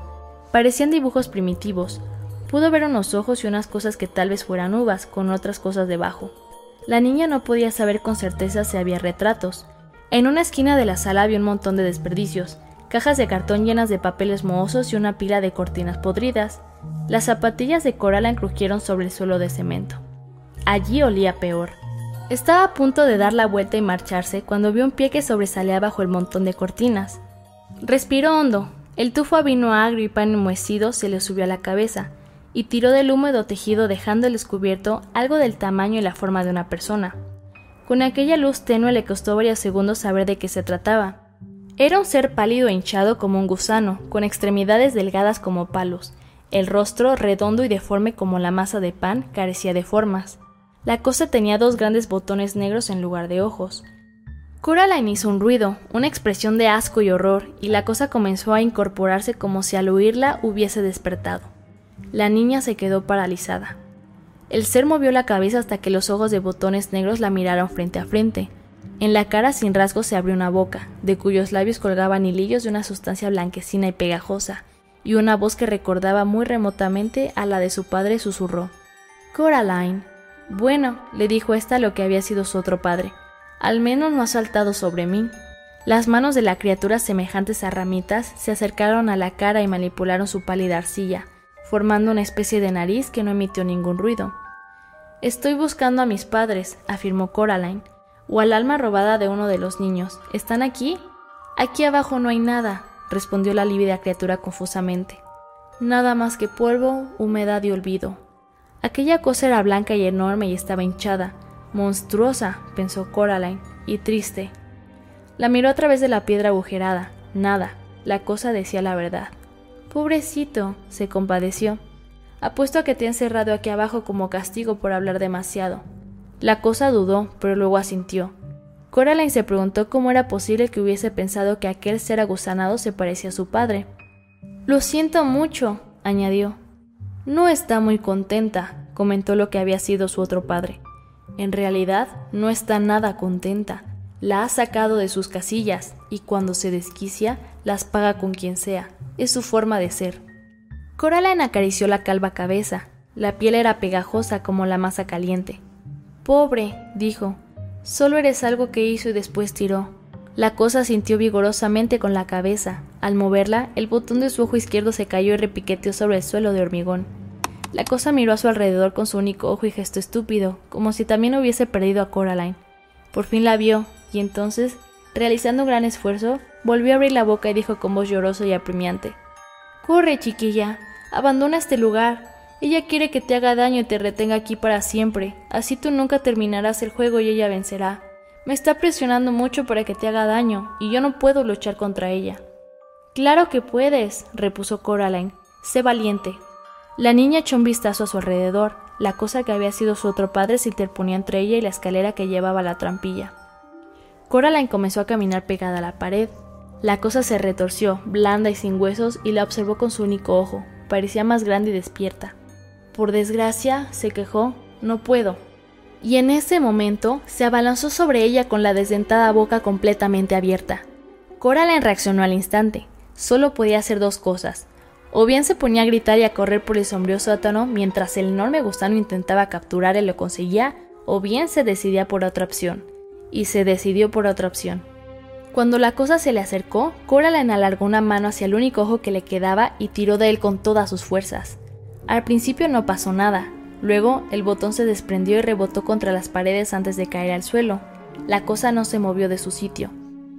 A: Parecían dibujos primitivos. Pudo ver unos ojos y unas cosas que tal vez fueran uvas, con otras cosas debajo. La niña no podía saber con certeza si había retratos. En una esquina de la sala había un montón de desperdicios, cajas de cartón llenas de papeles mohosos y una pila de cortinas podridas. Las zapatillas de Coraline crujieron sobre el suelo de cemento. Allí olía peor. Estaba a punto de dar la vuelta y marcharse cuando vio un pie que sobresalía bajo el montón de cortinas. Respiró hondo. El tufo a vino agrio y pan enmohecido se le subió a la cabeza y tiró del húmedo tejido dejando al descubierto algo del tamaño y la forma de una persona. Con aquella luz tenue le costó varios segundos saber de qué se trataba. Era un ser pálido e hinchado como un gusano, con extremidades delgadas como palos. El rostro, redondo y deforme como la masa de pan, carecía de formas. La cosa tenía dos grandes botones negros en lugar de ojos. Coraline hizo un ruido, una expresión de asco y horror, y la cosa comenzó a incorporarse como si al oírla hubiese despertado. La niña se quedó paralizada. El ser movió la cabeza hasta que los ojos de botones negros la miraron frente a frente. En la cara sin rasgos se abrió una boca, de cuyos labios colgaban hilillos de una sustancia blanquecina y pegajosa, y una voz que recordaba muy remotamente a la de su padre susurró: «Coraline». «Bueno», le dijo ésta a lo que había sido su otro padre, «al menos no ha saltado sobre mí». Las manos de la criatura, semejantes a ramitas, se acercaron a la cara y manipularon su pálida arcilla, formando una especie de nariz que no emitió ningún ruido. «Estoy buscando a mis padres», afirmó Coraline, «o al alma robada de uno de los niños. ¿Están aquí?» «Aquí abajo no hay nada», respondió la lívida criatura confusamente. «Nada más que polvo, humedad y olvido». Aquella cosa era blanca y enorme y estaba hinchada. «Monstruosa», pensó Coraline, y triste. La miró a través de la piedra agujerada. Nada. La cosa decía la verdad. «Pobrecito», se compadeció. «Apuesto a que te he encerrado aquí abajo como castigo por hablar demasiado». La cosa dudó, pero luego asintió. Coraline se preguntó cómo era posible que hubiese pensado que aquel ser agusanado se parecía a su padre. «Lo siento mucho», añadió. «No está muy contenta», comentó lo que había sido su otro padre. «En realidad, no está nada contenta. La ha sacado de sus casillas, y cuando se desquicia, las paga con quien sea. Es su forma de ser». Coraline acarició la calva cabeza. La piel era pegajosa como la masa caliente. «Pobre», dijo, «solo eres algo que hizo y después tiró». La cosa sintió vigorosamente con la cabeza. Al moverla, el botón de su ojo izquierdo se cayó y repiqueteó sobre el suelo de hormigón. La cosa miró a su alrededor con su único ojo y gesto estúpido, como si también hubiese perdido a Coraline. Por fin la vio, y entonces, realizando un gran esfuerzo, volvió a abrir la boca y dijo con voz llorosa y apremiante: «Corre, chiquilla, abandona este lugar. Ella quiere que te haga daño y te retenga aquí para siempre. Así tú nunca terminarás el juego y ella vencerá. Me está presionando mucho para que te haga daño, y yo no puedo luchar contra ella». «Claro que puedes», repuso Coraline. «Sé valiente». La niña echó un vistazo a su alrededor. La cosa que había sido su otro padre se interponía entre ella y la escalera que llevaba a la trampilla. Coraline comenzó a caminar pegada a la pared. La cosa se retorció, blanda y sin huesos, y la observó con su único ojo. Parecía más grande y despierta. «Por desgracia», se quejó, «no puedo». Y en ese momento se abalanzó sobre ella con la desdentada boca completamente abierta. Coraline reaccionó al instante. Solo podía hacer dos cosas. O bien se ponía a gritar y a correr por el sombrío sótano mientras el enorme gusano intentaba capturarla y lo conseguía, o bien se decidía por otra opción. Y se decidió por otra opción. Cuando la cosa se le acercó, Coraline alargó una mano hacia el único ojo que le quedaba y tiró de él con todas sus fuerzas. Al principio no pasó nada. Luego, el botón se desprendió y rebotó contra las paredes antes de caer al suelo. La cosa no se movió de su sitio.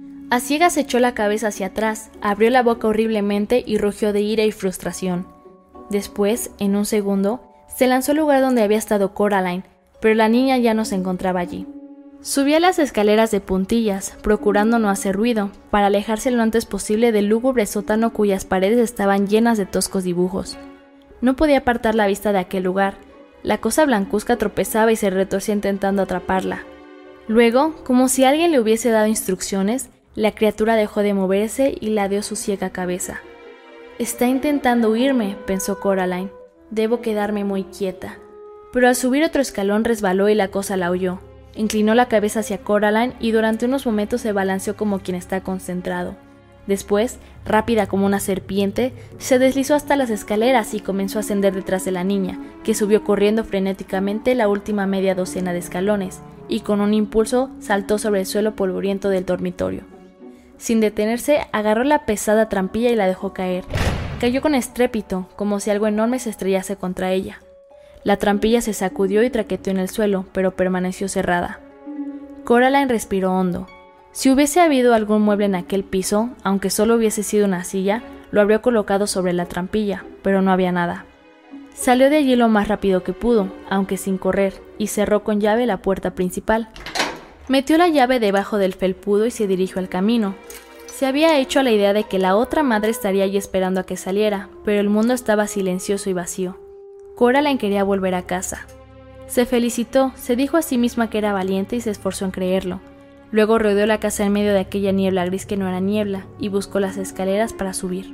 A: A ciegas echó la cabeza hacia atrás, abrió la boca horriblemente y rugió de ira y frustración. Después, en un segundo, se lanzó al lugar donde había estado Coraline, pero la niña ya no se encontraba allí. Subía las escaleras de puntillas, procurando no hacer ruido, para alejarse lo antes posible del lúgubre sótano cuyas paredes estaban llenas de toscos dibujos. No podía apartar la vista de aquel lugar. La cosa blancuzca tropezaba y se retorcía intentando atraparla. Luego, como si alguien le hubiese dado instrucciones, la criatura dejó de moverse y ladeó su ciega cabeza. «Está intentando huirme», pensó Coraline. «Debo quedarme muy quieta». Pero al subir otro escalón resbaló y la cosa la oyó. Inclinó la cabeza hacia Coraline y durante unos momentos se balanceó como quien está concentrado. Después, rápida como una serpiente, se deslizó hasta las escaleras y comenzó a ascender detrás de la niña, que subió corriendo frenéticamente la última media docena de escalones, y con un impulso saltó sobre el suelo polvoriento del dormitorio. Sin detenerse, agarró la pesada trampilla y la dejó caer. Cayó con estrépito, como si algo enorme se estrellase contra ella. La trampilla se sacudió y traqueteó en el suelo, pero permaneció cerrada. Coraline respiró hondo. Si hubiese habido algún mueble en aquel piso, aunque solo hubiese sido una silla, lo habría colocado sobre la trampilla, pero no había nada. Salió de allí lo más rápido que pudo, aunque sin correr, y cerró con llave la puerta principal. Metió la llave debajo del felpudo y se dirigió al camino. Se había hecho a la idea de que la otra madre estaría allí esperando a que saliera, pero el mundo estaba silencioso y vacío. Coraline quería volver a casa. Se felicitó, se dijo a sí misma que era valiente y se esforzó en creerlo. Luego rodeó la casa en medio de aquella niebla gris que no era niebla y buscó las escaleras para subir.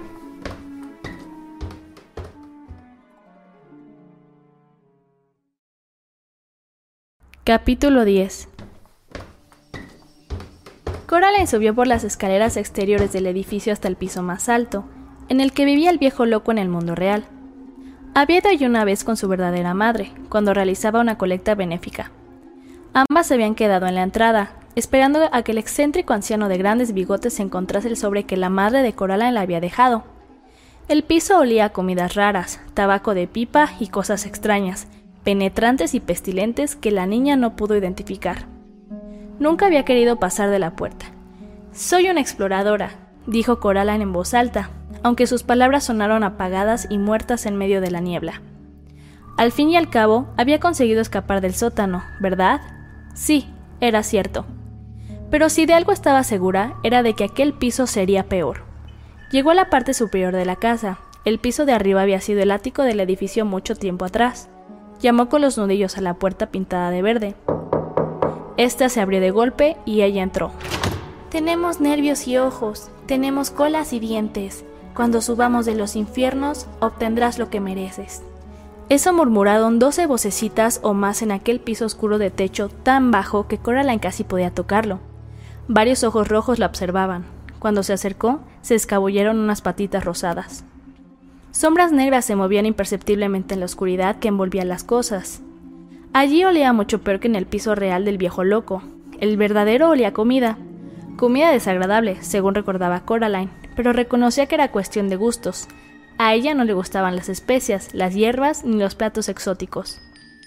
A: Capítulo diez. Coraline subió por las escaleras exteriores del edificio hasta el piso más alto, en el que vivía el viejo loco en el mundo real. Había ido allí una vez con su verdadera madre, cuando realizaba una colecta benéfica. Ambas se habían quedado en la entrada, esperando a que el excéntrico anciano de grandes bigotes encontrase el sobre que la madre de Coraline le había dejado. El piso olía a comidas raras, tabaco de pipa y cosas extrañas, penetrantes y pestilentes que la niña no pudo identificar. Nunca había querido pasar de la puerta. «Soy una exploradora», dijo Coraline en voz alta, aunque sus palabras sonaron apagadas y muertas en medio de la niebla. Al fin y al cabo, había conseguido escapar del sótano, ¿verdad? Sí, era cierto. Pero si de algo estaba segura, era de que aquel piso sería peor. Llegó a la parte superior de la casa. El piso de arriba había sido el ático del edificio mucho tiempo atrás. Llamó con los nudillos a la puerta pintada de verde. Esta se abrió de golpe y ella entró. «Tenemos nervios y ojos, tenemos colas y dientes. Cuando subamos de los infiernos, obtendrás lo que mereces». Eso murmuraron doce vocecitas o más en aquel piso oscuro de techo tan bajo que Coraline casi podía tocarlo. Varios ojos rojos la observaban. Cuando se acercó, se escabulleron unas patitas rosadas. Sombras negras se movían imperceptiblemente en la oscuridad que envolvía las cosas. Allí olía mucho peor que en el piso real del viejo loco. El verdadero olía a comida. Comida desagradable, según recordaba Coraline, pero reconocía que era cuestión de gustos. A ella no le gustaban las especias, las hierbas ni los platos exóticos.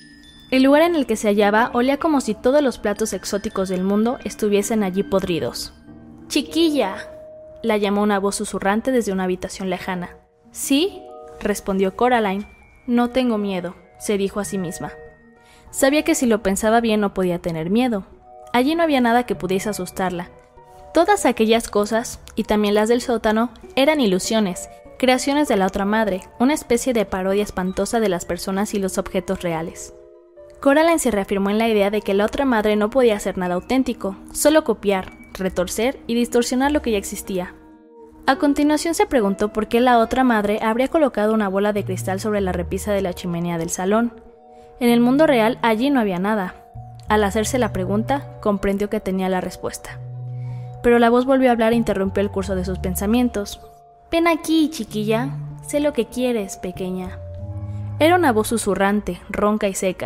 A: El lugar en el que se hallaba olía como si todos los platos exóticos del mundo estuviesen allí podridos. «¡Chiquilla!», la llamó una voz susurrante desde una habitación lejana. «¿Sí?», respondió Coraline. «No tengo miedo», se dijo a sí misma. Sabía que si lo pensaba bien no podía tener miedo. Allí no había nada que pudiese asustarla. Todas aquellas cosas, y también las del sótano, eran ilusiones, creaciones de la otra madre, una especie de parodia espantosa de las personas y los objetos reales. Coraline se reafirmó en la idea de que la otra madre no podía hacer nada auténtico, solo copiar, retorcer y distorsionar lo que ya existía. A continuación se preguntó por qué la otra madre habría colocado una bola de cristal sobre la repisa de la chimenea del salón. En el mundo real allí no había nada. Al hacerse la pregunta, comprendió que tenía la respuesta. Pero la voz volvió a hablar e interrumpió el curso de sus pensamientos. «Ven aquí, chiquilla. Sé lo que quieres, pequeña». Era una voz susurrante, ronca y seca.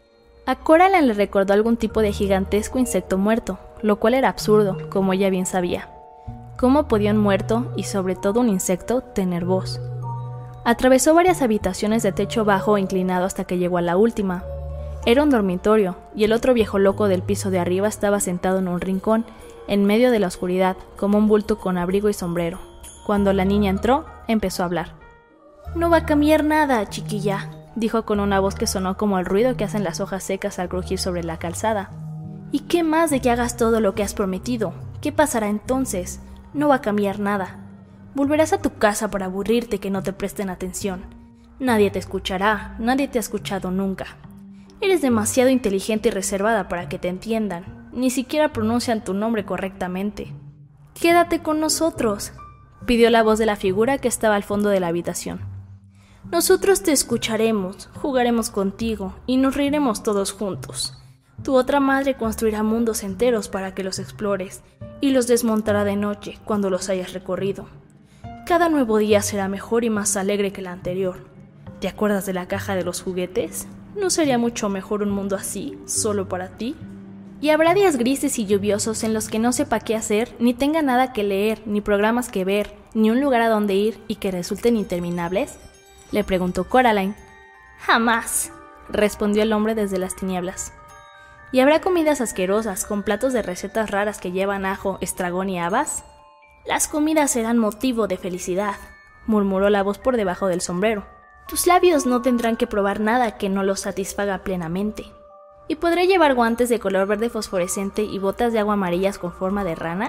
A: A Coraline le recordó algún tipo de gigantesco insecto muerto, lo cual era absurdo, como ella bien sabía. ¿Cómo podía un muerto, y sobre todo un insecto, tener voz? Atravesó varias habitaciones de techo bajo e inclinado hasta que llegó a la última. Era un dormitorio, y el otro viejo loco del piso de arriba estaba sentado en un rincón, en medio de la oscuridad, como un bulto con abrigo y sombrero. Cuando la niña entró, empezó a hablar. «No va a cambiar nada, chiquilla», dijo con una voz que sonó como el ruido que hacen las hojas secas al crujir sobre la calzada. «¿Y qué más de que hagas todo lo que has prometido? ¿Qué pasará entonces? No va a cambiar nada. Volverás a tu casa para aburrirte que no te presten atención. Nadie te escuchará, nadie te ha escuchado nunca. Eres demasiado inteligente y reservada para que te entiendan. Ni siquiera pronuncian tu nombre correctamente. Quédate con nosotros», pidió la voz de la figura que estaba al fondo de la habitación. «Nosotros te escucharemos, jugaremos contigo y nos reiremos todos juntos. Tu otra madre construirá mundos enteros para que los explores y los desmontará de noche cuando los hayas recorrido. Cada nuevo día será mejor y más alegre que el anterior. ¿Te acuerdas de la caja de los juguetes? ¿No sería mucho mejor un mundo así, solo para ti? ¿Y habrá días grises y lluviosos en los que no sepa qué hacer, ni tenga nada que leer, ni programas que ver, ni un lugar a donde ir y que resulten interminables? Le preguntó Coraline. Jamás, respondió el hombre desde las tinieblas. ¿Y habrá comidas asquerosas con platos de recetas raras que llevan ajo, estragón y habas? Las comidas serán motivo de felicidad, murmuró la voz por debajo del sombrero. Tus labios no tendrán que probar nada que no los satisfaga plenamente. ¿Y podré llevar guantes de color verde fosforescente y botas de agua amarillas con forma de rana?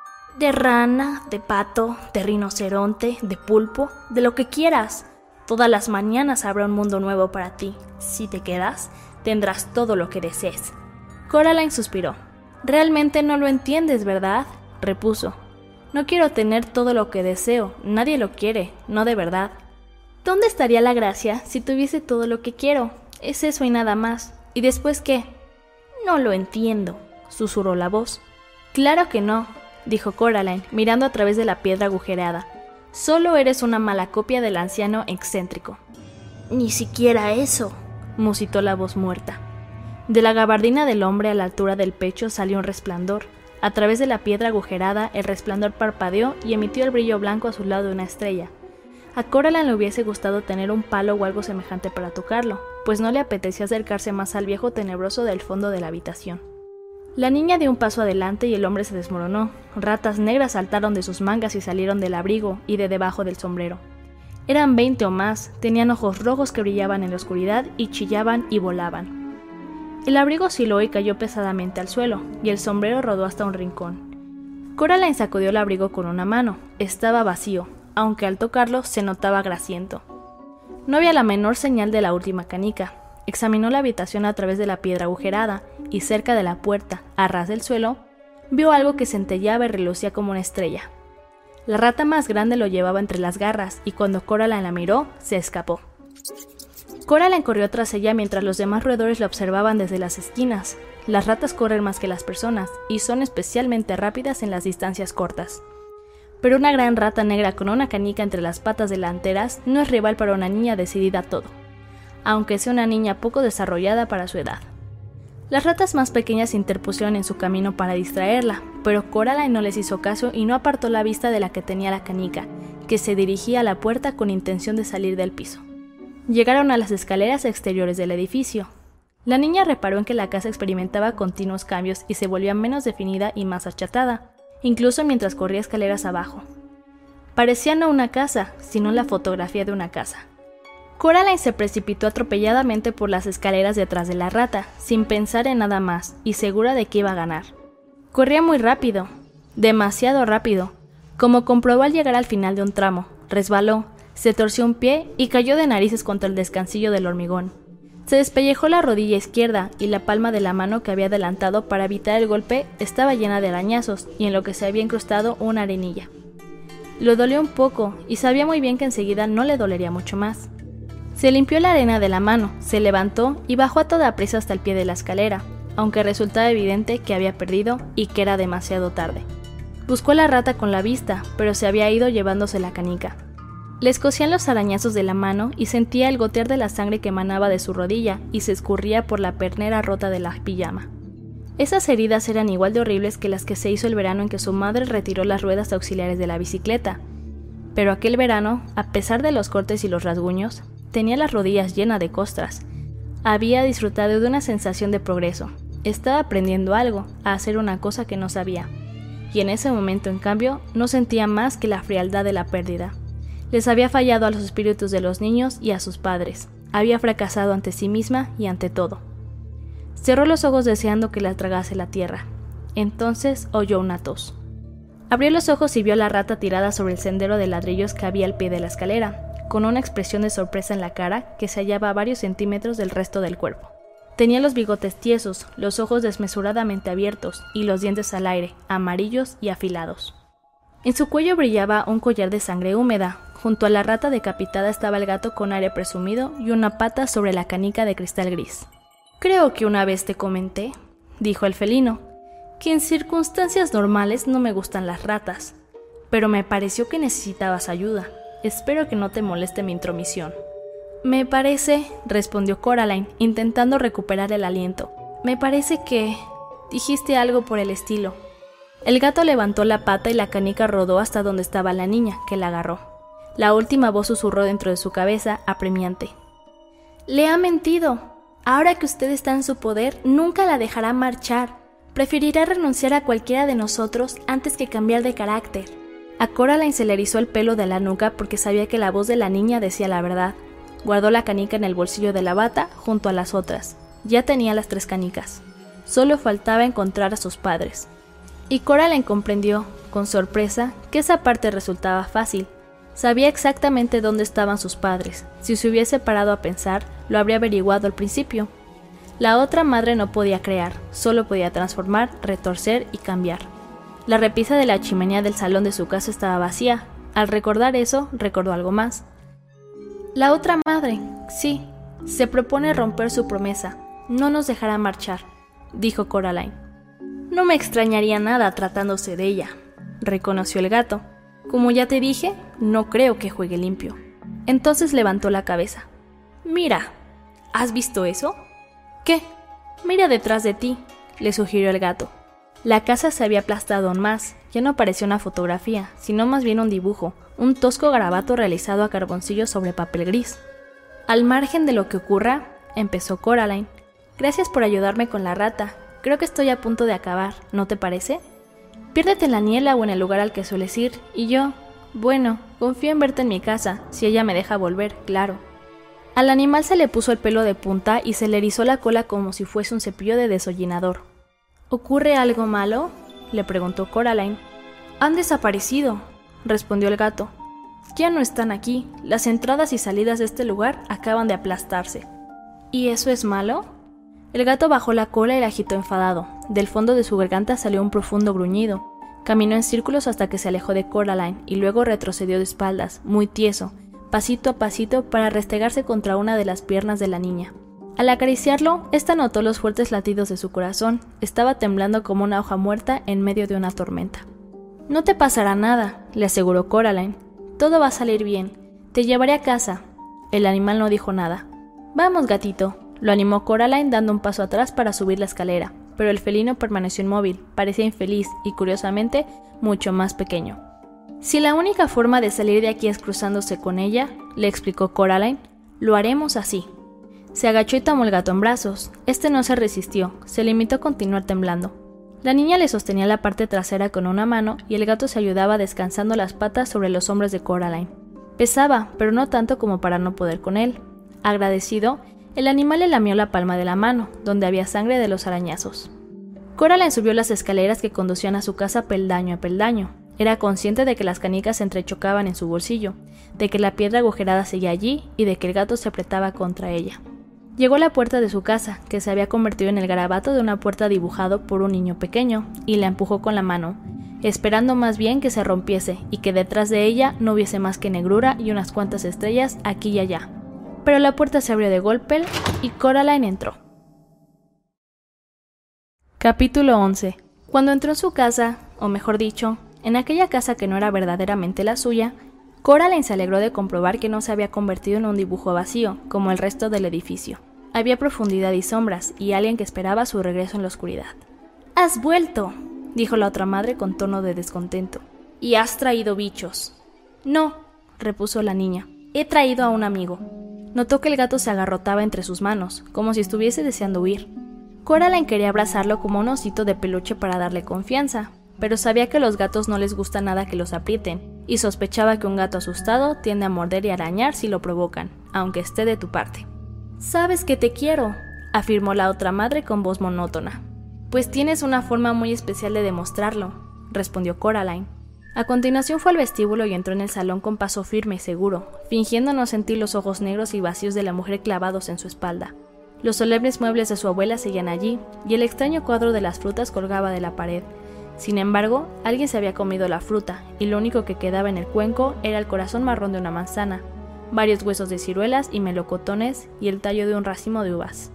A: De rana, de pato, de rinoceronte, de pulpo, de lo que quieras. Todas las mañanas habrá un mundo nuevo para ti. Si te quedas, tendrás todo lo que desees. Coraline suspiró. Realmente no lo entiendes, ¿verdad? Repuso. No quiero tener todo lo que deseo, nadie lo quiere, no de verdad. ¿Dónde estaría la gracia si tuviese todo lo que quiero? Es eso y nada más. ¿Y después qué? No lo entiendo, susurró la voz. Claro que no, dijo Coraline, mirando a través de la piedra agujereada. Solo eres una mala copia del anciano excéntrico. Ni siquiera eso, musitó la voz muerta. De la gabardina del hombre a la altura del pecho salió un resplandor. A través de la piedra agujerada, el resplandor parpadeó y emitió el brillo blanco azulado de una estrella. A Coraline le hubiese gustado tener un palo o algo semejante para tocarlo, pues no le apetecía acercarse más al viejo tenebroso del fondo de la habitación. La niña dio un paso adelante y el hombre se desmoronó. Ratas negras saltaron de sus mangas y salieron del abrigo y de debajo del sombrero. Eran veinte o más, tenían ojos rojos que brillaban en la oscuridad y chillaban y volaban. El abrigo osciló y cayó pesadamente al suelo, y el sombrero rodó hasta un rincón. Coraline sacudió el abrigo con una mano. Estaba vacío, aunque al tocarlo se notaba grasiento. No había la menor señal de la última canica. Examinó la habitación a través de la piedra agujerada, y cerca de la puerta, a ras del suelo, vio algo que centelleaba y relucía como una estrella. La rata más grande lo llevaba entre las garras, y cuando Coraline la miró, se escapó. Coraline corrió tras ella mientras los demás roedores la observaban desde las esquinas. Las ratas corren más que las personas, y son especialmente rápidas en las distancias cortas. Pero una gran rata negra con una canica entre las patas delanteras no es rival para una niña decidida a todo, aunque sea una niña poco desarrollada para su edad. Las ratas más pequeñas se interpusieron en su camino para distraerla, pero Coraline no les hizo caso y no apartó la vista de la que tenía la canica, que se dirigía a la puerta con intención de salir del piso. Llegaron a las escaleras exteriores del edificio. La niña reparó en que la casa experimentaba continuos cambios y se volvía menos definida y más achatada, incluso mientras corría escaleras abajo. Parecía no una casa, sino la fotografía de una casa. Coraline se precipitó atropelladamente por las escaleras detrás de la rata, sin pensar en nada más, y segura de que iba a ganar. Corría muy rápido, demasiado rápido, como comprobó al llegar al final de un tramo. Resbaló, se torció un pie y cayó de narices contra el descansillo del hormigón. Se despellejó la rodilla izquierda y la palma de la mano que había adelantado para evitar el golpe estaba llena de arañazos y en lo que se había incrustado una arenilla. Le dolió un poco y sabía muy bien que enseguida no le dolería mucho más. Se limpió la arena de la mano, se levantó y bajó a toda prisa hasta el pie de la escalera, aunque resultaba evidente que había perdido y que era demasiado tarde. Buscó a la rata con la vista, pero se había ido llevándose la canica. Le escocían los arañazos de la mano y sentía el gotear de la sangre que emanaba de su rodilla y se escurría por la pernera rota de la pijama. Esas heridas eran igual de horribles que las que se hizo el verano en que su madre retiró las ruedas auxiliares de la bicicleta. Pero aquel verano, a pesar de los cortes y los rasguños, tenía las rodillas llenas de costras. Había disfrutado de una sensación de progreso. Estaba aprendiendo algo, a hacer una cosa que no sabía. Y en ese momento, en cambio, no sentía más que la frialdad de la pérdida. Les había fallado a los espíritus de los niños y a sus padres. Había fracasado ante sí misma y ante todo. Cerró los ojos deseando que la tragase la tierra. Entonces oyó una tos. Abrió los ojos y vio a la rata tirada sobre el sendero de ladrillos que había al pie de la escalera, con una expresión de sorpresa en la cara que se hallaba a varios centímetros del resto del cuerpo. Tenía los bigotes tiesos, los ojos desmesuradamente abiertos y los dientes al aire, amarillos y afilados. En su cuello brillaba un collar de sangre húmeda. Junto a la rata decapitada estaba el gato con aire presumido y una pata sobre la canica de cristal gris. Creo que una vez te comenté, dijo el felino, que en circunstancias normales no me gustan las ratas, pero me pareció que necesitabas ayuda. Espero que no te moleste mi intromisión. Me parece, respondió Coraline, intentando recuperar el aliento. Me parece que... dijiste algo por el estilo. El gato levantó la pata y la canica rodó hasta donde estaba la niña, que la agarró. La última voz susurró dentro de su cabeza, apremiante. Le ha mentido. Ahora que usted está en su poder, nunca la dejará marchar. Preferirá renunciar a cualquiera de nosotros antes que cambiar de carácter. A Coraline se le erizó el pelo de la nuca porque sabía que la voz de la niña decía la verdad. Guardó la canica en el bolsillo de la bata junto a las otras. Ya tenía las tres canicas. Solo faltaba encontrar a sus padres. Y Coraline comprendió, con sorpresa, que esa parte resultaba fácil. Sabía exactamente dónde estaban sus padres. Si se hubiese parado a pensar, lo habría averiguado al principio. La otra madre no podía crear, solo podía transformar, retorcer y cambiar. La repisa de la chimenea del salón de su casa estaba vacía. Al recordar eso, recordó algo más. La otra madre, sí, se propone romper su promesa. No nos dejará marchar, dijo Coraline. No me extrañaría nada tratándose de ella, reconoció el gato. Como ya te dije, no creo que juegue limpio. Entonces levantó la cabeza. Mira, ¿has visto eso? ¿Qué? Mira detrás de ti, le sugirió el gato. La casa se había aplastado aún más. Ya no parecía una fotografía, sino más bien un dibujo, un tosco garabato realizado a carboncillo sobre papel gris. Al margen de lo que ocurra, empezó Coraline. Gracias por ayudarme con la rata. Creo que estoy a punto de acabar, ¿no te parece? Piérdete en la niebla o en el lugar al que sueles ir, y yo, bueno, confío en verte en mi casa, si ella me deja volver, claro. Al animal se le puso el pelo de punta y se le erizó la cola como si fuese un cepillo de desollinador. ¿Ocurre algo malo?, le preguntó Coraline. Han desaparecido, respondió el gato. Ya no están aquí, las entradas y salidas de este lugar acaban de aplastarse. ¿Y eso es malo? El gato bajó la cola y la agitó enfadado. Del fondo de su garganta salió un profundo gruñido. Caminó en círculos hasta que se alejó de Coraline y luego retrocedió de espaldas, muy tieso, pasito a pasito para restregarse contra una de las piernas de la niña. Al acariciarlo, ésta notó los fuertes latidos de su corazón. Estaba temblando como una hoja muerta en medio de una tormenta. No te pasará nada, le aseguró Coraline. Todo va a salir bien. Te llevaré a casa. El animal no dijo nada. Vamos, gatito, lo animó Coraline dando un paso atrás para subir la escalera, pero el felino permaneció inmóvil, parecía infeliz y, curiosamente, mucho más pequeño. Si la única forma de salir de aquí es cruzándose con ella, le explicó Coraline, lo haremos así. Se agachó y tomó el gato en brazos. Este no se resistió, se limitó a continuar temblando. La niña le sostenía la parte trasera con una mano y el gato se ayudaba descansando las patas sobre los hombros de Coraline. Pesaba, pero no tanto como para no poder con él. Agradecido, el animal le lamió la palma de la mano, donde había sangre de los arañazos. Coraline subió las escaleras que conducían a su casa peldaño a peldaño. Era consciente de que las canicas se entrechocaban en su bolsillo, de que la piedra agujerada seguía allí y de que el gato se apretaba contra ella. Llegó a la puerta de su casa, que se había convertido en el garabato de una puerta dibujado por un niño pequeño, y la empujó con la mano, esperando más bien que se rompiese y que detrás de ella no hubiese más que negrura y unas cuantas estrellas aquí y allá. Pero la puerta se abrió de golpe y Coraline entró. Capítulo once. Cuando entró en su casa, o mejor dicho, en aquella casa que no era verdaderamente la suya, Coraline se alegró de comprobar que no se había convertido en un dibujo vacío, como el resto del edificio. Había profundidad y sombras, y alguien que esperaba su regreso en la oscuridad. «¡Has vuelto!», dijo la otra madre con tono de descontento. «¿Y has traído bichos?». «No», repuso la niña, «he traído a un amigo». Notó que el gato se agarrotaba entre sus manos, como si estuviese deseando huir. Coraline quería abrazarlo como un osito de peluche para darle confianza, pero sabía que a los gatos no les gusta nada que los aprieten, y sospechaba que un gato asustado tiende a morder y arañar si lo provocan, aunque esté de tu parte. «Sabes que te quiero», afirmó la otra madre con voz monótona. «Pues tienes una forma muy especial de demostrarlo», respondió Coraline. A continuación fue al vestíbulo y entró en el salón con paso firme y seguro, fingiendo no sentir los ojos negros y vacíos de la mujer clavados en su espalda. Los solemnes muebles de su abuela seguían allí, y el extraño cuadro de las frutas colgaba de la pared. Sin embargo, alguien se había comido la fruta, y lo único que quedaba en el cuenco era el corazón marrón de una manzana, varios huesos de ciruelas y melocotones y el tallo de un racimo de uvas.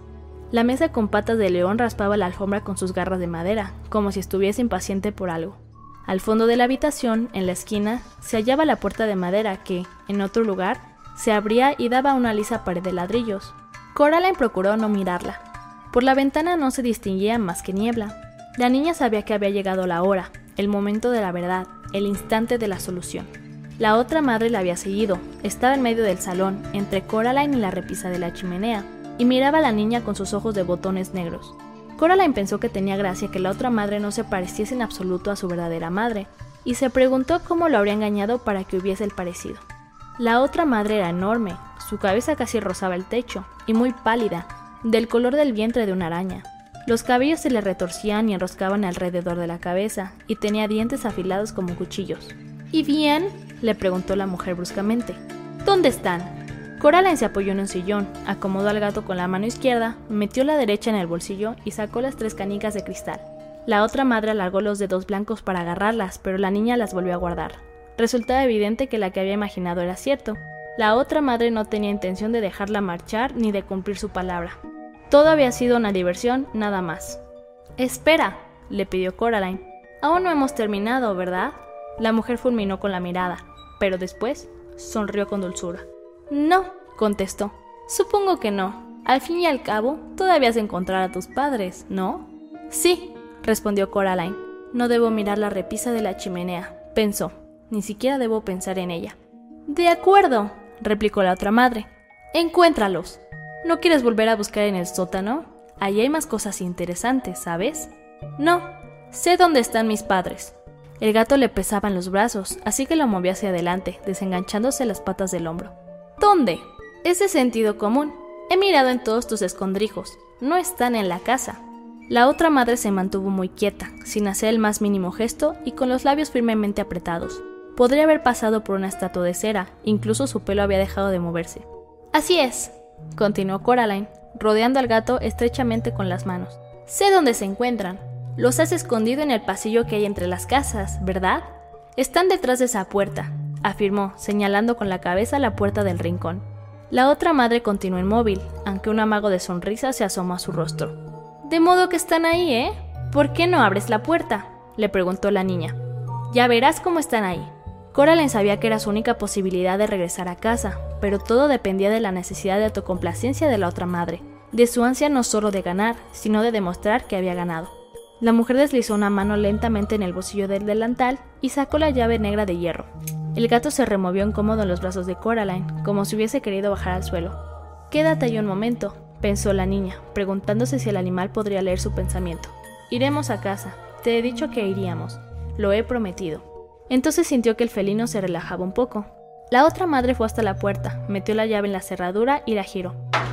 A: La mesa con patas de león raspaba la alfombra con sus garras de madera, como si estuviese impaciente por algo. Al fondo de la habitación, en la esquina, se hallaba la puerta de madera que, en otro lugar, se abría y daba a una lisa pared de ladrillos. Coraline procuró no mirarla. Por la ventana no se distinguía más que niebla. La niña sabía que había llegado la hora, el momento de la verdad, el instante de la solución. La otra madre la había seguido, estaba en medio del salón, entre Coraline y la repisa de la chimenea, y miraba a la niña con sus ojos de botones negros. Coraline pensó que tenía gracia que la otra madre no se pareciese en absoluto a su verdadera madre, y se preguntó cómo lo habría engañado para que hubiese el parecido. La otra madre era enorme, su cabeza casi rozaba el techo, y muy pálida, del color del vientre de una araña. Los cabellos se le retorcían y enroscaban alrededor de la cabeza, y tenía dientes afilados como cuchillos. ¿Y bien?, le preguntó la mujer bruscamente. ¿Dónde están? Coraline se apoyó en un sillón, acomodó al gato con la mano izquierda, metió la derecha en el bolsillo y sacó las tres canicas de cristal. La otra madre alargó los dedos blancos para agarrarlas, pero la niña las volvió a guardar. Resultaba evidente que la que había imaginado era cierto. La otra madre no tenía intención de dejarla marchar ni de cumplir su palabra. Todo había sido una diversión, nada más. «Espera», le pidió Coraline. «Aún no hemos terminado, ¿verdad?» La mujer fulminó con la mirada, pero después sonrió con dulzura. «No», contestó. «Supongo que no. Al fin y al cabo, todavía has de encontrar a tus padres, ¿no?» «Sí», respondió Coraline. «No debo mirar la repisa de la chimenea», pensó. «Ni siquiera debo pensar en ella». «De acuerdo», replicó la otra madre. «Encuéntralos. ¿No quieres volver a buscar en el sótano? Allí hay más cosas interesantes, ¿sabes?» «No, sé dónde están mis padres». El gato le pesaban los brazos, así que lo movió hacia adelante, desenganchándose las patas del hombro. «¿Dónde?» «Es de sentido común. He mirado en todos tus escondrijos. No están en la casa». La otra madre se mantuvo muy quieta, sin hacer el más mínimo gesto y con los labios firmemente apretados. Podría haber pasado por una estatua de cera, incluso su pelo había dejado de moverse. «Así es», continuó Coraline, rodeando al gato estrechamente con las manos. «Sé dónde se encuentran. Los has escondido en el pasillo que hay entre las casas, ¿verdad? Están detrás de esa puerta», afirmó, señalando con la cabeza la puerta del rincón. La otra madre continuó inmóvil, aunque un amago de sonrisa se asomó a su rostro. «De modo que están ahí, ¿eh? ¿Por qué no abres la puerta?», le preguntó la niña. «Ya verás cómo están ahí». Coraline sabía que era su única posibilidad de regresar a casa, pero todo dependía de la necesidad de autocomplacencia de la otra madre, de su ansia no solo de ganar, sino de demostrar que había ganado. La mujer deslizó una mano lentamente en el bolsillo del delantal y sacó la llave negra de hierro. El gato se removió incómodo en los brazos de Coraline, como si hubiese querido bajar al suelo. «Quédate ahí un momento», pensó la niña, preguntándose si el animal podría leer su pensamiento. «Iremos a casa. Te he dicho que iríamos. Lo he prometido». Entonces sintió que el felino se relajaba un poco. La otra madre fue hasta la puerta, metió la llave en la cerradura y la giró.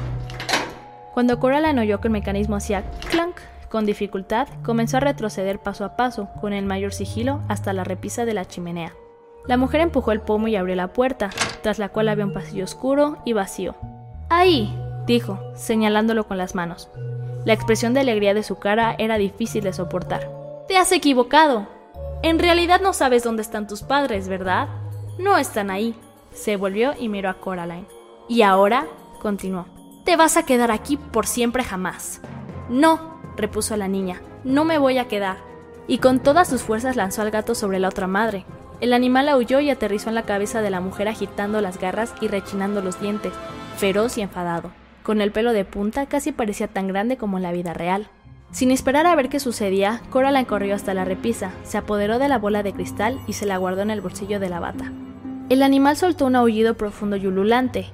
A: Cuando Coraline oyó que el mecanismo hacía clank, con dificultad, comenzó a retroceder paso a paso, con el mayor sigilo, hasta la repisa de la chimenea. La mujer empujó el pomo y abrió la puerta, tras la cual había un pasillo oscuro y vacío. «¡Ahí!», dijo, señalándolo con las manos. La expresión de alegría de su cara era difícil de soportar. «¡Te has equivocado! En realidad no sabes dónde están tus padres, ¿verdad? No están ahí». Se volvió y miró a Coraline. «Y ahora», continuó, «te vas a quedar aquí por siempre jamás». «No», repuso la niña, «no me voy a quedar». Y con todas sus fuerzas lanzó al gato sobre la otra madre. El animal aulló y aterrizó en la cabeza de la mujer agitando las garras y rechinando los dientes, feroz y enfadado. Con el pelo de punta casi parecía tan grande como en la vida real. Sin esperar a ver qué sucedía, Coraline corrió hasta la repisa, se apoderó de la bola de cristal y se la guardó en el bolsillo de la bata. El animal soltó un aullido profundo y ululante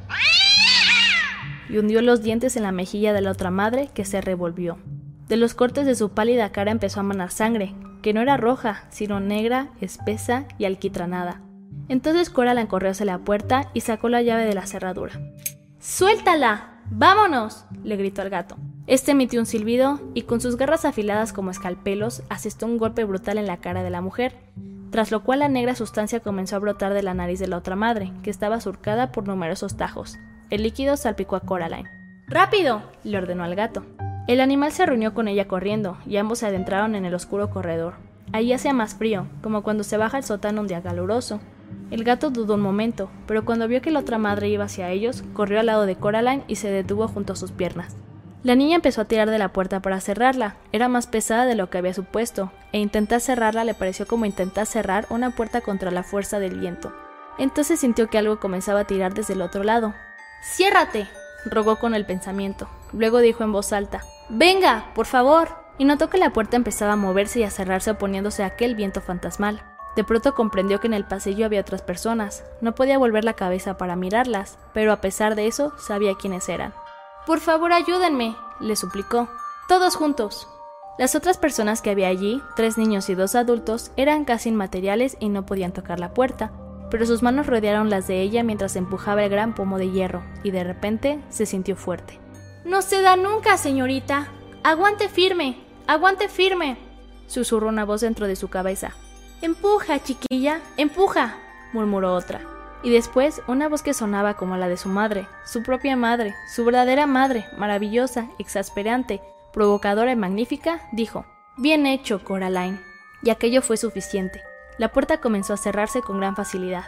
A: y hundió los dientes en la mejilla de la otra madre, que se revolvió. De los cortes de su pálida cara empezó a manar sangre, que no era roja, sino negra, espesa y alquitranada. Entonces Coraline corrió hacia la puerta y sacó la llave de la cerradura. «¡Suéltala! ¡Vámonos!», le gritó al gato. Este emitió un silbido y con sus garras afiladas como escalpelos asestó un golpe brutal en la cara de la mujer, tras lo cual la negra sustancia comenzó a brotar de la nariz de la otra madre, que estaba surcada por numerosos tajos. El líquido salpicó a Coraline. «¡Rápido!», le ordenó al gato. El animal se reunió con ella corriendo, y ambos se adentraron en el oscuro corredor. Allí hacía más frío, como cuando se baja al sótano un día caluroso. El gato dudó un momento, pero cuando vio que la otra madre iba hacia ellos, corrió al lado de Coraline y se detuvo junto a sus piernas. La niña empezó a tirar de la puerta para cerrarla. Era más pesada de lo que había supuesto, e intentar cerrarla le pareció como intentar cerrar una puerta contra la fuerza del viento. Entonces sintió que algo comenzaba a tirar desde el otro lado. ¡Ciérrate!, rogó con el pensamiento. Luego dijo en voz alta: ¡Venga, por favor! Y notó que la puerta empezaba a moverse y a cerrarse oponiéndose a aquel viento fantasmal. De pronto comprendió que en el pasillo había otras personas. No podía volver la cabeza para mirarlas, pero a pesar de eso sabía quiénes eran. «Por favor, ayúdenme», le suplicó. «Todos juntos». Las otras personas que había allí, tres niños y dos adultos, eran casi inmateriales y no podían tocar la puerta, pero sus manos rodearon las de ella mientras empujaba el gran pomo de hierro, y de repente se sintió fuerte. «No se da nunca, señorita. Aguante firme, aguante firme», susurró una voz dentro de su cabeza. «Empuja, chiquilla, empuja», murmuró otra. Y después una voz que sonaba como la de su madre, su propia madre, su verdadera madre, maravillosa, exasperante, provocadora y magnífica, dijo: «Bien hecho, Coraline». Y aquello fue suficiente. La puerta comenzó a cerrarse con gran facilidad.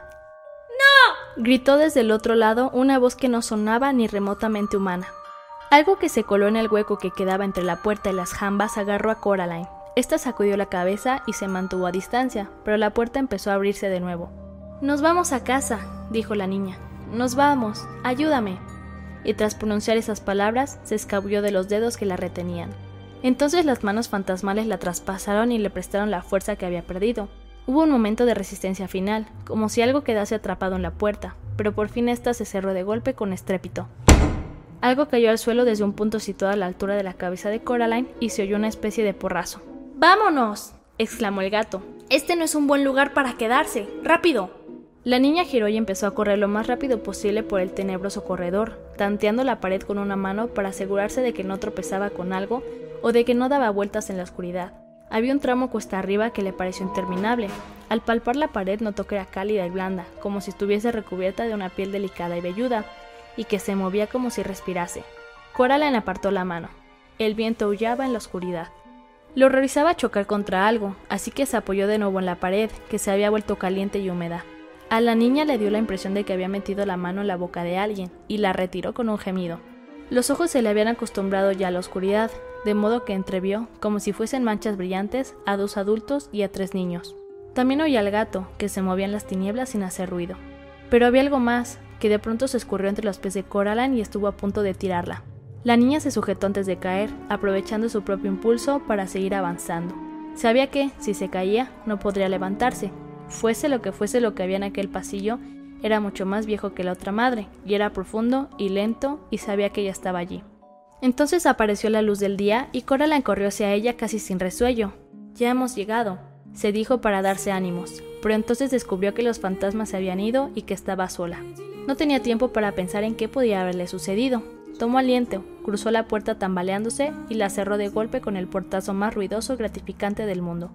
A: «¡No!», gritó desde el otro lado una voz que no sonaba ni remotamente humana. Algo que se coló en el hueco que quedaba entre la puerta y las jambas agarró a Coraline. Esta sacudió la cabeza y se mantuvo a distancia, pero la puerta empezó a abrirse de nuevo. «Nos vamos a casa», dijo la niña. «Nos vamos, ayúdame». Y tras pronunciar esas palabras, se escabulló de los dedos que la retenían. Entonces las manos fantasmales la traspasaron y le prestaron la fuerza que había perdido. Hubo un momento de resistencia final, como si algo quedase atrapado en la puerta, pero por fin ésta se cerró de golpe con estrépito. Algo cayó al suelo desde un punto situado a la altura de la cabeza de Coraline y se oyó una especie de porrazo. «¡Vámonos!», exclamó el gato. «Este no es un buen lugar para quedarse. ¡Rápido!». La niña giró y empezó a correr lo más rápido posible por el tenebroso corredor, tanteando la pared con una mano para asegurarse de que no tropezaba con algo o de que no daba vueltas en la oscuridad. Había un tramo cuesta arriba que le pareció interminable. Al palpar la pared notó que era cálida y blanda, como si estuviese recubierta de una piel delicada y velluda, y que se movía como si respirase. Coraline apartó la mano. El viento aullaba en la oscuridad. Le horrorizaba chocar contra algo, así que se apoyó de nuevo en la pared, que se había vuelto caliente y húmeda. A la niña le dio la impresión de que había metido la mano en la boca de alguien, y la retiró con un gemido. Los ojos se le habían acostumbrado ya a la oscuridad, de modo que entrevió, como si fuesen manchas brillantes, a dos adultos y a tres niños. También oía al gato, que se movía en las tinieblas sin hacer ruido. Pero había algo más, que de pronto se escurrió entre los pies de Coraline y estuvo a punto de tirarla. La niña se sujetó antes de caer, aprovechando su propio impulso para seguir avanzando. Sabía que, si se caía, no podría levantarse. Fuese lo que fuese lo que había en aquel pasillo, era mucho más viejo que la otra madre, y era profundo y lento, y sabía que ella estaba allí. Entonces apareció la luz del día y Coraline corrió hacia ella casi sin resuello. «Ya hemos llegado», se dijo para darse ánimos, pero entonces descubrió que los fantasmas se habían ido y que estaba sola. No tenía tiempo para pensar en qué podía haberle sucedido. Tomó aliento, cruzó la puerta tambaleándose y la cerró de golpe con el portazo más ruidoso y gratificante del mundo.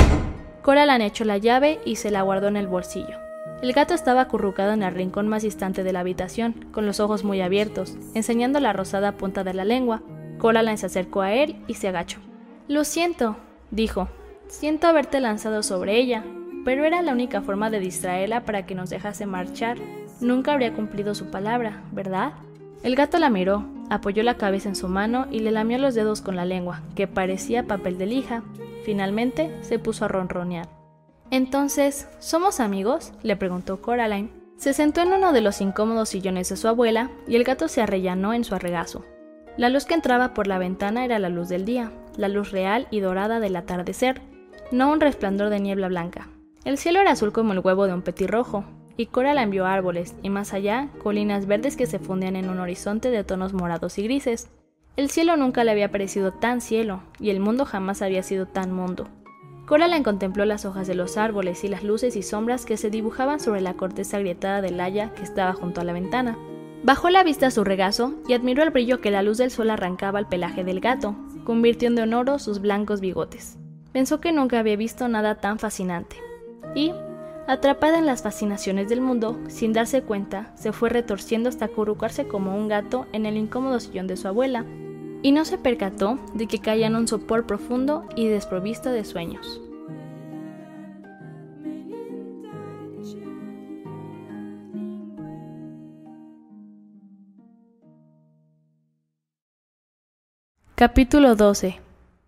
A: Coraline echó la llave y se la guardó en el bolsillo. El gato estaba acurrucado en el rincón más distante de la habitación, con los ojos muy abiertos, enseñando la rosada punta de la lengua. Coraline se acercó a él y se agachó. «Lo siento», dijo. «Siento haberte lanzado sobre ella, pero era la única forma de distraerla para que nos dejase marchar. Nunca habría cumplido su palabra, ¿verdad?» El gato la miró, apoyó la cabeza en su mano y le lamió los dedos con la lengua, que parecía papel de lija. Finalmente se puso a ronronear. «Entonces, ¿somos amigos?», le preguntó Coraline. Se sentó en uno de los incómodos sillones de su abuela y el gato se arrellanó en su arregazo. La luz que entraba por la ventana era la luz del día, la luz real y dorada del atardecer, no un resplandor de niebla blanca. El cielo era azul como el huevo de un petirrojo, y Coraline vio árboles, y más allá, colinas verdes que se fundían en un horizonte de tonos morados y grises. El cielo nunca le había parecido tan cielo, y el mundo jamás había sido tan mundo. Coraline contempló las hojas de los árboles y las luces y sombras que se dibujaban sobre la corteza agrietada del haya que estaba junto a la ventana. Bajó la vista a su regazo y admiró el brillo que la luz del sol arrancaba al pelaje del gato, convirtiendo en oro sus blancos bigotes. Pensó que nunca había visto nada tan fascinante. Y, atrapada en las fascinaciones del mundo, sin darse cuenta, se fue retorciendo hasta acurrucarse como un gato en el incómodo sillón de su abuela, y no se percató de que caía en un sopor profundo y desprovisto de sueños. Capítulo doce.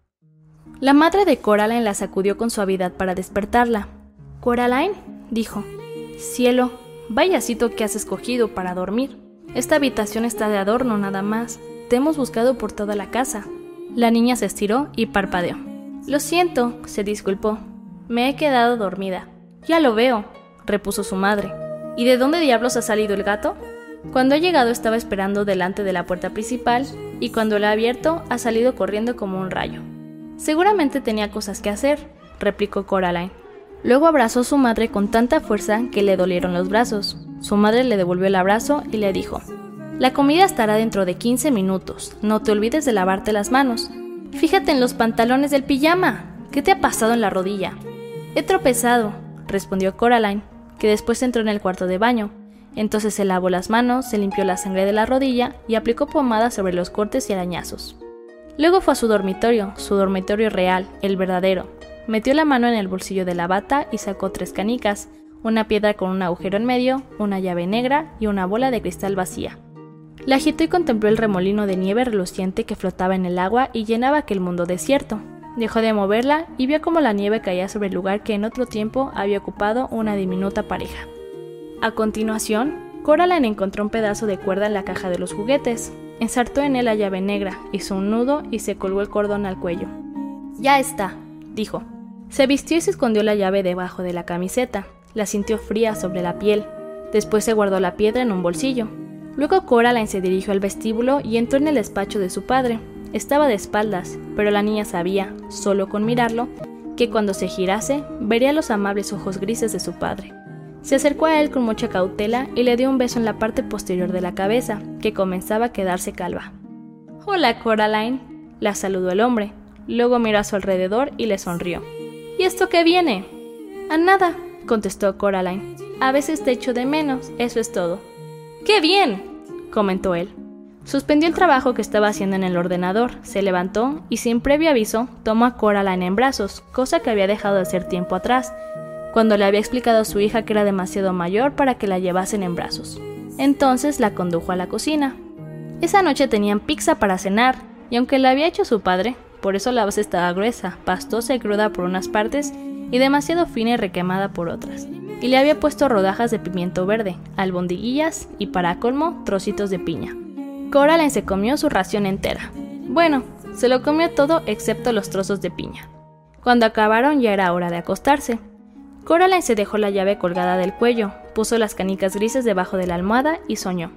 A: La madre de Coraline la sacudió con suavidad para despertarla. «Coraline», dijo, «cielo, vaya sitio que has escogido para dormir. Esta habitación está de adorno nada más. Te hemos buscado por toda la casa». La niña se estiró y parpadeó. «Lo siento», se disculpó. «Me he quedado dormida». «Ya lo veo», repuso su madre. «¿Y de dónde diablos ha salido el gato?» Cuando ha llegado estaba esperando delante de la puerta principal y cuando la ha abierto ha salido corriendo como un rayo. «Seguramente tenía cosas que hacer», replicó Coraline. Luego abrazó a su madre con tanta fuerza que le dolieron los brazos. Su madre le devolvió el abrazo y le dijo: «La comida estará dentro de quince minutos. No te olvides de lavarte las manos. Fíjate en los pantalones del pijama. ¿Qué te ha pasado en la rodilla?» «He tropezado», respondió Coraline, que después entró en el cuarto de baño. Entonces se lavó las manos, se limpió la sangre de la rodilla y aplicó pomada sobre los cortes y arañazos. Luego fue a su dormitorio, su dormitorio real, el verdadero. Metió la mano en el bolsillo de la bata y sacó tres canicas, una piedra con un agujero en medio, una llave negra y una bola de cristal vacía. La agitó y contempló el remolino de nieve reluciente que flotaba en el agua y llenaba aquel mundo desierto. Dejó de moverla y vio cómo la nieve caía sobre el lugar que en otro tiempo había ocupado una diminuta pareja. A continuación, Coraline encontró un pedazo de cuerda en la caja de los juguetes, ensartó en él la llave negra, hizo un nudo y se colgó el cordón al cuello. «Ya está», dijo. Se vistió y se escondió la llave debajo de la camiseta, la sintió fría sobre la piel, después se guardó la piedra en un bolsillo. Luego Coraline se dirigió al vestíbulo y entró en el despacho de su padre. Estaba de espaldas, pero la niña sabía, solo con mirarlo, que cuando se girase, vería los amables ojos grises de su padre. Se acercó a él con mucha cautela y le dio un beso en la parte posterior de la cabeza, que comenzaba a quedarse calva. «Hola, Coraline», la saludó el hombre. Luego miró a su alrededor y le sonrió. «¿Y esto qué viene?» «A nada», contestó Coraline. «A veces te echo de menos, eso es todo». «¡Qué bien!», comentó él. Suspendió el trabajo que estaba haciendo en el ordenador, se levantó y sin previo aviso tomó a Coraline en brazos, cosa que había dejado de hacer tiempo atrás, cuando le había explicado a su hija que era demasiado mayor para que la llevasen en brazos. Entonces la condujo a la cocina. Esa noche tenían pizza para cenar, y aunque la había hecho su padre, por eso la base estaba gruesa, pastosa y cruda por unas partes, y demasiado fina y requemada por otras, y le había puesto rodajas de pimiento verde, albondiguillas y, para colmo, trocitos de piña. Coraline se comió su ración entera. Bueno, se lo comió todo excepto los trozos de piña. Cuando acabaron ya era hora de acostarse. Coraline se dejó la llave colgada del cuello, puso las canicas grises debajo de la almohada y soñó.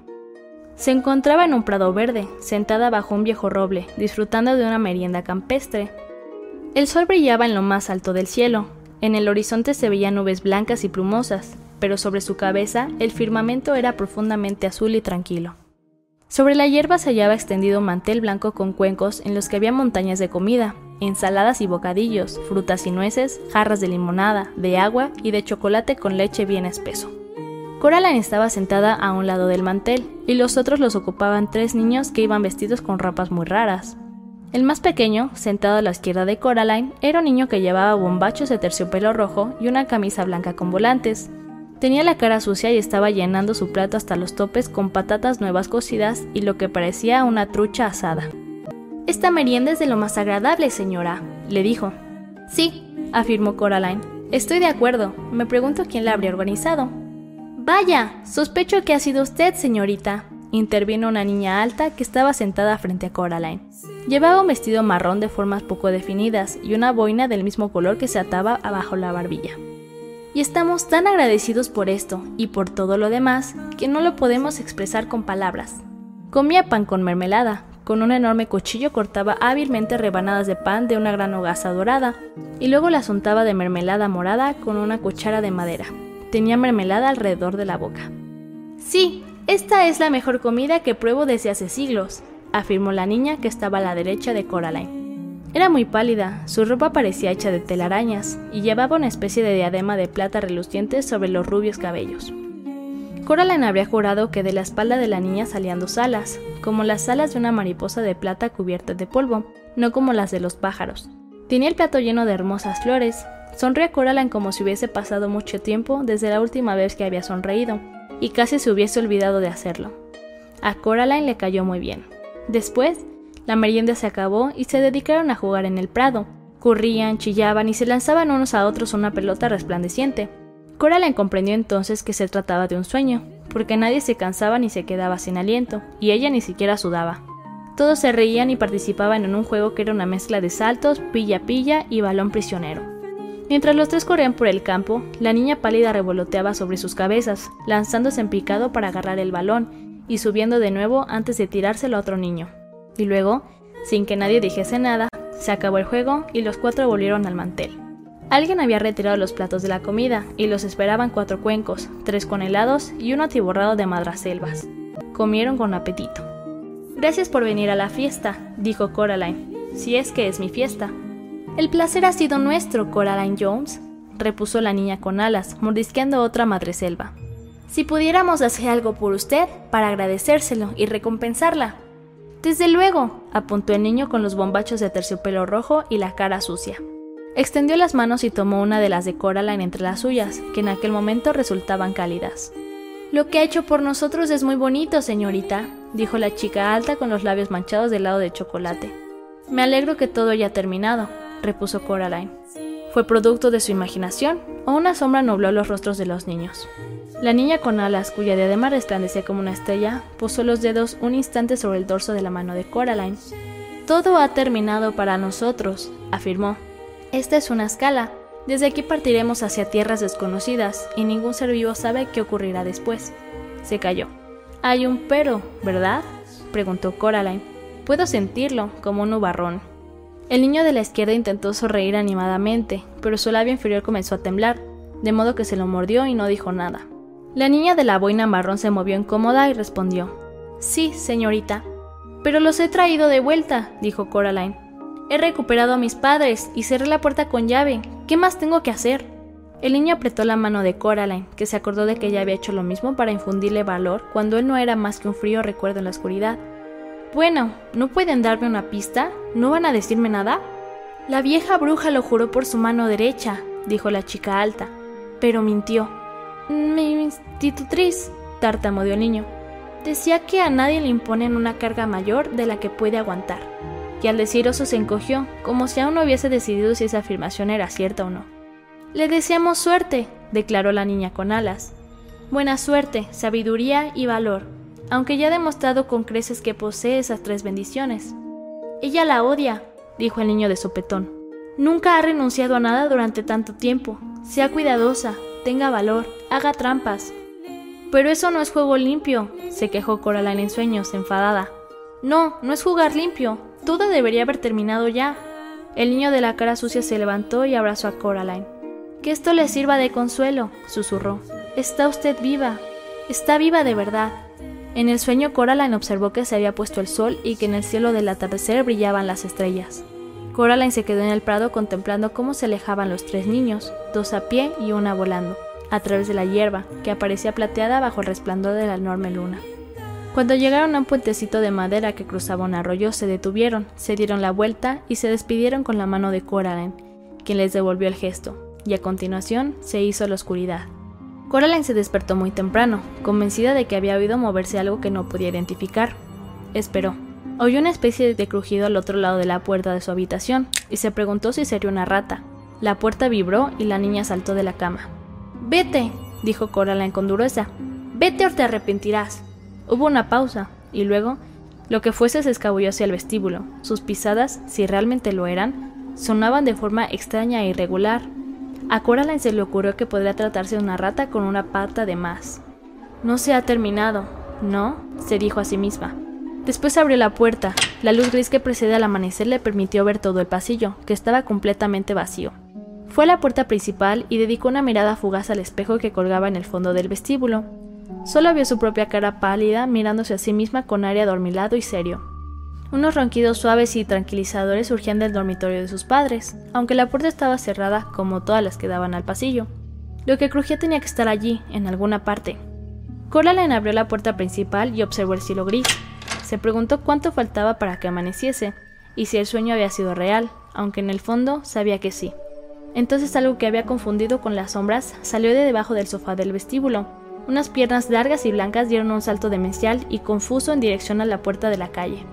A: Se encontraba en un prado verde, sentada bajo un viejo roble, disfrutando de una merienda campestre. El sol brillaba en lo más alto del cielo. En el horizonte se veían nubes blancas y plumosas, pero sobre su cabeza el firmamento era profundamente azul y tranquilo. Sobre la hierba se hallaba extendido un mantel blanco con cuencos en los que había montañas de comida, ensaladas y bocadillos, frutas y nueces, jarras de limonada, de agua y de chocolate con leche bien espeso. Coraline estaba sentada a un lado del mantel, y los otros los ocupaban tres niños que iban vestidos con ropas muy raras. El más pequeño, sentado a la izquierda de Coraline, era un niño que llevaba bombachos de terciopelo rojo y una camisa blanca con volantes. Tenía la cara sucia y estaba llenando su plato hasta los topes con patatas nuevas cocidas y lo que parecía una trucha asada. «Esta merienda es de lo más agradable, señora», le dijo. «Sí», afirmó Coraline. «Estoy de acuerdo. Me pregunto quién la habría organizado». «Vaya, sospecho que ha sido usted, señorita», intervino una niña alta que estaba sentada frente a Coraline. Llevaba un vestido marrón de formas poco definidas y una boina del mismo color que se ataba abajo la barbilla. «Y estamos tan agradecidos por esto y por todo lo demás que no lo podemos expresar con palabras». Comía pan con mermelada. Con un enorme cuchillo cortaba hábilmente rebanadas de pan de una gran hogaza dorada, y luego las untaba de mermelada morada con una cuchara de madera. Tenía mermelada alrededor de la boca. «Sí, esta es la mejor comida que pruebo desde hace siglos», afirmó la niña que estaba a la derecha de Coraline. Era muy pálida, su ropa parecía hecha de telarañas, y llevaba una especie de diadema de plata reluciente sobre los rubios cabellos. Coraline habría jurado que de la espalda de la niña salían dos alas, como las alas de una mariposa de plata cubierta de polvo, no como las de los pájaros. Tenía el plato lleno de hermosas flores. Sonrió a Coraline como si hubiese pasado mucho tiempo desde la última vez que había sonreído, y casi se hubiese olvidado de hacerlo. A Coraline le cayó muy bien. Después, La merienda se acabó y se dedicaron a jugar en el prado. Corrían, chillaban y se lanzaban unos a otros una pelota resplandeciente. Coraline comprendió entonces que se trataba de un sueño, porque nadie se cansaba ni se quedaba sin aliento, y ella ni siquiera sudaba. Todos se reían y participaban en un juego que era una mezcla de saltos, pilla-pilla y balón prisionero. Mientras los tres corrían por el campo, la niña pálida revoloteaba sobre sus cabezas, lanzándose en picado para agarrar el balón y subiendo de nuevo antes de tirárselo a otro niño. Y luego, sin que nadie dijese nada, se acabó el juego y los cuatro volvieron al mantel. Alguien había retirado los platos de la comida y los esperaban cuatro cuencos, tres con helados y uno atiborrado de madraselvas. Comieron con apetito. «Gracias por venir a la fiesta», dijo Coraline, «si es que es mi fiesta». «El placer ha sido nuestro, Coraline Jones», repuso la niña con alas, mordisqueando otra madreselva. «Si pudiéramos hacer algo por usted, para agradecérselo y recompensarla». «Desde luego», apuntó el niño con los bombachos de terciopelo rojo y la cara sucia. Extendió las manos y tomó una de las de Coraline entre las suyas, que en aquel momento resultaban cálidas. «Lo que ha hecho por nosotros es muy bonito, señorita», dijo la chica alta con los labios manchados de helado de chocolate. «Me alegro que todo haya terminado», repuso Coraline. ¿Fue producto de su imaginación o una sombra nubló los rostros de los niños? La niña con alas, cuya diadema resplandecía como una estrella, posó los dedos un instante sobre el dorso de la mano de Coraline. «Todo ha terminado para nosotros», afirmó. «Esta es una escala. Desde aquí partiremos hacia tierras desconocidas, y ningún ser vivo sabe qué ocurrirá después». Se calló. «Hay un pero, ¿verdad?», preguntó Coraline. «Puedo sentirlo, como un nubarrón». El niño de la izquierda intentó sonreír animadamente, pero su labio inferior comenzó a temblar, de modo que se lo mordió y no dijo nada. La niña de la boina marrón se movió incómoda y respondió. «Sí, señorita». «Pero los he traído de vuelta», dijo Coraline. «He recuperado a mis padres y cerré la puerta con llave. ¿Qué más tengo que hacer?». El niño apretó la mano de Coraline, que se acordó de que ella había hecho lo mismo para infundirle valor cuando él no era más que un frío recuerdo en la oscuridad. «Bueno, ¿no pueden darme una pista? ¿No van a decirme nada?». «La vieja bruja lo juró por su mano derecha», dijo la chica alta, pero mintió. «Mi institutriz», tartamudeó el niño, «decía que a nadie le imponen una carga mayor de la que puede aguantar». Y al decir eso se encogió, como si aún no hubiese decidido si esa afirmación era cierta o no. «Le deseamos suerte», declaró la niña con alas. «Buena suerte, sabiduría y valor, aunque ya ha demostrado con creces que posee esas tres bendiciones». «Ella la odia», dijo el niño de sopetón. «Nunca ha renunciado a nada durante tanto tiempo. Sea cuidadosa, tenga valor, haga trampas». «Pero eso no es juego limpio», se quejó Coraline en sueños, enfadada. «No, no es jugar limpio. Todo debería haber terminado ya». El niño de la cara sucia se levantó y abrazó a Coraline. «Que esto le sirva de consuelo», susurró. «Está usted viva. Está viva de verdad». En el sueño Coraline observó que se había puesto el sol y que en el cielo del atardecer brillaban las estrellas. Coraline se quedó en el prado contemplando cómo se alejaban los tres niños, dos a pie y una volando, a través de la hierba, que aparecía plateada bajo el resplandor de la enorme luna. Cuando llegaron a un puentecito de madera que cruzaba un arroyo, se detuvieron, se dieron la vuelta y se despidieron con la mano de Coraline, quien les devolvió el gesto, y a continuación se hizo la oscuridad. Coraline se despertó muy temprano, convencida de que había oído moverse algo que no podía identificar. Esperó. Oyó una especie de crujido al otro lado de la puerta de su habitación, y se preguntó si sería una rata. La puerta vibró y la niña saltó de la cama. «Vete», dijo Coraline con dureza. «Vete o te arrepentirás». Hubo una pausa, y luego, lo que fuese se escabulló hacia el vestíbulo. Sus pisadas, si realmente lo eran, sonaban de forma extraña e irregular. A Coraline se le ocurrió que podría tratarse de una rata con una pata de más. «No se ha terminado, ¿no?», se dijo a sí misma. Después abrió la puerta. La luz gris que precede al amanecer le permitió ver todo el pasillo, que estaba completamente vacío. Fue a la puerta principal y dedicó una mirada fugaz al espejo que colgaba en el fondo del vestíbulo. Solo vio su propia cara pálida mirándose a sí misma con aire adormilado y serio. Unos ronquidos suaves y tranquilizadores surgían del dormitorio de sus padres, aunque la puerta estaba cerrada como todas las que daban al pasillo. Lo que crujía tenía que estar allí, en alguna parte. Coraline abrió la puerta principal y observó el cielo gris. Se preguntó cuánto faltaba para que amaneciese, y si el sueño había sido real, aunque en el fondo sabía que sí. Entonces algo que había confundido con las sombras salió de debajo del sofá del vestíbulo. Unas piernas largas y blancas dieron un salto demencial y confuso en dirección a la puerta de la calle.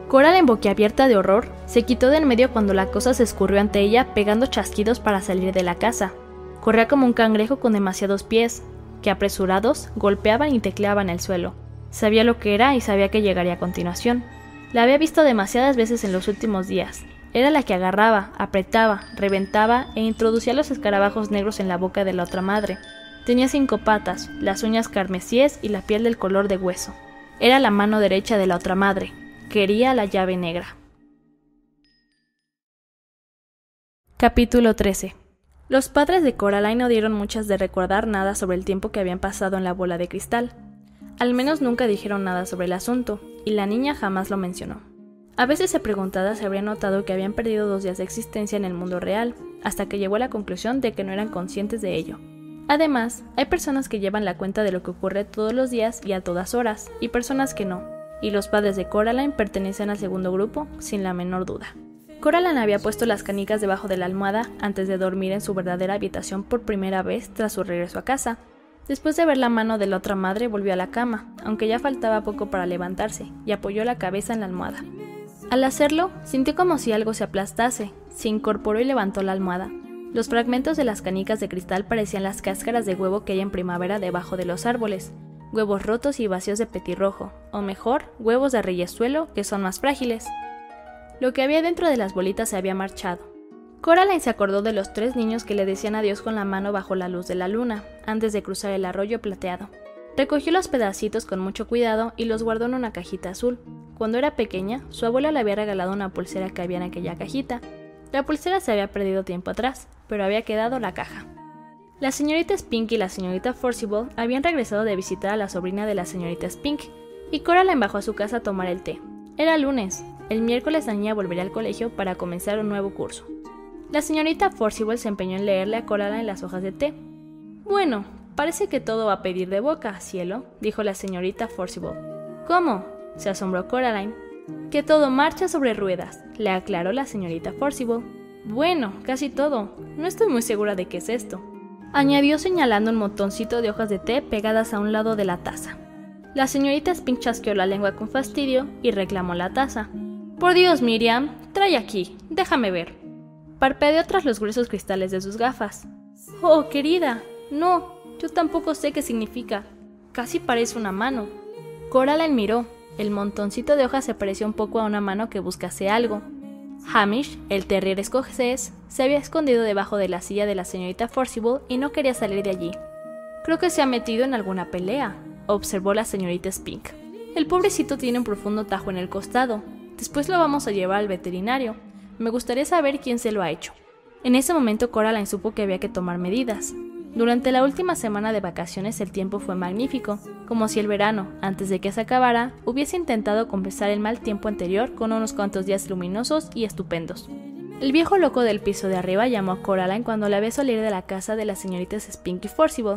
A: Coraline, boquiabierta de horror, se quitó de en medio cuando la cosa se escurrió ante ella pegando chasquidos para salir de la casa. Corría como un cangrejo con demasiados pies, que apresurados golpeaban y tecleaban el suelo. Sabía lo que era y sabía que llegaría a continuación. La había visto demasiadas veces en los últimos días. Era la que agarraba, apretaba, reventaba e introducía los escarabajos negros en la boca de la otra madre. Tenía cinco patas, las uñas carmesíes y la piel del color de hueso. Era la mano derecha de la otra madre. Quería la llave negra. Capítulo trece. Los padres de Coraline no dieron muchas de recordar nada sobre el tiempo que habían pasado en la bola de cristal. Al menos nunca dijeron nada sobre el asunto, y la niña jamás lo mencionó. A veces se preguntaba si habría notado que habían perdido dos días de existencia en el mundo real, hasta que llegó a la conclusión de que no eran conscientes de ello. Además, hay personas que llevan la cuenta de lo que ocurre todos los días y a todas horas, y personas que no, y los padres de Coraline pertenecen al segundo grupo, sin la menor duda. Coraline había puesto las canicas debajo de la almohada antes de dormir en su verdadera habitación por primera vez tras su regreso a casa. Después de ver la mano de la otra madre, volvió a la cama, aunque ya faltaba poco para levantarse, y apoyó la cabeza en la almohada. Al hacerlo, sintió como si algo se aplastase, se incorporó y levantó la almohada. Los fragmentos de las canicas de cristal parecían las cáscaras de huevo que hay en primavera debajo de los árboles, huevos rotos y vacíos de petirrojo, o mejor, huevos de reyezuelo que son más frágiles. Lo que había dentro de las bolitas se había marchado. Coraline se acordó de los tres niños que le decían adiós con la mano bajo la luz de la luna, antes de cruzar el arroyo plateado. Recogió los pedacitos con mucho cuidado y los guardó en una cajita azul. Cuando era pequeña, su abuela le había regalado una pulsera que había en aquella cajita. La pulsera se había perdido tiempo atrás, pero había quedado la caja. La señorita Spink y la señorita Forcible habían regresado de visitar a la sobrina de la señorita Spink, y Coraline bajó a su casa a tomar el té. Era lunes. El miércoles la niña volvería al colegio para comenzar un nuevo curso. La señorita Forcible se empeñó en leerle a Coraline las hojas de té. «Bueno, parece que todo va a pedir de boca, cielo», dijo la señorita Forcible. «¿Cómo?», se asombró Coraline. «Que todo marcha sobre ruedas», le aclaró la señorita Forcible. «Bueno, casi todo. No estoy muy segura de qué es esto», añadió señalando un montoncito de hojas de té pegadas a un lado de la taza. La señorita Spink chasqueó la lengua con fastidio y reclamó la taza. «Por Dios, Miriam, trae aquí, déjame ver». Parpadeó tras los gruesos cristales de sus gafas. «Oh, querida, no, yo tampoco sé qué significa. Casi parece una mano». Coraline miró. El montoncito de hojas se pareció un poco a una mano que buscase algo. Hamish, el terrier escocés, se había escondido debajo de la silla de la señorita Forcible y no quería salir de allí. «Creo que se ha metido en alguna pelea», observó la señorita Spink. «El pobrecito tiene un profundo tajo en el costado. Después lo vamos a llevar al veterinario. Me gustaría saber quién se lo ha hecho». En ese momento Coraline supo que había que tomar medidas. Durante la última semana de vacaciones el tiempo fue magnífico, como si el verano, antes de que se acabara, hubiese intentado compensar el mal tiempo anterior con unos cuantos días luminosos y estupendos. El viejo loco del piso de arriba llamó a Coraline cuando la vio salir de la casa de las señoritas Spink y Forcible.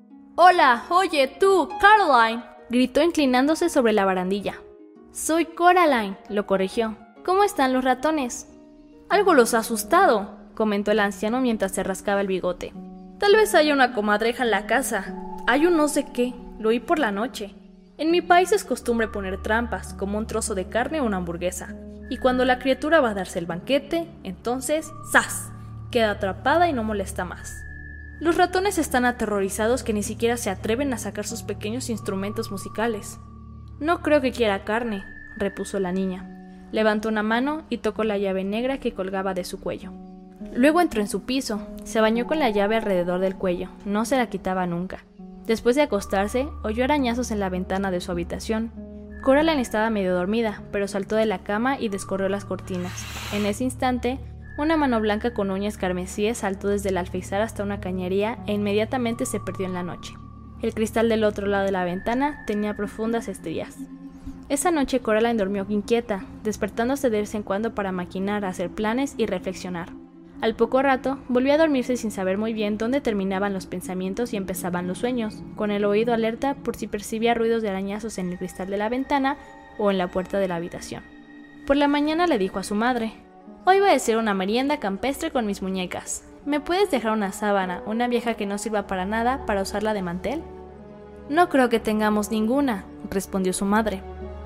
A: «Hola, oye, tú, Caroline», gritó inclinándose sobre la barandilla. «Soy Coraline», lo corrigió. «¿Cómo están los ratones?» «Algo los ha asustado», comentó el anciano mientras se rascaba el bigote. «Tal vez haya una comadreja en la casa. Hay un no sé qué, lo oí por la noche. En mi país es costumbre poner trampas, como un trozo de carne o una hamburguesa. Y cuando la criatura va a darse el banquete, entonces, ¡zas!, queda atrapada y no molesta más. Los ratones están aterrorizados que ni siquiera se atreven a sacar sus pequeños instrumentos musicales». «No creo que quiera carne», repuso la niña. Levantó una mano y tocó la llave negra que colgaba de su cuello. Luego entró en su piso, se bañó con la llave alrededor del cuello, no se la quitaba nunca. Después de acostarse, oyó arañazos en la ventana de su habitación. Coraline estaba medio dormida, pero saltó de la cama y descorrió las cortinas. En ese instante, una mano blanca con uñas carmesíes saltó desde el alféizar hasta una cañería e inmediatamente se perdió en la noche. El cristal del otro lado de la ventana tenía profundas estrías. Esa noche Coraline durmió inquieta, despertándose de vez en cuando para maquinar, hacer planes y reflexionar. Al poco rato, volvió a dormirse sin saber muy bien dónde terminaban los pensamientos y empezaban los sueños, con el oído alerta por si percibía ruidos de arañazos en el cristal de la ventana o en la puerta de la habitación. Por la mañana le dijo a su madre: «Hoy voy a hacer una merienda campestre con mis muñecas. ¿Me puedes dejar una sábana, una vieja que no sirva para nada, para usarla de mantel?» «No creo que tengamos ninguna», respondió su madre.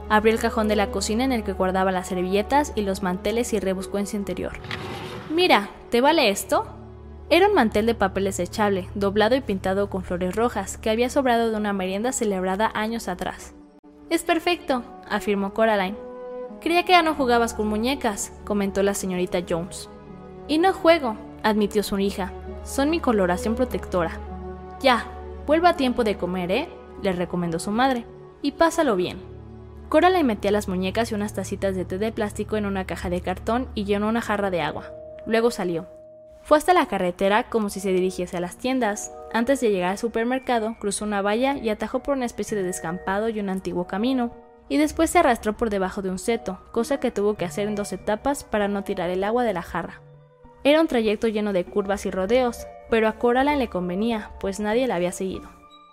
A: Abrió el cajón de la cocina en el que guardaba las servilletas y los manteles y rebuscó en su interior. «Mira, ¿te vale esto?». Era un mantel de papel desechable, doblado y pintado con flores rojas, que había sobrado de una merienda celebrada años atrás. «Es perfecto», afirmó Coraline. «Creía que ya no jugabas con muñecas», comentó la señorita Jones. «Y no juego», admitió su hija. «Son mi coloración protectora». «Ya, vuelva a tiempo de comer, ¿eh?», le recomendó su madre. «Y pásalo bien». Coraline metía las muñecas y unas tacitas de té de plástico en una caja de cartón y llenó una jarra de agua. Luego salió. Fue hasta la carretera como si se dirigiese a las tiendas. Antes de llegar al supermercado, cruzó una valla y atajó por una especie de descampado y un antiguo camino, y después se arrastró por debajo de un seto, cosa que tuvo que hacer en dos etapas para no tirar el agua de la jarra. Era un trayecto lleno de curvas y rodeos, pero a Coraline le convenía, pues nadie la había seguido.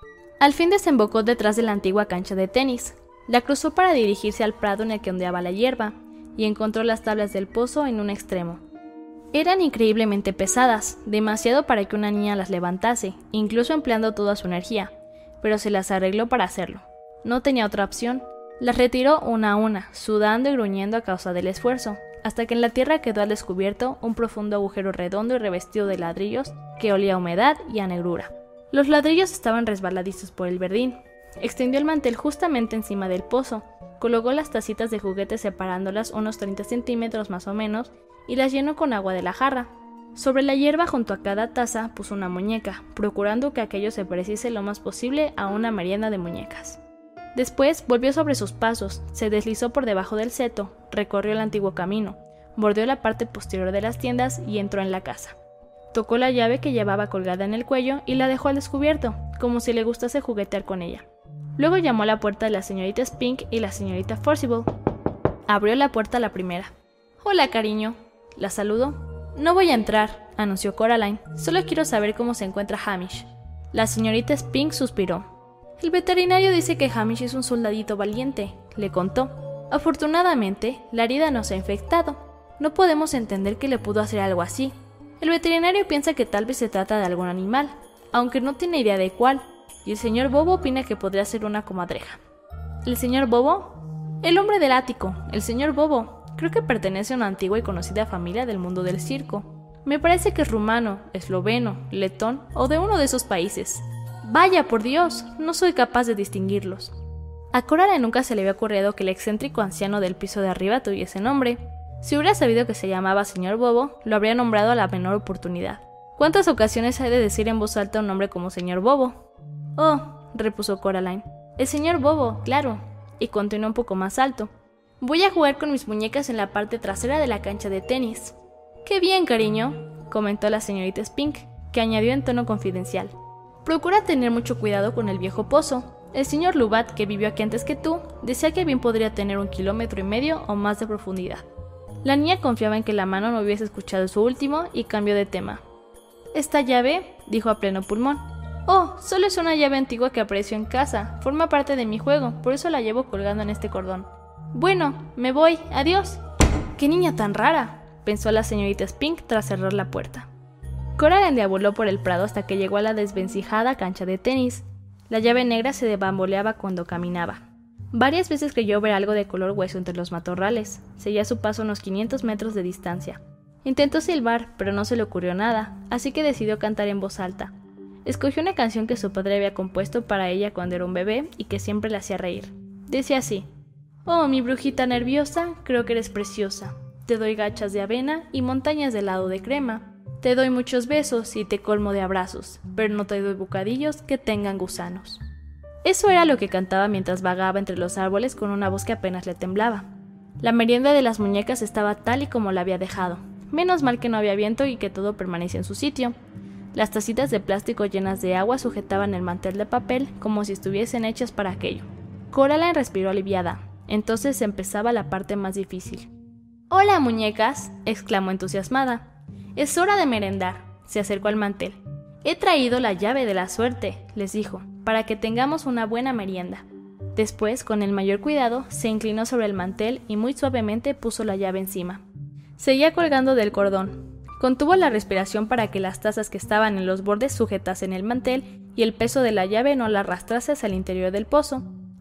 A: Al fin desembocó detrás de la antigua cancha de tenis. La cruzó para dirigirse al prado en el que ondeaba la hierba, y encontró las tablas del pozo en un extremo. Eran increíblemente pesadas, demasiado para que una niña las levantase, incluso empleando toda su energía, pero se las arregló para hacerlo. No tenía otra opción. Las retiró una a una, sudando y gruñendo a causa del esfuerzo, hasta que en la tierra quedó al descubierto un profundo agujero redondo y revestido de ladrillos que olía a humedad y a negrura. Los ladrillos estaban resbaladizos por el verdín. Extendió el mantel justamente encima del pozo, colocó las tacitas de juguete separándolas unos treinta centímetros más o menos y las llenó con agua de la jarra. Sobre la hierba junto a cada taza puso una muñeca, procurando que aquello se pareciese lo más posible a una merienda de muñecas. Después volvió sobre sus pasos, se deslizó por debajo del seto, recorrió el antiguo camino, bordeó la parte posterior de las tiendas y entró en la casa. Tocó la llave que llevaba colgada en el cuello y la dejó al descubierto, como si le gustase juguetear con ella. Luego llamó a la puerta de la señorita Spink y la señorita Forcible. Abrió la puerta la primera. «Hola, cariño», la saludó. «No voy a entrar», anunció Coraline. «Solo quiero saber cómo se encuentra Hamish». La señorita Spink suspiró. «El veterinario dice que Hamish es un soldadito valiente», le contó. «Afortunadamente, la herida no se ha infectado. No podemos entender que le pudo hacer algo así. El veterinario piensa que tal vez se trata de algún animal, aunque no tiene idea de cuál. Y el señor Bobo opina que podría ser una comadreja». ¿El señor Bobo? «El hombre del ático, el señor Bobo. Creo que pertenece a una antigua y conocida familia del mundo del circo. Me parece que es rumano, esloveno, letón o de uno de esos países. Vaya, por Dios, no soy capaz de distinguirlos». A Coraline nunca se le había ocurrido que el excéntrico anciano del piso de arriba tuviese nombre. Si hubiera sabido que se llamaba señor Bobo, lo habría nombrado a la menor oportunidad. ¿Cuántas ocasiones hay de decir en voz alta un nombre como señor Bobo? «Oh», repuso Coraline, «el señor Bobo, claro», y continuó un poco más alto. «Voy a jugar con mis muñecas en la parte trasera de la cancha de tenis». «Qué bien, cariño», comentó la señorita Spink, que añadió en tono confidencial. «Procura tener mucho cuidado con el viejo pozo. El señor Lubat, que vivió aquí antes que tú, decía que bien podría tener un kilómetro y medio o más de profundidad». La niña confiaba en que la mano no hubiese escuchado su último y cambió de tema. «¿Esta llave?», dijo a pleno pulmón. «Oh, solo es una llave antigua que aprecio en casa. Forma parte de mi juego, por eso la llevo colgando en este cordón. Bueno, me voy. Adiós». «¡Qué niña tan rara!», pensó la señorita Spink tras cerrar la puerta. Coraline deambuló por el prado hasta que llegó a la desvencijada cancha de tenis. La llave negra se bamboleaba cuando caminaba. Varias veces creyó ver algo de color hueso entre los matorrales. Seguía su paso a unos quinientos metros de distancia. Intentó silbar, pero no se le ocurrió nada, así que decidió cantar en voz alta. Escogió una canción que su padre había compuesto para ella cuando era un bebé y que siempre la hacía reír. Decía así: «Oh, mi brujita nerviosa, creo que eres preciosa. Te doy gachas de avena y montañas de helado de crema. Te doy muchos besos y te colmo de abrazos, pero no te doy bocadillos que tengan gusanos». Eso era lo que cantaba mientras vagaba entre los árboles con una voz que apenas le temblaba. La merienda de las muñecas estaba tal y como la había dejado. Menos mal que no había viento y que todo permanecía en su sitio. Las tacitas de plástico llenas de agua sujetaban el mantel de papel como si estuviesen hechas para aquello. Coraline respiró aliviada. Entonces empezaba la parte más difícil. «¡Hola, muñecas!», exclamó entusiasmada. «Es hora de merendar». Se acercó al mantel. «He traído la llave de la suerte», les dijo, «para que tengamos una buena merienda». Después, con el mayor cuidado, se inclinó sobre el mantel y muy suavemente puso la llave encima. Seguía colgando del cordón. Contuvo la respiración para que las tazas que estaban en los bordes sujetasen el mantel y el peso de la llave no la arrastrase hacia el interior del pozo.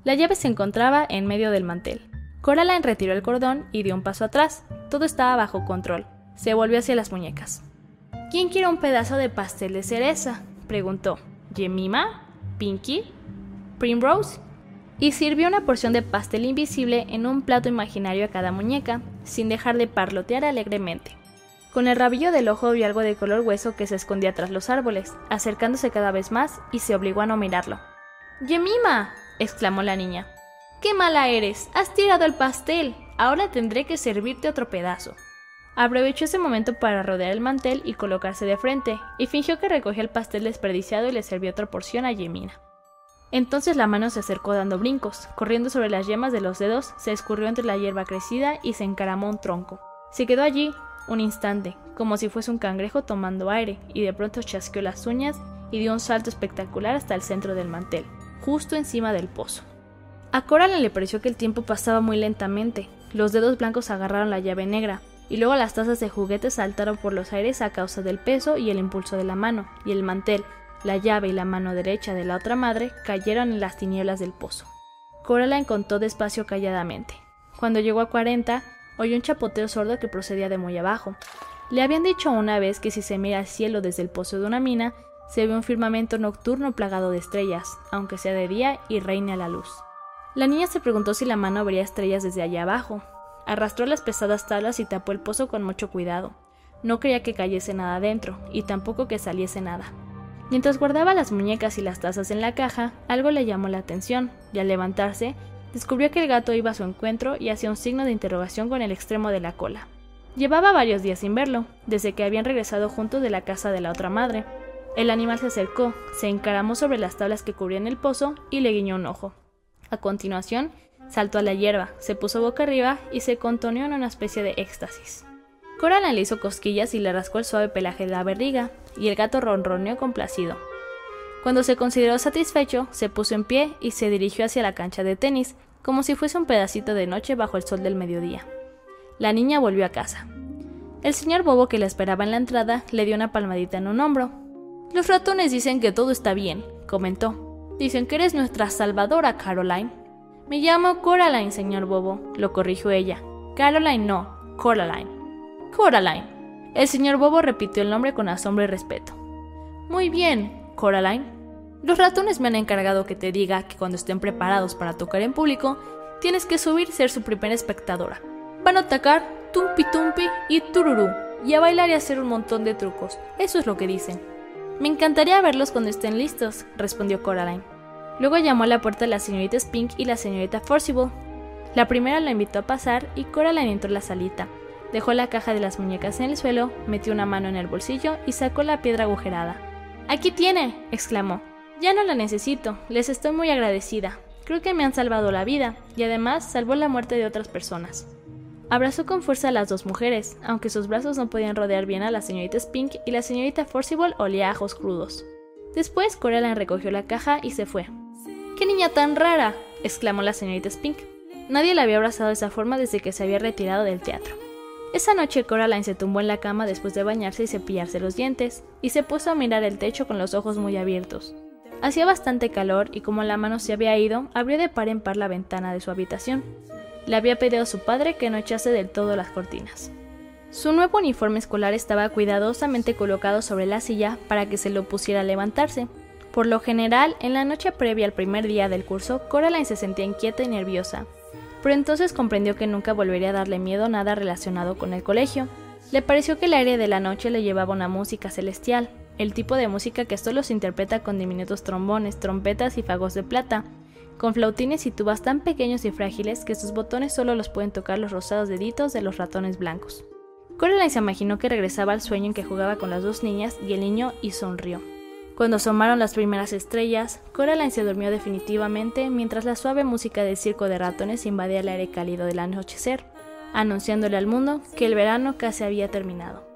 A: La llave se encontraba en medio del mantel. Coraline retiró el cordón y dio un paso atrás. Todo estaba bajo control. Se volvió hacia las muñecas. ¿Quién quiere un pedazo de pastel de cereza?, preguntó. ¿Jemima? ¿Pinky? ¿Primrose? Y sirvió una porción de pastel invisible en un plato imaginario a cada muñeca, sin dejar de parlotear alegremente. Con el rabillo del ojo vio algo de color hueso que se escondía tras los árboles, acercándose cada vez más, y se obligó a no mirarlo. «¡Jemima!», exclamó la niña. «¡Qué mala eres! ¡Has tirado el pastel! Ahora tendré que servirte otro pedazo». Aprovechó ese momento para rodear el mantel y colocarse de frente, y fingió que recogía el pastel desperdiciado y le sirvió otra porción a Jemima. Entonces la mano se acercó dando brincos, corriendo sobre las yemas de los dedos, se escurrió entre la hierba crecida y se encaramó un tronco. Se quedó allí un instante, como si fuese un cangrejo tomando aire, y de pronto chasqueó las uñas y dio un salto espectacular hasta el centro del mantel, justo encima del pozo. A Coraline le pareció que el tiempo pasaba muy lentamente. Los dedos blancos agarraron la llave negra, y luego las tazas de juguetes saltaron por los aires a causa del peso y el impulso de la mano, y el mantel, la llave y la mano derecha de la otra madre cayeron en las tinieblas del pozo. Coraline contó despacio calladamente. Cuando llegó a cuarenta, oyó un chapoteo sordo que procedía de muy abajo. Le habían dicho una vez que si se mira al cielo desde el pozo de una mina, se ve un firmamento nocturno plagado de estrellas, aunque sea de día y reine a la luz. La niña se preguntó si la mano vería estrellas desde allá abajo. Arrastró las pesadas tablas y tapó el pozo con mucho cuidado. No quería que cayese nada dentro, y tampoco que saliese nada. Mientras guardaba las muñecas y las tazas en la caja, algo le llamó la atención, y al levantarse, descubrió que el gato iba a su encuentro y hacía un signo de interrogación con el extremo de la cola. Llevaba varios días sin verlo, desde que habían regresado juntos de la casa de la otra madre. El animal se acercó, se encaramó sobre las tablas que cubrían el pozo y le guiñó un ojo. A continuación, saltó a la hierba, se puso boca arriba y se contoneó en una especie de éxtasis. Coraline le hizo cosquillas y le rascó el suave pelaje de la barriga, y el gato ronroneó complacido. Cuando se consideró satisfecho, se puso en pie y se dirigió hacia la cancha de tenis, como si fuese un pedacito de noche bajo el sol del mediodía. La niña volvió a casa. El señor Bobo, que la esperaba en la entrada, le dio una palmadita en un hombro. «Los ratones dicen que todo está bien», comentó. «Dicen que eres nuestra salvadora, Caroline». «Me llamo Coraline, señor Bobo», lo corrigió ella. «Caroline no, Coraline». «Coraline». El señor Bobo repitió el nombre con asombro y respeto. «Muy bien, Coraline. Los ratones me han encargado que te diga que cuando estén preparados para tocar en público, tienes que subir y ser su primera espectadora. Van a atacar tumpi tumpi y tururú, y a bailar y hacer un montón de trucos. Eso es lo que dicen». «Me encantaría verlos cuando estén listos», respondió Coraline. Luego llamó a la puerta a la señorita Spink y la señorita Forcible. La primera la invitó a pasar y Coraline entró en la salita. Dejó la caja de las muñecas en el suelo, metió una mano en el bolsillo y sacó la piedra agujerada. «¡Aquí tiene!», exclamó. «Ya no la necesito, les estoy muy agradecida. Creo que me han salvado la vida, y además salvó la muerte de otras personas». Abrazó con fuerza a las dos mujeres, aunque sus brazos no podían rodear bien a la señorita Spink y la señorita Forcible olía a ajos crudos. Después Coraline recogió la caja y se fue. «¡Qué niña tan rara!», exclamó la señorita Spink. Nadie la había abrazado de esa forma desde que se había retirado del teatro. Esa noche Coraline se tumbó en la cama después de bañarse y cepillarse los dientes, y se puso a mirar el techo con los ojos muy abiertos. Hacía bastante calor y como la mano se había ido, abrió de par en par la ventana de su habitación. Le había pedido a su padre que no echase del todo las cortinas. Su nuevo uniforme escolar estaba cuidadosamente colocado sobre la silla para que se lo pusiera a levantarse. Por lo general, en la noche previa al primer día del curso, Coraline se sentía inquieta y nerviosa. Pero entonces comprendió que nunca volvería a darle miedo nada relacionado con el colegio. Le pareció que el aire de la noche le llevaba una música celestial, el tipo de música que solo se interpreta con diminutos trombones, trompetas y fagos de plata, con flautines y tubas tan pequeños y frágiles que sus botones solo los pueden tocar los rosados deditos de los ratones blancos. Coraline se imaginó que regresaba al sueño en que jugaba con las dos niñas y el niño y sonrió. Cuando asomaron las primeras estrellas, Coraline se durmió definitivamente mientras la suave música del circo de ratones invadía el aire cálido del anochecer, anunciándole al mundo que el verano casi había terminado.